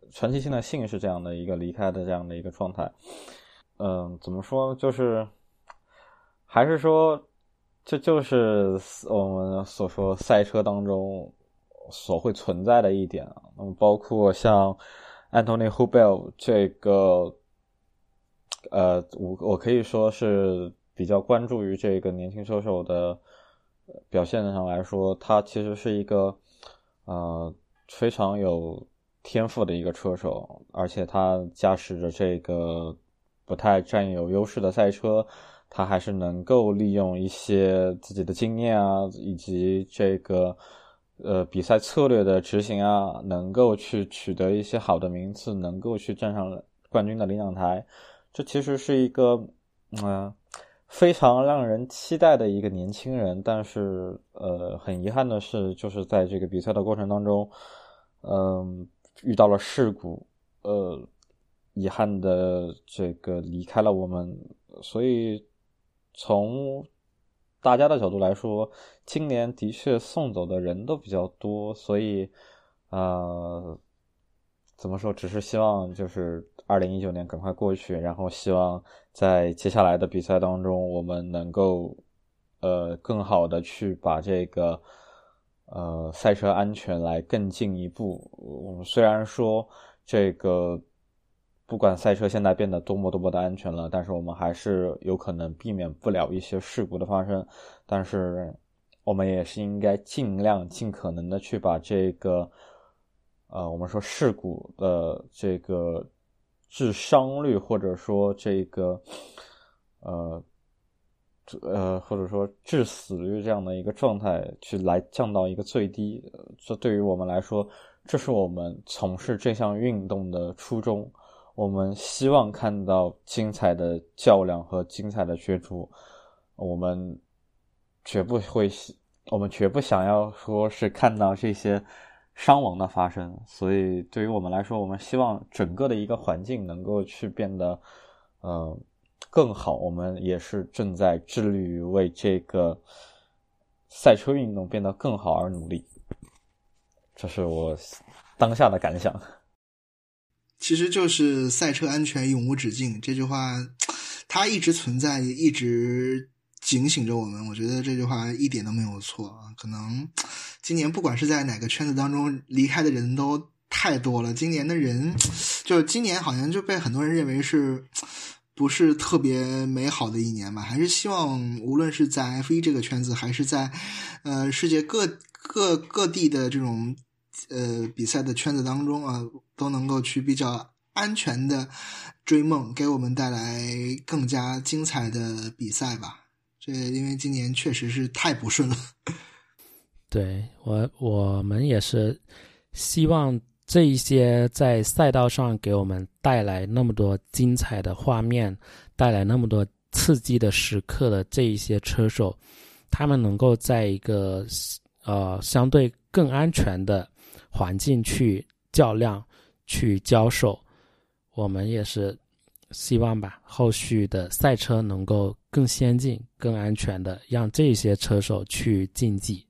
传奇性的姓氏这样的一个离开的这样的一个状态。嗯，怎么说，就是还是说这就是我们所说赛车当中所会存在的一点啊。那么包括像 Anthony Hubel 这个呃我我可以说是比较关注于这个年轻车手的表现上来说，他其实是一个呃非常有天赋的一个车手，而且他驾驶着这个不太占有优势的赛车，他还是能够利用一些自己的经验啊，以及这个呃比赛策略的执行啊，能够去取得一些好的名次，能够去站上冠军的领奖台。这其实是一个嗯、呃、非常让人期待的一个年轻人，但是呃很遗憾的是，就是在这个比赛的过程当中嗯、呃、遇到了事故，呃遗憾的这个离开了我们。所以从大家的角度来说，今年的确送走的人都比较多，所以呃怎么说，只是希望就是二零一九年赶快过去，然后希望在接下来的比赛当中我们能够呃更好的去把这个呃赛车安全来更进一步。我们虽然说这个不管赛车现在变得多么多么的安全了，但是我们还是有可能避免不了一些事故的发生，但是我们也是应该尽量尽可能的去把这个呃我们说事故的这个致伤率，或者说这个呃呃或者说致死率这样的一个状态去来降到一个最低。这对于我们来说，这是我们从事这项运动的初衷。我们希望看到精彩的较量和精彩的角逐，我们绝不会，我们绝不想要说是看到这些伤亡的发生。所以对于我们来说，我们希望整个的一个环境能够去变得呃更好。我们也是正在致力于为这个赛车运动变得更好而努力。这是我当下的感想。 其实就是赛车安全永无止境这句话，它一直存在，一直警醒着我们。我觉得这句话一点都没有错啊。可能今年不管是在哪个圈子当中离开的人都太多了，今年的人就今年好像就被很多人认为是不是特别美好的一年吧。还是希望无论是在 F 一 这个圈子，还是在呃世界各各各地的这种呃比赛的圈子当中啊，都能够去比较安全的追梦，给我们带来更加精彩的比赛吧。这因为今年确实是太不顺了。 对，我我们也是希望这一些在赛道上给我们带来那么多精彩的画面，带来那么多刺激的时刻的这一些车手，他们能够在一个呃相对更安全的环境去较量去交手。我们也是希望吧，后续的赛车能够更先进更安全的让这些车手去竞技。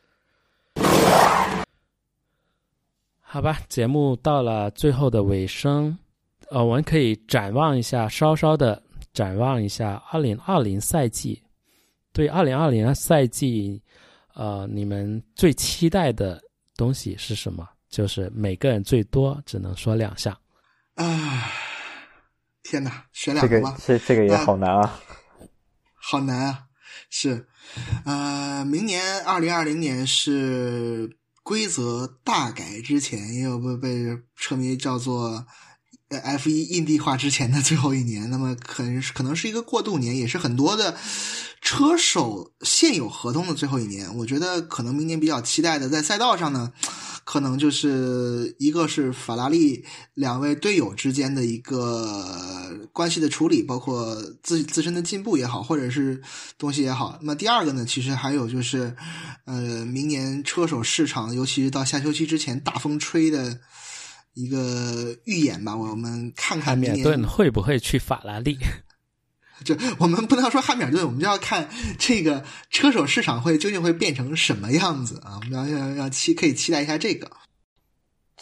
好吧，节目到了最后的尾声，呃，我们可以展望一下，稍稍的展望一下二零二零赛季。对二零二零赛季呃，你们最期待的东西是什么？就是每个人最多只能说两项。 啊，天哪，选两个吧。 这个这这个也好难啊。啊好难啊。是呃，明年二零二零年是规则大改之前，也有被被车迷叫做 F 一 印地化之前的最后一年。那么可能可能是一个过渡年，也是很多的车手现有合同的最后一年。我觉得可能明年比较期待的在赛道上呢，可能就是一个是法拉利两位队友之间的一个关系的处理，包括自自身的进步也好，或者是东西也好。那么第二个呢，其实还有就是呃，明年车手市场，尤其是到下休期之前大风吹的一个预演吧。我们看看明年汉密尔顿会不会去法拉利。 就我们不能说汉密尔顿，我们就要看这个车手市场会究竟会变成什么样子啊！我们要要要期可以期待一下这个。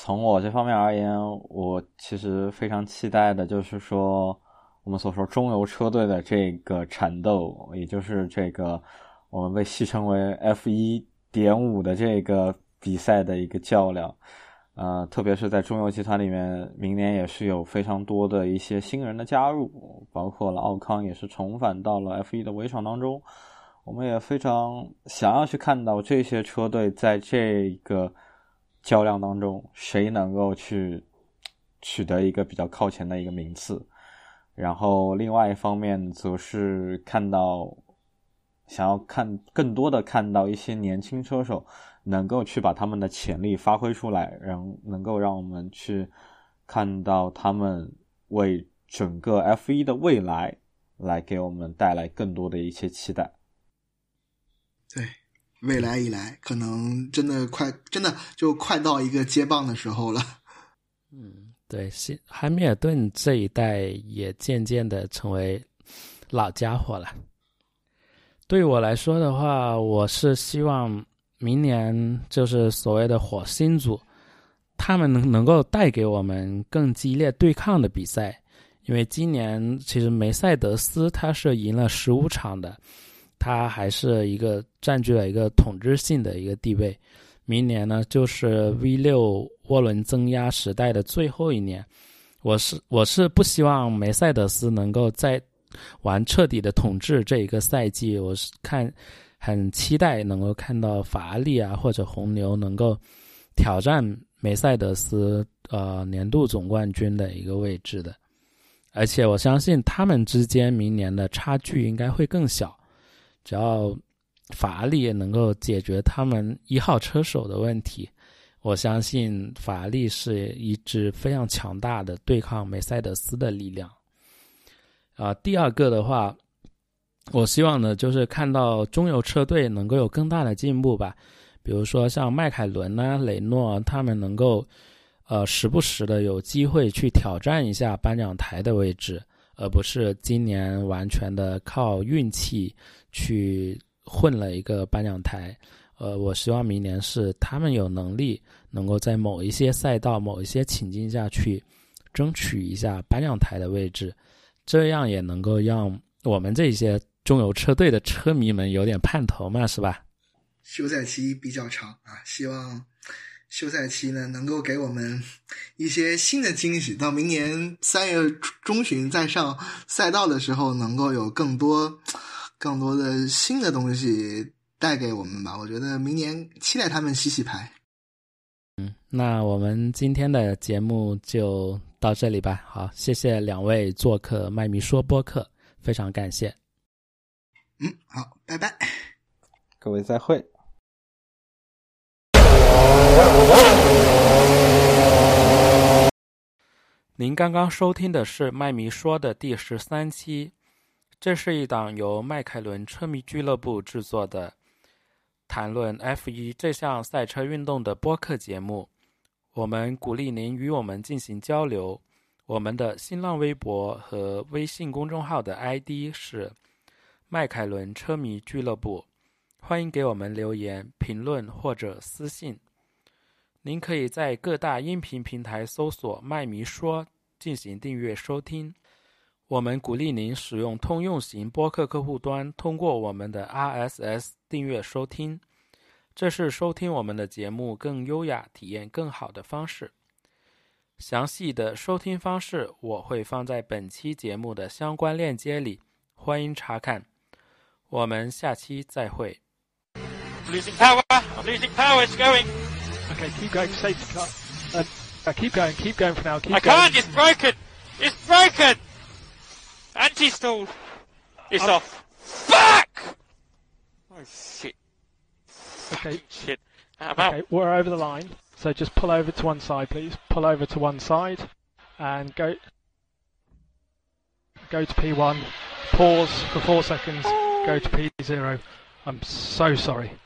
从我这方面而言，我其实非常期待的就是说我们所说中游车队的这个缠斗，也就是这个我们被戏称为 F 一点五 的这个比赛的一个较量。呃，特别是在中游集团里面，明年也是有非常多的一些新人的加入，包括了奥康也是重返到了 F 一 的围场当中。我们也非常想要去看到这些车队在这个较量当中谁能够去取得一个比较靠前的一个名次。然后另外一方面则是看到想要看更多的看到一些年轻车手能够去把他们的潜力发挥出来，让能够让我们去看到他们为整个 F 一 的未来来给我们带来更多的一些期待。 对，未来以来可能真的快真的就快到一个接棒的时候了。 嗯，对，汉密尔顿这一代也渐渐的成为老家伙了。对我来说的话，我是希望明年就是所谓的火星组，他们能能够带给我们更激烈对抗的比赛。因为今年其实梅赛德斯他是赢了十五场的，他还是一个占据了一个统治性的一个地位。明年呢，就是 V 六 涡轮增压时代的最后一年，我是我是不希望梅赛德斯能够再玩彻底的统治这一个赛季。我是看很期待能够看到法拉利啊或者红牛能够挑战梅赛德斯呃年度总冠军的一个位置的。而且我相信他们之间明年的差距应该会更小，只要法拉利也能够解决他们一号车手的问题，我相信法拉利是一支非常强大的对抗梅赛德斯的力量。啊，第二个的话，我希望呢就是看到中游车队能够有更大的进步吧，比如说像迈凯伦啊、雷诺他们能够呃时不时的有机会去挑战一下颁奖台的位置，而不是今年完全的靠运气去混了一个颁奖台。呃，我希望明年是他们有能力能够在某一些赛道、某一些情境下去争取一下颁奖台的位置，这样也能够让我们这些中游车队的车迷们有点盼头嘛，是吧？ 休赛期比较长啊，希望休赛期呢能够给我们一些新的惊喜，到明年三月中旬再上赛道的时候能够有更多更多的新的东西带给我们吧。我觉得明年期待他们洗洗牌。 嗯，那我们今天的节目就到这里吧。好，谢谢两位做客麦迷说播客，非常感谢。 嗯，好，拜拜， 各位再会。 您刚刚收听的是麦迷说的第十三期，这是一档由迈凯伦车迷俱乐部制作的谈论 F 一 这项赛车运动的播客节目。我们鼓励您与我们进行交流，我们的新浪微博和微信公众号的 I D 是迈凯伦车迷俱乐部，欢迎给我们留言、评论或者私信。您可以在各大音频平台搜索麦迷说进行订阅收听。我们鼓励您使用通用型播客客户端，通过我们的 R S S 订阅收听，这是收听我们的节目更优雅、体验更好的方式。详细的收听方式我会放在本期节目的相关链接里，欢迎查看。我们下期再会。 Losing power, I'm losing power, it's going. Okay, keep going, safety car. Uh, uh, keep going, keep going for now, keep I going. can't, it's broken! It's broken! Anti-stall! It's Oh. off. Fuck! Oh shit. Okay. Fucking shit. I'm out. Okay, we're over the line, so just pull over to one side, please. Pull over to one side, and go go to P one. Pause for four seconds. Go to P zero. I'm so sorry.